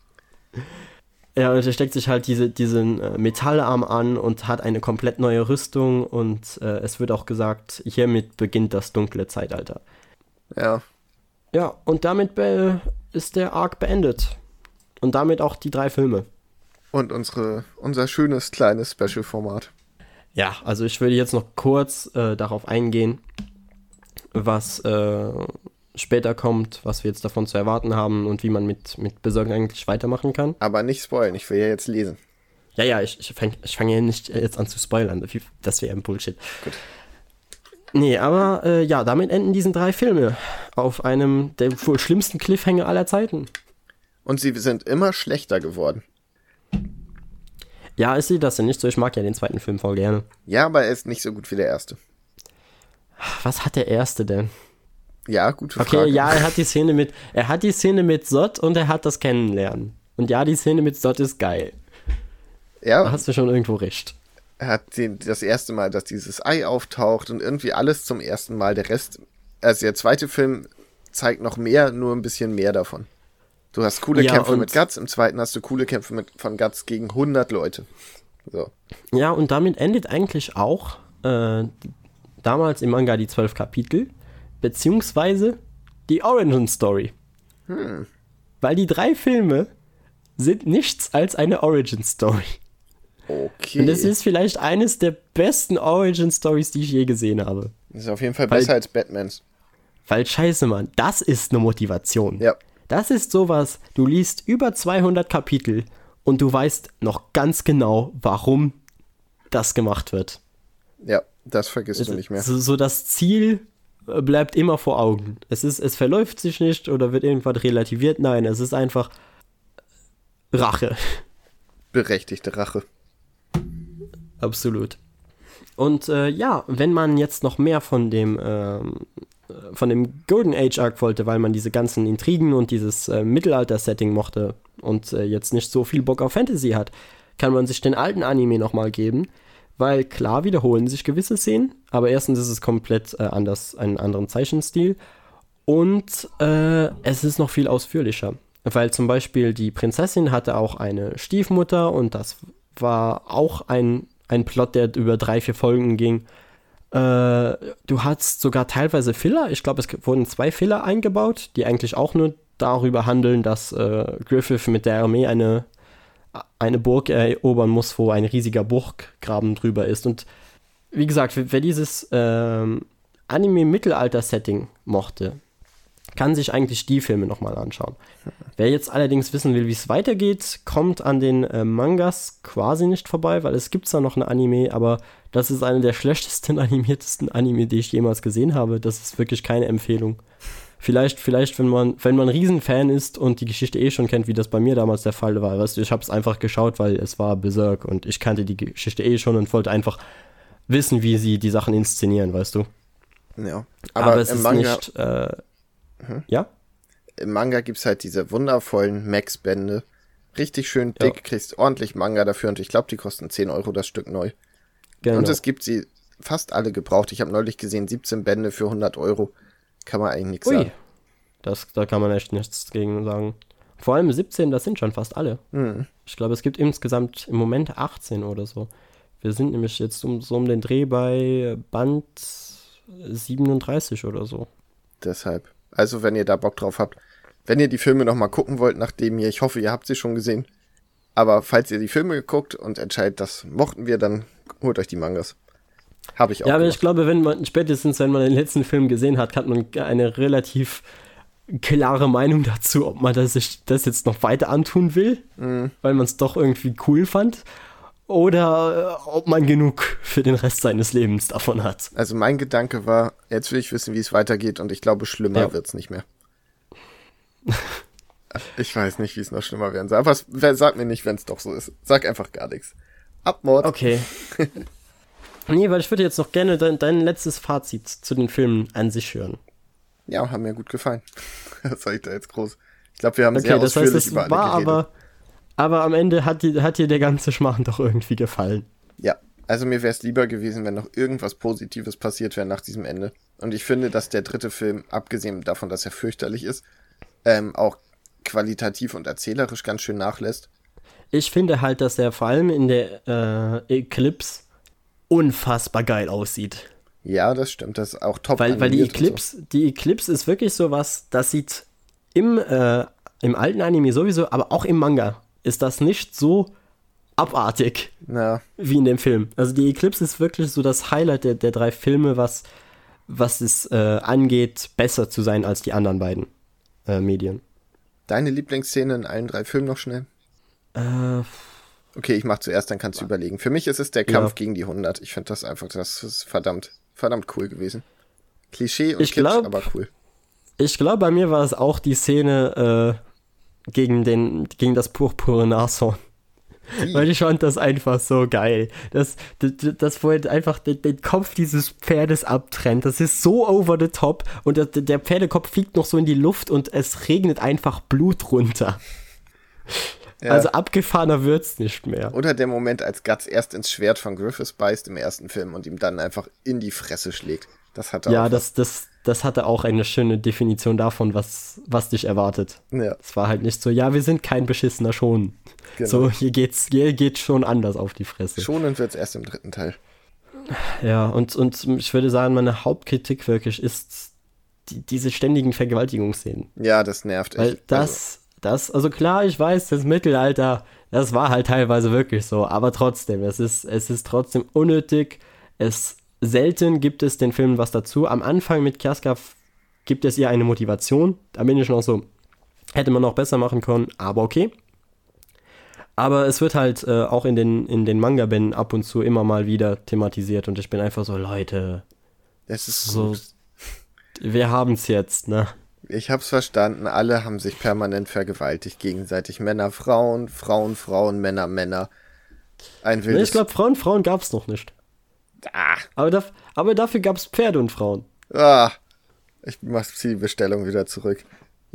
Ja, und er steckt sich halt diesen Metallarm an und hat eine komplett neue Rüstung. Und es wird auch gesagt, hiermit beginnt das dunkle Zeitalter. Ja. Ja, und damit ist der Arc beendet. Und damit auch die 3 Filme. Und unser schönes kleines Special-Format. Ja, also ich würde jetzt noch kurz darauf eingehen, was später kommt, was wir jetzt davon zu erwarten haben und wie man mit Berserk eigentlich weitermachen kann. Aber nicht spoilen, ich will ja jetzt lesen. Ja, ich fang ja nicht jetzt an zu spoilern, das wäre ein Bullshit. Gut. Nee, aber damit enden diese 3 Filme auf einem der wohl schlimmsten Cliffhanger aller Zeiten. Und sie sind immer schlechter geworden. Ja, ich sehe das ja nicht so. Ich mag ja den 2. Film voll gerne. Ja, aber er ist nicht so gut wie der erste. Was hat der erste denn? Ja, gute Frage. Okay, ja, er hat die Szene mit Zod und er hat das Kennenlernen. Und ja, die Szene mit Zod ist geil. Ja. Da hast du schon irgendwo recht. Er hat das erste Mal, dass dieses Ei auftaucht und irgendwie alles zum ersten Mal. Der Rest, also der 2. Film zeigt noch mehr, nur ein bisschen mehr davon. Du hast coole Kämpfe mit Guts, im 2. hast du coole Kämpfe von Guts gegen 100 Leute. So. Ja, und damit endet eigentlich auch damals im Manga die 12 Kapitel, beziehungsweise die Origin Story. Weil die 3 Filme sind nichts als eine Origin Story. Okay. Und das ist vielleicht eines der besten Origin Stories, die ich je gesehen habe. Das ist auf jeden Fall besser als Batmans. Weil scheiße, Mann, das ist eine Motivation. Ja. Das ist sowas, du liest über 200 Kapitel und du weißt noch ganz genau, warum das gemacht wird. Ja, das vergisst du nicht mehr. So das Ziel bleibt immer vor Augen. Es verläuft sich nicht oder wird irgendwas relativiert. Nein, es ist einfach Rache. Berechtigte Rache. Absolut. Und wenn man jetzt noch mehr von dem Golden Age Arc wollte, weil man diese ganzen Intrigen und dieses Mittelalter-Setting mochte und jetzt nicht so viel Bock auf Fantasy hat, kann man sich den alten Anime nochmal geben, weil klar wiederholen sich gewisse Szenen, aber erstens ist es komplett anders, einen anderen Zeichenstil und es ist noch viel ausführlicher, weil zum Beispiel die Prinzessin hatte auch eine Stiefmutter und das war auch ein Plot, der über 3-4 Folgen ging. Du hattest sogar teilweise Filler. Ich glaube, es wurden 2 Filler eingebaut, die eigentlich auch nur darüber handeln, dass Griffith mit der Armee eine Burg erobern muss, wo ein riesiger Burggraben drüber ist. Und wie gesagt, wer dieses Anime-Mittelalter-Setting mochte, kann sich eigentlich die Filme nochmal anschauen. Wer jetzt allerdings wissen will, wie es weitergeht, kommt an den Mangas quasi nicht vorbei, weil es gibt zwar noch ein Anime, aber das ist einer der schlechtesten animiertesten Anime, die ich jemals gesehen habe. Das ist wirklich keine Empfehlung. Vielleicht, wenn man ein Riesenfan ist und die Geschichte schon kennt, wie das bei mir damals der Fall war. Weißt du, ich habe es einfach geschaut, weil es war Berserk und ich kannte die Geschichte schon und wollte einfach wissen, wie sie die Sachen inszenieren, weißt du. Ja, aber es ist Manga, nicht... Ja? Im Manga gibt's halt diese wundervollen Max-Bände. Richtig schön dick, kriegst ordentlich Manga dafür und ich glaube, die kosten 10 € das Stück neu. Genau. Und es gibt sie fast alle gebraucht. Ich habe neulich gesehen, 17 Bände für 100 €. Kann man eigentlich nichts sagen. Da kann man echt nichts gegen sagen. Vor allem 17, das sind schon fast alle. Mhm. Ich glaube, es gibt insgesamt im Moment 18 oder so. Wir sind nämlich jetzt um den Dreh bei Band 37 oder so. Deshalb. Also, wenn ihr da Bock drauf habt, wenn ihr die Filme nochmal gucken wollt, ich hoffe, ihr habt sie schon gesehen, aber falls ihr die Filme geguckt und entscheidet, das mochten wir, dann holt euch die Mangas. Habe ich auch. Ja, aber ich glaube, wenn man den letzten Film gesehen hat, hat man eine relativ klare Meinung dazu, ob man sich das jetzt noch weiter antun will, weil man es doch irgendwie cool fand. Oder ob man genug für den Rest seines Lebens davon hat. Also mein Gedanke war, jetzt will ich wissen, wie es weitergeht und ich glaube, schlimmer wird's nicht mehr. Ich weiß nicht, wie es noch schlimmer werden soll. Aber sag mir nicht, wenn es doch so ist. Sag einfach gar nichts. Abmord. Okay. Nee, weil ich würde jetzt noch gerne dein letztes Fazit zu den Filmen an sich hören. Ja, haben mir gut gefallen. Was soll ich da jetzt groß? Ich glaube, wir haben sehr ausführlich über alle geredet. Aber am Ende hat dir der ganze Schmarrn doch irgendwie gefallen. Ja, also mir wäre es lieber gewesen, wenn noch irgendwas Positives passiert wäre nach diesem Ende. Und ich finde, dass der 3. Film, abgesehen davon, dass er fürchterlich ist, auch qualitativ und erzählerisch ganz schön nachlässt. Ich finde halt, dass er vor allem in der Eclipse unfassbar geil aussieht. Ja, das stimmt, das ist auch top animiert. Weil die Eclipse ist wirklich sowas, das sieht im alten Anime sowieso, aber auch im Manga ist das nicht so abartig wie in dem Film. Also die Eclipse ist wirklich so das Highlight der 3 Filme, was es angeht, besser zu sein als die anderen beiden Medien. Deine Lieblingsszene in allen 3 Filmen noch schnell? Okay, ich mach zuerst, dann kannst du überlegen. Für mich ist es der Kampf gegen die 100. Ich finde das ist verdammt cool gewesen. Klischee und Kitsch, aber cool. Ich glaube, bei mir war es auch die Szene gegen das purpurne Nashorn. Weil ich fand das einfach so geil. Das wo er einfach den Kopf dieses Pferdes abtrennt. Das ist so over the top. Und der Pferdekopf fliegt noch so in die Luft und es regnet einfach Blut runter. Ja. Also abgefahrener wird's nicht mehr. Oder der Moment, als Guts erst ins Schwert von Griffith beißt im ersten Film und ihm dann einfach in die Fresse schlägt. Das hatte auch eine schöne Definition davon, was dich erwartet. Ja. Es war halt nicht so, wir sind kein beschissener Schon. Genau. So, hier geht's schon anders auf die Fresse. Schonend wird's erst im 3. Teil. Ja, und ich würde sagen, meine Hauptkritik wirklich ist diese ständigen Vergewaltigungsszenen. Ja, das nervt echt. Weil also klar, ich weiß, das Mittelalter, das war halt teilweise wirklich so, aber trotzdem, es ist trotzdem unnötig. Selten gibt es den Filmen was dazu. Am Anfang mit Kiaska gibt es ihr eine Motivation. Da bin ich noch so, hätte man noch besser machen können, aber okay. Aber es wird halt auch in den Manga-Bänden ab und zu immer mal wieder thematisiert und ich bin einfach so, Leute, Es ist so, gut. wir haben's jetzt, ne? Ich hab's verstanden, alle haben sich permanent vergewaltigt gegenseitig. Männer, Frauen, Frauen, Frauen, Männer, Männer. Ein Nee, wildes... ich glaube, Frauen gab's noch nicht. Ah, Aber dafür gab's Pferde und Frauen. ah, ich mach die Bestellung wieder zurück.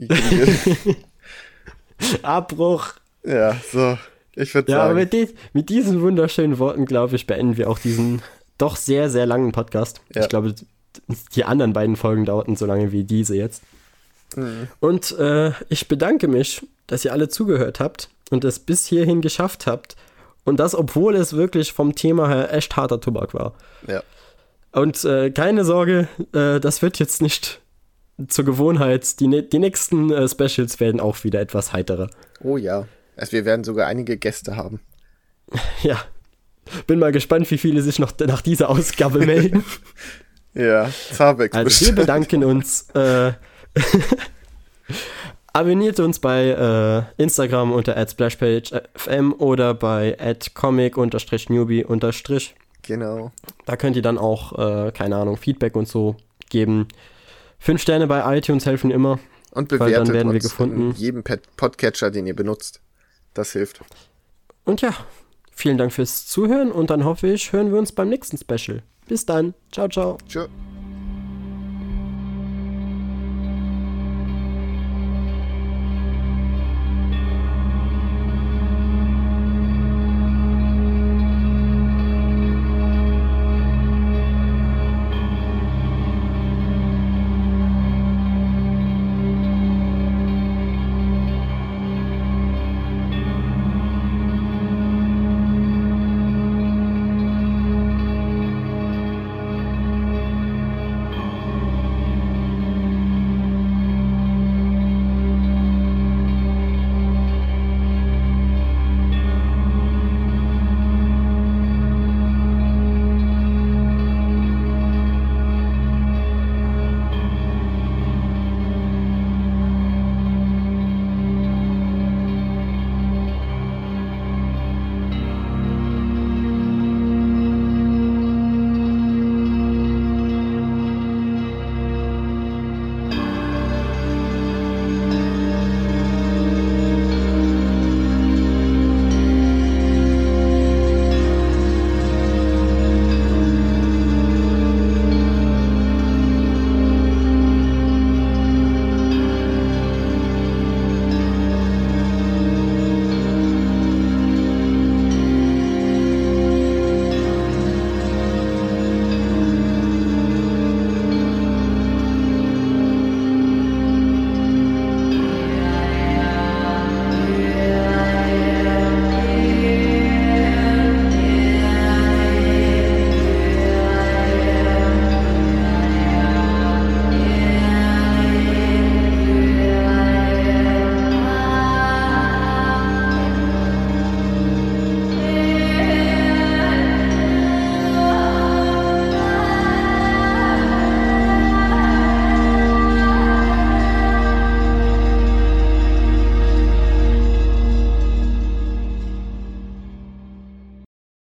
Abbruch. Ja, so. Ich würde Ja, aber sagen... mit diesen wunderschönen Worten, glaube ich, beenden wir auch diesen doch sehr, sehr langen Podcast. Ja. Ich glaube, die anderen beiden Folgen dauerten so lange wie diese jetzt. Und ich bedanke mich, dass ihr alle zugehört habt und es bis hierhin geschafft habt. Und das, obwohl es wirklich vom Thema her echt harter Tobak war. Ja. Und keine Sorge, das wird jetzt nicht zur Gewohnheit. Die nächsten Specials werden auch wieder etwas heiterer. Oh ja. Also wir werden sogar einige Gäste haben. Ja, bin mal gespannt, wie viele sich noch nach dieser Ausgabe melden. Ja, Zabex Also wir bestimmt. bedanken uns. Abonniert uns bei Instagram unter @splashpagefm oder bei @comic_newbie_. Genau. Da könnt ihr dann auch, keine Ahnung, Feedback und so geben. 5 Sterne bei iTunes helfen immer. Und Weil bewertet dann werden wir uns gefunden. in jedem Podcatcher, den ihr benutzt. Das hilft. Und ja, vielen Dank fürs Zuhören und dann hoffe ich, hören wir uns beim nächsten Special. Bis dann. Ciao, ciao. Tschö.